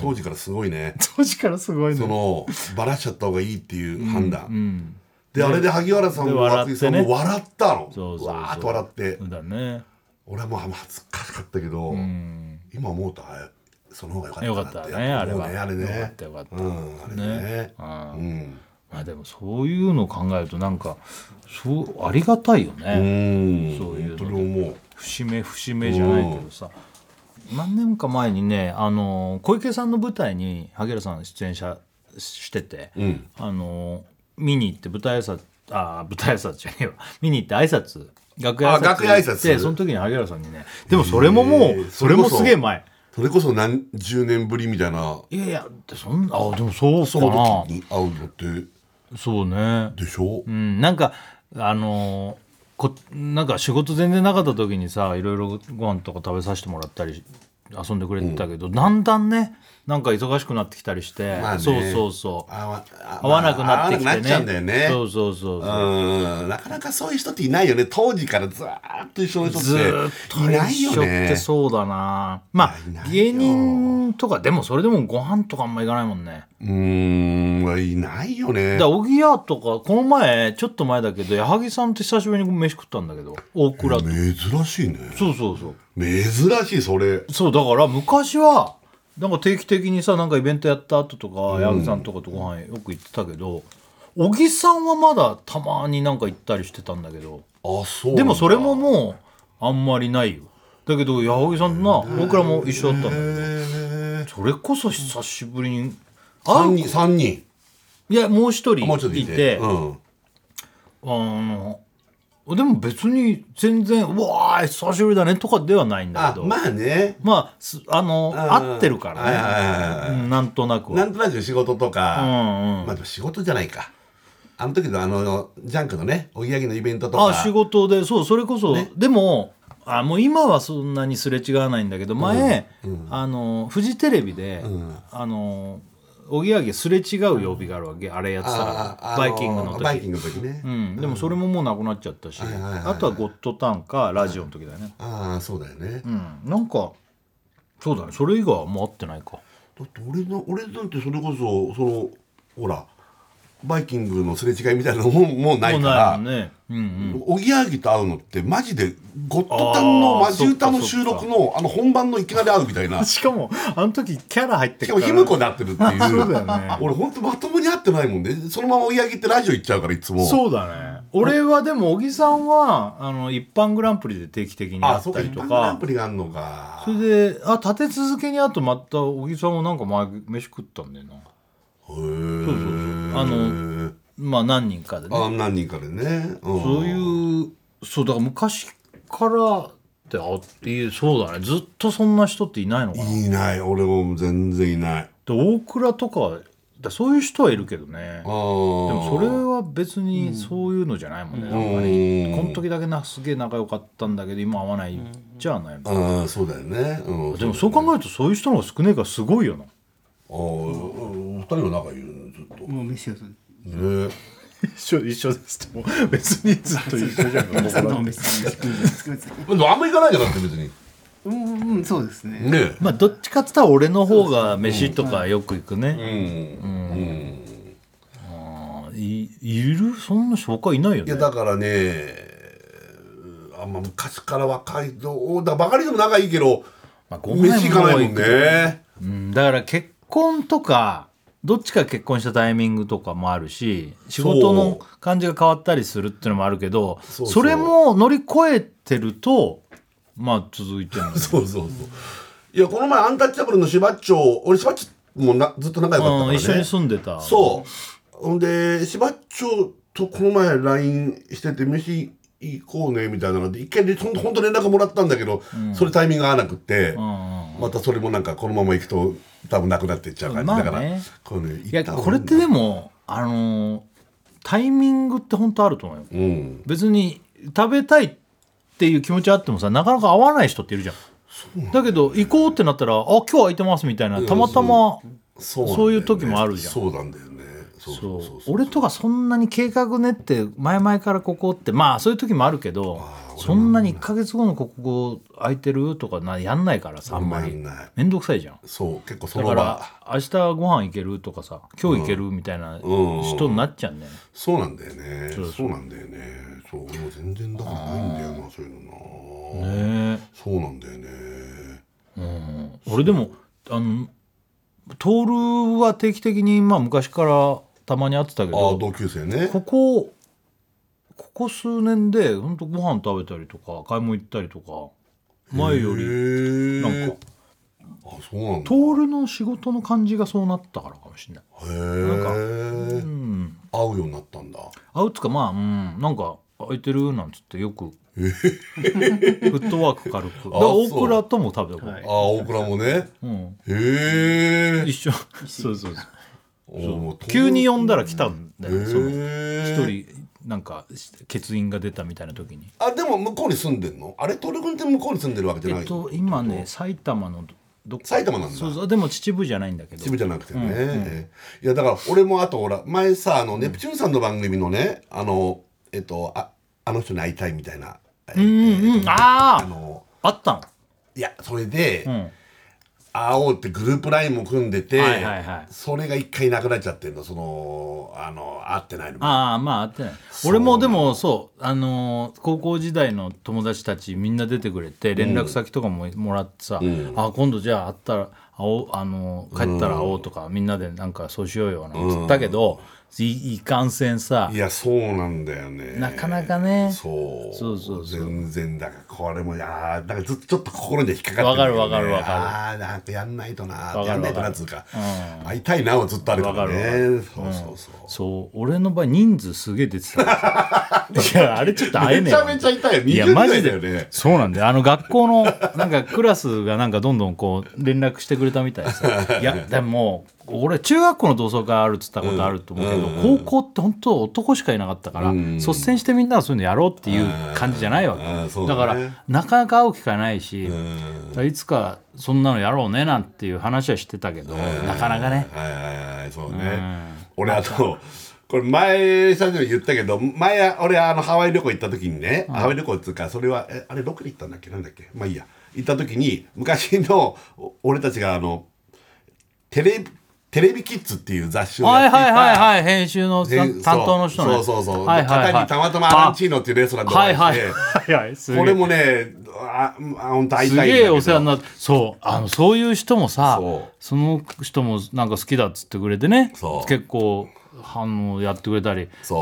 Speaker 4: 当時からすごいね。
Speaker 5: 当時からすごいね。
Speaker 4: そのバラしちゃった方がいいっていう判断。うんうん、であれで萩原さんも涌井さんも笑ったの。そうそうそうわーっと笑って。
Speaker 5: だね。
Speaker 4: 俺はもう恥ずかしかったけど、うん、今思うとあその方が良かったなって。
Speaker 5: よかったねあれは。
Speaker 4: あれね。
Speaker 5: よかったよかった。
Speaker 4: うん、あれね。ねうん。
Speaker 5: まあでもそういうのを考えるとなんかそうありがたいよね。
Speaker 4: うん
Speaker 5: そういうの
Speaker 4: 本当に思う。
Speaker 5: 節目節目じゃないけどさ、何年か前にねあの小池さんの舞台に萩原さん出演者してて、うん、あの見に行って舞台挨拶あ舞台挨拶じゃねえわ見に行って挨拶楽屋挨拶してその時に萩原さんにねでもそれももうそれもすげえ前。
Speaker 4: それこそ何十年ぶりみたいな。
Speaker 5: いやいやそんあでもそうかな。
Speaker 4: その時に会うのって
Speaker 5: そうね。
Speaker 4: でしょ、
Speaker 5: うん、なんかあのこなんか仕事全然なかった時にさいろいろご飯とか食べさせてもらったり遊んでくれてたけど、うん、だんだんねなんか忙しくなってきたりして、まあね、そうそうそう合わ、合わなくなってきてね。合わなくなっちゃうんだよね。そうそうそうそう
Speaker 4: うんなかなかそういう人っていないよね。当時からずーっと一緒の人って
Speaker 5: ずーっと
Speaker 4: いないよね。
Speaker 5: 一緒ってそうだな。まあ芸人とかでもそれでもご飯とかあんま行かないもんね。
Speaker 4: うーんいないよね。
Speaker 5: だおぎやとかこの前ちょっと前だけど矢作さんと久しぶりに飯食ったんだけど大倉と。
Speaker 4: 珍しいね。
Speaker 5: そうそうそう
Speaker 4: 珍しいそれ。
Speaker 5: そうだから昔はなんか定期的にさなんかイベントやった後とか矢作さんとかとご飯よく行ってたけど小木さんはまだたまになんか行ったりしてたんだけど。
Speaker 4: あそう
Speaker 5: でもそれももうあんまりないよ。だけど矢作さんとな大倉も一緒だったんだけどそれこそ久しぶりに
Speaker 4: さんにんさんにん
Speaker 5: いやもう一人いて、
Speaker 4: うん、
Speaker 5: あのでも別に全然うわー久しぶりだねとかではないんだけど
Speaker 4: あまあね
Speaker 5: まああの合ってるからね、うん、なんとなくは
Speaker 4: なんとなく仕事とか、
Speaker 5: うんうん、
Speaker 4: まあでも仕事じゃないかあの時のあのジャンクのねおぎやぎのイベントとか
Speaker 5: あ仕事でそうそれこそ、ね、でもあもう今はそんなにすれ違わないんだけど前、うんうん、あのフジテレビで、うん、あのおぎやはぎすれ違う曜日があるわけ、あれやってたらバイキングの時
Speaker 4: バイキングの時ね、
Speaker 5: うん、でもそれももうなくなっちゃったし、うん、あとはゴッドタンかラジオの時だよね、
Speaker 4: ああそうだよね、
Speaker 5: うん、なんかそうだねそれ以外はもう会ってないか。
Speaker 4: だって俺の俺なんてそれこそそのほらバイキングのすれ違いみたいなのももうないからおぎやはぎと会うのってマジでゴッドタンのマジ歌の収録のあの本番のいきなり会うみたいな
Speaker 5: しかもあの時キャラ入って
Speaker 4: るからしかもひむこで会ってるっていう
Speaker 5: そうだよね
Speaker 4: 俺ほんとまともに会ってないもんね。そのままおぎやはぎってラジオ行っちゃうからいつも
Speaker 5: そうだね俺はでも小木さんはあの一般グランプリで定期的にあ
Speaker 4: あ、そうか、
Speaker 5: ったりと
Speaker 4: 一般グラン
Speaker 5: か
Speaker 4: プリがあんのか。
Speaker 5: それであ立て続けにあとまた小木さんもなんか前飯食ったんだよな。
Speaker 4: へ
Speaker 5: そうそうそうあのまあ何人かでね
Speaker 4: あ、何人かでね。うん、
Speaker 5: そういうそうだから昔からってあっていうそうだねずっとそんな人っていないのかな。
Speaker 4: いない、俺も全然いない。
Speaker 5: で大倉とかだそういう人はいるけどね。
Speaker 4: あ
Speaker 5: でもそれは別にそういうのじゃないもんね、なんかねこの時だけなすげえ仲良かったんだけど今会わないじゃあないもん、
Speaker 4: ああ、そうだよね。うん、
Speaker 5: でもそう考えるとそういう人の方が少ねえからすごいよな。
Speaker 4: ああ、二人は仲いいよね、ずっと。
Speaker 6: もう飯をする
Speaker 4: ね、
Speaker 5: 一緒一緒ですってもう別にずっと一緒じゃん僕ら
Speaker 6: の飯
Speaker 4: でもあんま行かないじゃなくて別に。
Speaker 6: うんうんそうですね
Speaker 4: ね。
Speaker 5: まあどっちかって言ったら俺の方が飯とかよく行くね、
Speaker 4: うん。うん。
Speaker 5: あいいるそんな人他いないよね。
Speaker 4: いやだからね、あんま昔から若いとだバカリでも仲いいけど、
Speaker 5: まあご飯も
Speaker 4: 飯行かないもんね。
Speaker 5: うん、だから結婚とかどっちか結婚したタイミングとかもあるし仕事の感じが変わったりするっていうのもあるけど そ,
Speaker 4: そうそう
Speaker 5: れも乗り越えてるとまあ続いてるんだ
Speaker 4: そうそうそう。いやこの前アンタッチャブルのしばっちょ俺しばっちもなずっと仲良かったからね。
Speaker 5: 一緒に住んでた。
Speaker 4: そうほんでしばっちょとこの前 ライン してて飯行こうねみたいなので一回でほんとほんと連絡もらったんだけど、うん、それタイミングが合わなくって、うん、またそれもなんかこのまま行くと多分なくなっていっちゃう感じ、まあね、だからこれ、ね、
Speaker 5: いやこれってでもあのー、タイミングって本当あると思うよ、うん、別に食べたいっていう気持ちあってもさなかなか合わない人っているじゃん。だけど行こうってなったらあ今日空いてますみたいなたまたまそういう時もあるじゃん。
Speaker 4: そうなんだよね。
Speaker 5: そうそうそうそう俺とかそんなに計画練って前々からここってまあそういう時もあるけどそんなにいっかげつごのここ空いてるとかなやんないからさあんまりめんどくさいじゃん。
Speaker 4: そう結構その場
Speaker 5: だから明日ご飯行けるとかさ今日行けるみたいな人になっちゃうんだよね、うんうん、
Speaker 4: そうなんだよね。そうそうなんだよね。そう俺も全然だからないんだよなそういうのな。ねそうなんだよね、
Speaker 5: うん、俺でもあのトールは定期的にまあ昔からたまに会ってたけど
Speaker 4: あ同級生ね
Speaker 5: ここここ数年でほんとご飯食べたりとか買い物行ったりとか前よりなんか
Speaker 4: あそうなんだ。
Speaker 5: トールの仕事の感じがそうなったからかもしれない。
Speaker 4: へえなんか、うん、会うようになったんだ。
Speaker 5: 会うっつかまあ、うん、なんか空いてるなんつってよくフットワーク軽くだ大倉とも食べたこと、はい、
Speaker 4: あ大倉もね、うん、へえ
Speaker 5: 一緒そうそうそう急に呼んだら来たんだよね。その一人なんか欠員が出たみたいな時に。
Speaker 4: あでも向こうに住んでんのあれトル君って向こうに住んでるわけじゃない。
Speaker 5: えっと今ね埼玉のどっか
Speaker 4: 埼玉なんだ。
Speaker 5: そうそうでも秩父じゃないんだけど
Speaker 4: 秩父じゃなくてね、うんうん、いやだから俺もあとほら前さあのネプチューンさんの番組のねあのえっとああの人に会いたいみたいな
Speaker 5: うんうん、えー、ああのあったの
Speaker 4: いやそれで、うん会おうってグループラインも組んでて、はいはいはい、それが一回なくなっちゃってるのそのあの会ってないの。
Speaker 5: ああまあ会ってない。俺もでもそうあのー、高校時代の友達たちみんな出てくれて連絡先とかももらってさ、うん、あ今度じゃあ会ったら会おうあのー、帰ったら会おうとか、うん、みんなでなんかそうしようよなんつったけど、うん、い, いかんせんさ
Speaker 4: いやそうなんだよね
Speaker 5: なかなかね
Speaker 4: そう
Speaker 5: そうそうそう
Speaker 4: 全然だからこれもいやだからずっとちょっと心に引っかかってる、
Speaker 5: ね、わかるわかるわかる
Speaker 4: ああなんかやんないとなやんないとなつうか、うん、会いたいなはずっとあるからね。そうそうそう、うん、
Speaker 5: そう俺の場合人数すげえ出てたいやあれちょっと会えねえ
Speaker 4: めちゃめちゃいたよ。
Speaker 5: いやマジで、ね、そうなんだよ。あの学校のなんかクラスがなんかどんどんこう連絡してくれたみたいでさいやでも俺中学校の同窓会あるっつったことあると思うけど、うんうんうん、高校って本当男しかいなかったから、うんうん、率先してみんながそういうのやろうっていう感じじゃないわけ、だね、だからなかなか会う機会ないし、うん、いつかそんなのやろうねなんていう話はしてたけど、うん、なかなかね、
Speaker 4: はいはいはいそうね、うん、俺あとこれ前最初に言ったけど前俺あのハワイ旅行行った時にね、うん、ハワイ旅行っていうかそれはえあれどこで行ったんだっけなんだっけまあいいや行った時に昔の俺たちがあのテレビテレビキッズっていう雑誌をやっていた
Speaker 5: はいはいはいはい編集の担当の人ね
Speaker 4: そうそうそう、はいはいはい、方にたまたまアランチーノっていうレストランでお会いして、はいはいはい、これもねああ本当会いたいんだけど
Speaker 5: すげえお世話になってそうあのそういう人もさ そ, その人もなんか好きだっつってくれてね結構反応やってくれたり
Speaker 4: そう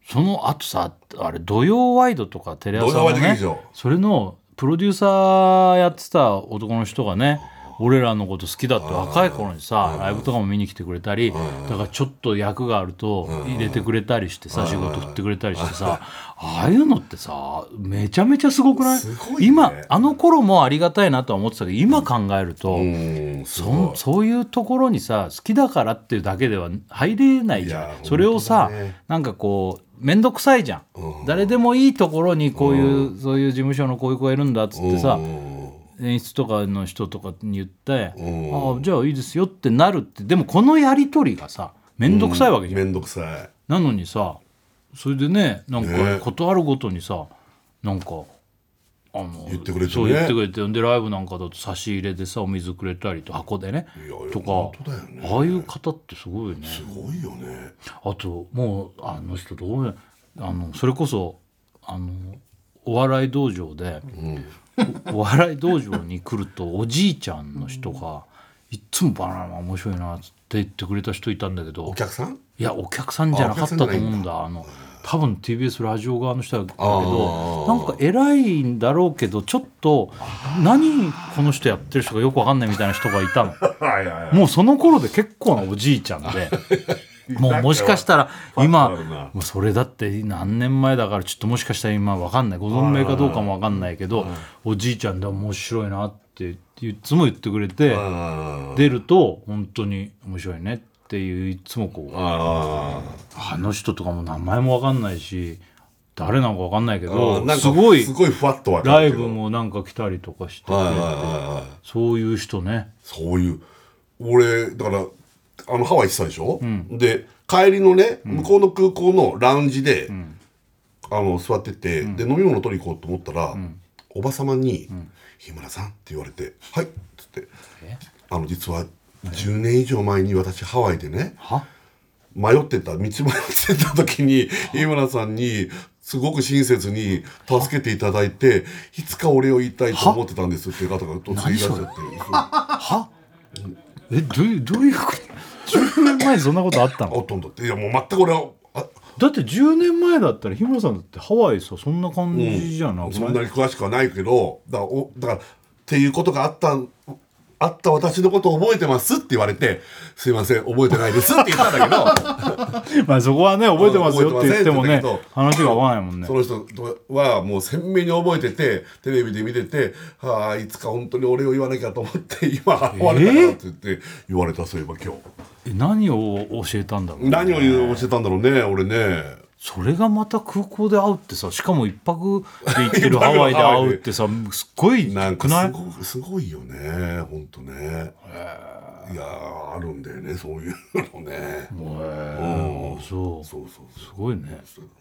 Speaker 3: そのあとさあれ土曜ワイドとかテレ朝の
Speaker 4: 土曜ワイド
Speaker 3: ね
Speaker 4: 劇場
Speaker 3: それのプロデューサーやってた男の人がね俺らのこと好きだって若い頃にさライブとかも見に来てくれたりだからちょっと役があると入れてくれたりしてさ仕事振ってくれたりしてさああいうのってさめちゃめちゃすごくない？
Speaker 4: すごいね
Speaker 3: 今あの頃もありがたいなとは思ってたけど今考えると
Speaker 4: うんすごい
Speaker 3: そそういうところにさ好きだからっていうだけでは入れないじゃん。
Speaker 4: いや
Speaker 3: それをさ、
Speaker 4: 本当だね
Speaker 3: なんかこう面倒くさいじゃん、
Speaker 4: うん
Speaker 3: 誰でもいいところにこういう、うん、そういう事務所のこういう子がいるんだっつってさ、
Speaker 4: うん
Speaker 3: 演出とかの人とかに言って「
Speaker 4: うん
Speaker 3: ああじゃあいいですよ」ってなるってでもこのやり取りがさ面倒くさいわけじゃん、
Speaker 4: めんどくさい
Speaker 3: なのにさそれでねなん
Speaker 4: ね
Speaker 3: か事あるごとにさなんかあの
Speaker 4: 言ってくれてね
Speaker 3: そう言ってくれてでライブなんかだと差し入れでさお水くれたりと箱でね
Speaker 4: いやいや
Speaker 3: とか
Speaker 4: 本当だよね
Speaker 3: ああいう方ってすごいよね。
Speaker 4: すごいよね
Speaker 3: あともうあの人どうねあのそれこそあのお笑い道場で、お, お笑い道場に来るとおじいちゃんの人がいっつもバナナ面白いなって言ってくれた人いたんだけど
Speaker 4: お客さん
Speaker 3: いやお客さんじゃなかったと思うんだあの多分 ティービーエス ラジオ側の人だけどなんか偉いんだろうけどちょっと何この人やってる人がよく分かんないみたいな人がいたの
Speaker 4: はいはいはい
Speaker 3: もうその頃で結構なおじいちゃんでもうもしかしたら今もうそれだって何年前だからちょっともしかしたら今分かんないご存命かどうかも分かんないけどおじいちゃんで面白いなっていつも言ってくれて出ると本当に面白いねっていういつもこう
Speaker 4: あ
Speaker 3: あの人とかも名前も分かんないし誰なのか分かんないけ
Speaker 4: あ
Speaker 3: ど
Speaker 4: なんか
Speaker 3: すごい
Speaker 4: すごいふわっとわか
Speaker 3: ライ
Speaker 4: るけど
Speaker 3: ブもなんか来たりとかしてくれて
Speaker 4: はいはいはいはい
Speaker 3: そういう人ね
Speaker 4: そういう俺だからあのハワイ行ってたでしょ、うん、で帰りのね向こうの空港のラウンジで、うん、あの座ってて、うん、で飲み物取り行こうと思ったら、うん、おばさまに、うん「日村さん」って言われて「はい」っつってあの実はじゅうねん以上前に私ハワイでね迷ってた道迷ってた時に日村さんにすごく親切に助けていただいていつかお礼を言いたいと思ってたんですっていう方が突然いらっしゃって
Speaker 3: はえどういうどういうことじゅうねんまえそんなことあったの
Speaker 4: あったんだっていやもう全く俺はあ
Speaker 3: だってじゅうねんまえだったら日村さんだってハワイさそんな感じじゃなくない、
Speaker 4: うん、そんなに詳しくはないけどだからおだからっていうことがあったあった私のことを覚えてますって言われてすいません覚えてないですって言ったんだけど
Speaker 3: まあそこはね覚えてますよって言ってもね話が合わないもんね
Speaker 4: その人はもう鮮明に覚えててテレビで見ててはあいつか本当に俺を言わなきゃと思って今現れたからって言って言われたそういえば今日
Speaker 3: え何を教えたんだろう、ね、
Speaker 4: 何を教えたんだろうね俺ね
Speaker 3: それがまた空港で会うってさしかも一泊で行ってるハワイで会うってさすっごい
Speaker 4: なんかすごすごいよね本当ねいやあるんだよねそういうのねへ
Speaker 3: えそうそうそうすごいね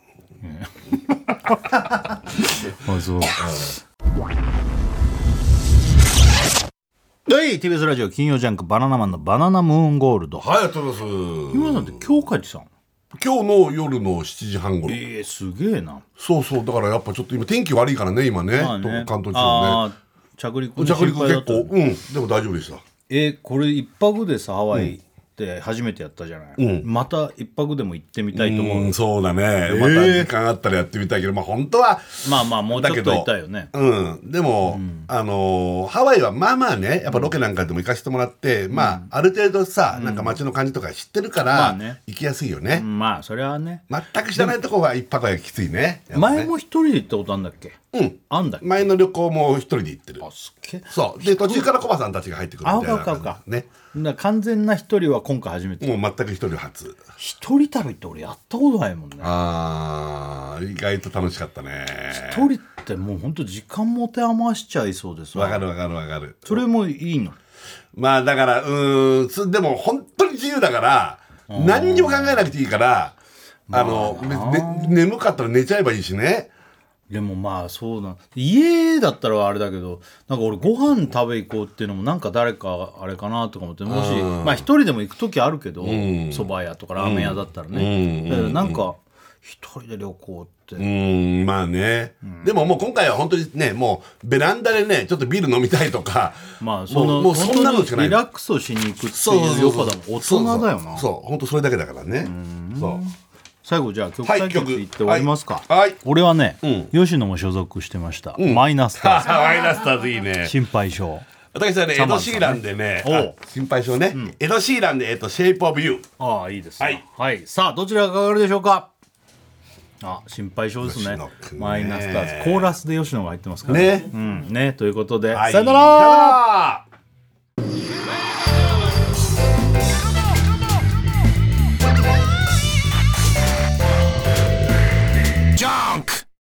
Speaker 3: あそうはい ティービーエス ラジオ金曜ジャンクバナナマンのバナナムーンゴールド
Speaker 4: はいありがとうございます
Speaker 3: 日村さんって今日帰ってきたの
Speaker 4: 今日の夜のしちじはんごろ
Speaker 3: えー、すげえな
Speaker 4: そうそうだからやっぱちょっと今天気悪いからね今ね、まあ、ね関東地方ね
Speaker 3: 着陸
Speaker 4: 着陸結構うんでも大丈夫でした
Speaker 3: えー、これ一泊でさハワイって初めてやったじゃない、うん、また一泊でも行ってみたいと思う、
Speaker 4: うんそうだね、えー、また時間あったらやってみたいけどまあ本当は
Speaker 3: まあまあもうちょっといたいよね
Speaker 4: うんでも、うん、あのー、ハワイはまあまあねやっぱロケなんかでも行かせてもらって、うん、まあある程度さ、うん、なんか街の感じとか知ってるから、まあね、行きやすいよね、
Speaker 3: うん、まあそれはね
Speaker 4: 全く知らないとこは一泊はきついね
Speaker 3: 前も一人で行ったことあるんだっけ
Speaker 4: うん
Speaker 3: あんだっけ
Speaker 4: 前の旅行も一人で行ってる
Speaker 3: あすっげえ
Speaker 4: そうで途中からコバさんたちが入ってくるみたいな
Speaker 3: あ、かか
Speaker 4: ね
Speaker 3: だ完全な一人は今回初めて
Speaker 4: もう全く一人初
Speaker 3: 一人旅って俺やったことないもんね
Speaker 4: あー意外と楽しかったね
Speaker 3: 一人ってもうほんと時間持て余しちゃいそうです
Speaker 4: わかるわかるわかる
Speaker 3: それもいいの
Speaker 4: まあだからうーんでも本当に自由だから何にも考えなくていいからあの、まあね、眠かったら寝ちゃえばいいしね
Speaker 3: でもまあそうな家だったらあれだけどなんか俺ご飯食べ行こうっていうのもなんか誰かあれかなとか思ってもしまあ一人でも行く時あるけど蕎麦屋とかラーメン屋だったらねだからなんか一人で旅行って
Speaker 4: うんまあね、うん、でももう今回は本当にねもうベランダでねちょっっとビール飲みたいとか
Speaker 3: まあその
Speaker 4: もうそんなのしかない
Speaker 3: リラックスをしに行くっていうよこだもん大人だよな
Speaker 4: そう本当それだけだからねそう
Speaker 5: 最後じゃあ曲
Speaker 4: はい
Speaker 5: 対決いって終わりますか、
Speaker 4: はいはい
Speaker 5: 俺はね、
Speaker 4: ん
Speaker 5: 吉野も所属してました、マイナスターズ
Speaker 4: マイナスターズいいね。
Speaker 5: 心配性。
Speaker 4: 私はね、エド・
Speaker 5: サマーズさんね
Speaker 4: シーランでね、
Speaker 5: おう
Speaker 4: あ心配性ね、エド・シーランで、えっと、シェイプ・オブ・ユー。
Speaker 5: ああいいですね
Speaker 4: はい、
Speaker 5: はい、さあどちらがかかるでしょうか。あ心配性ですね
Speaker 4: 吉野君ね
Speaker 5: マイナスターズコーラスで吉野が入ってますから
Speaker 4: ね
Speaker 5: うんねということで、
Speaker 4: はい
Speaker 5: さよなら。
Speaker 4: さよなら。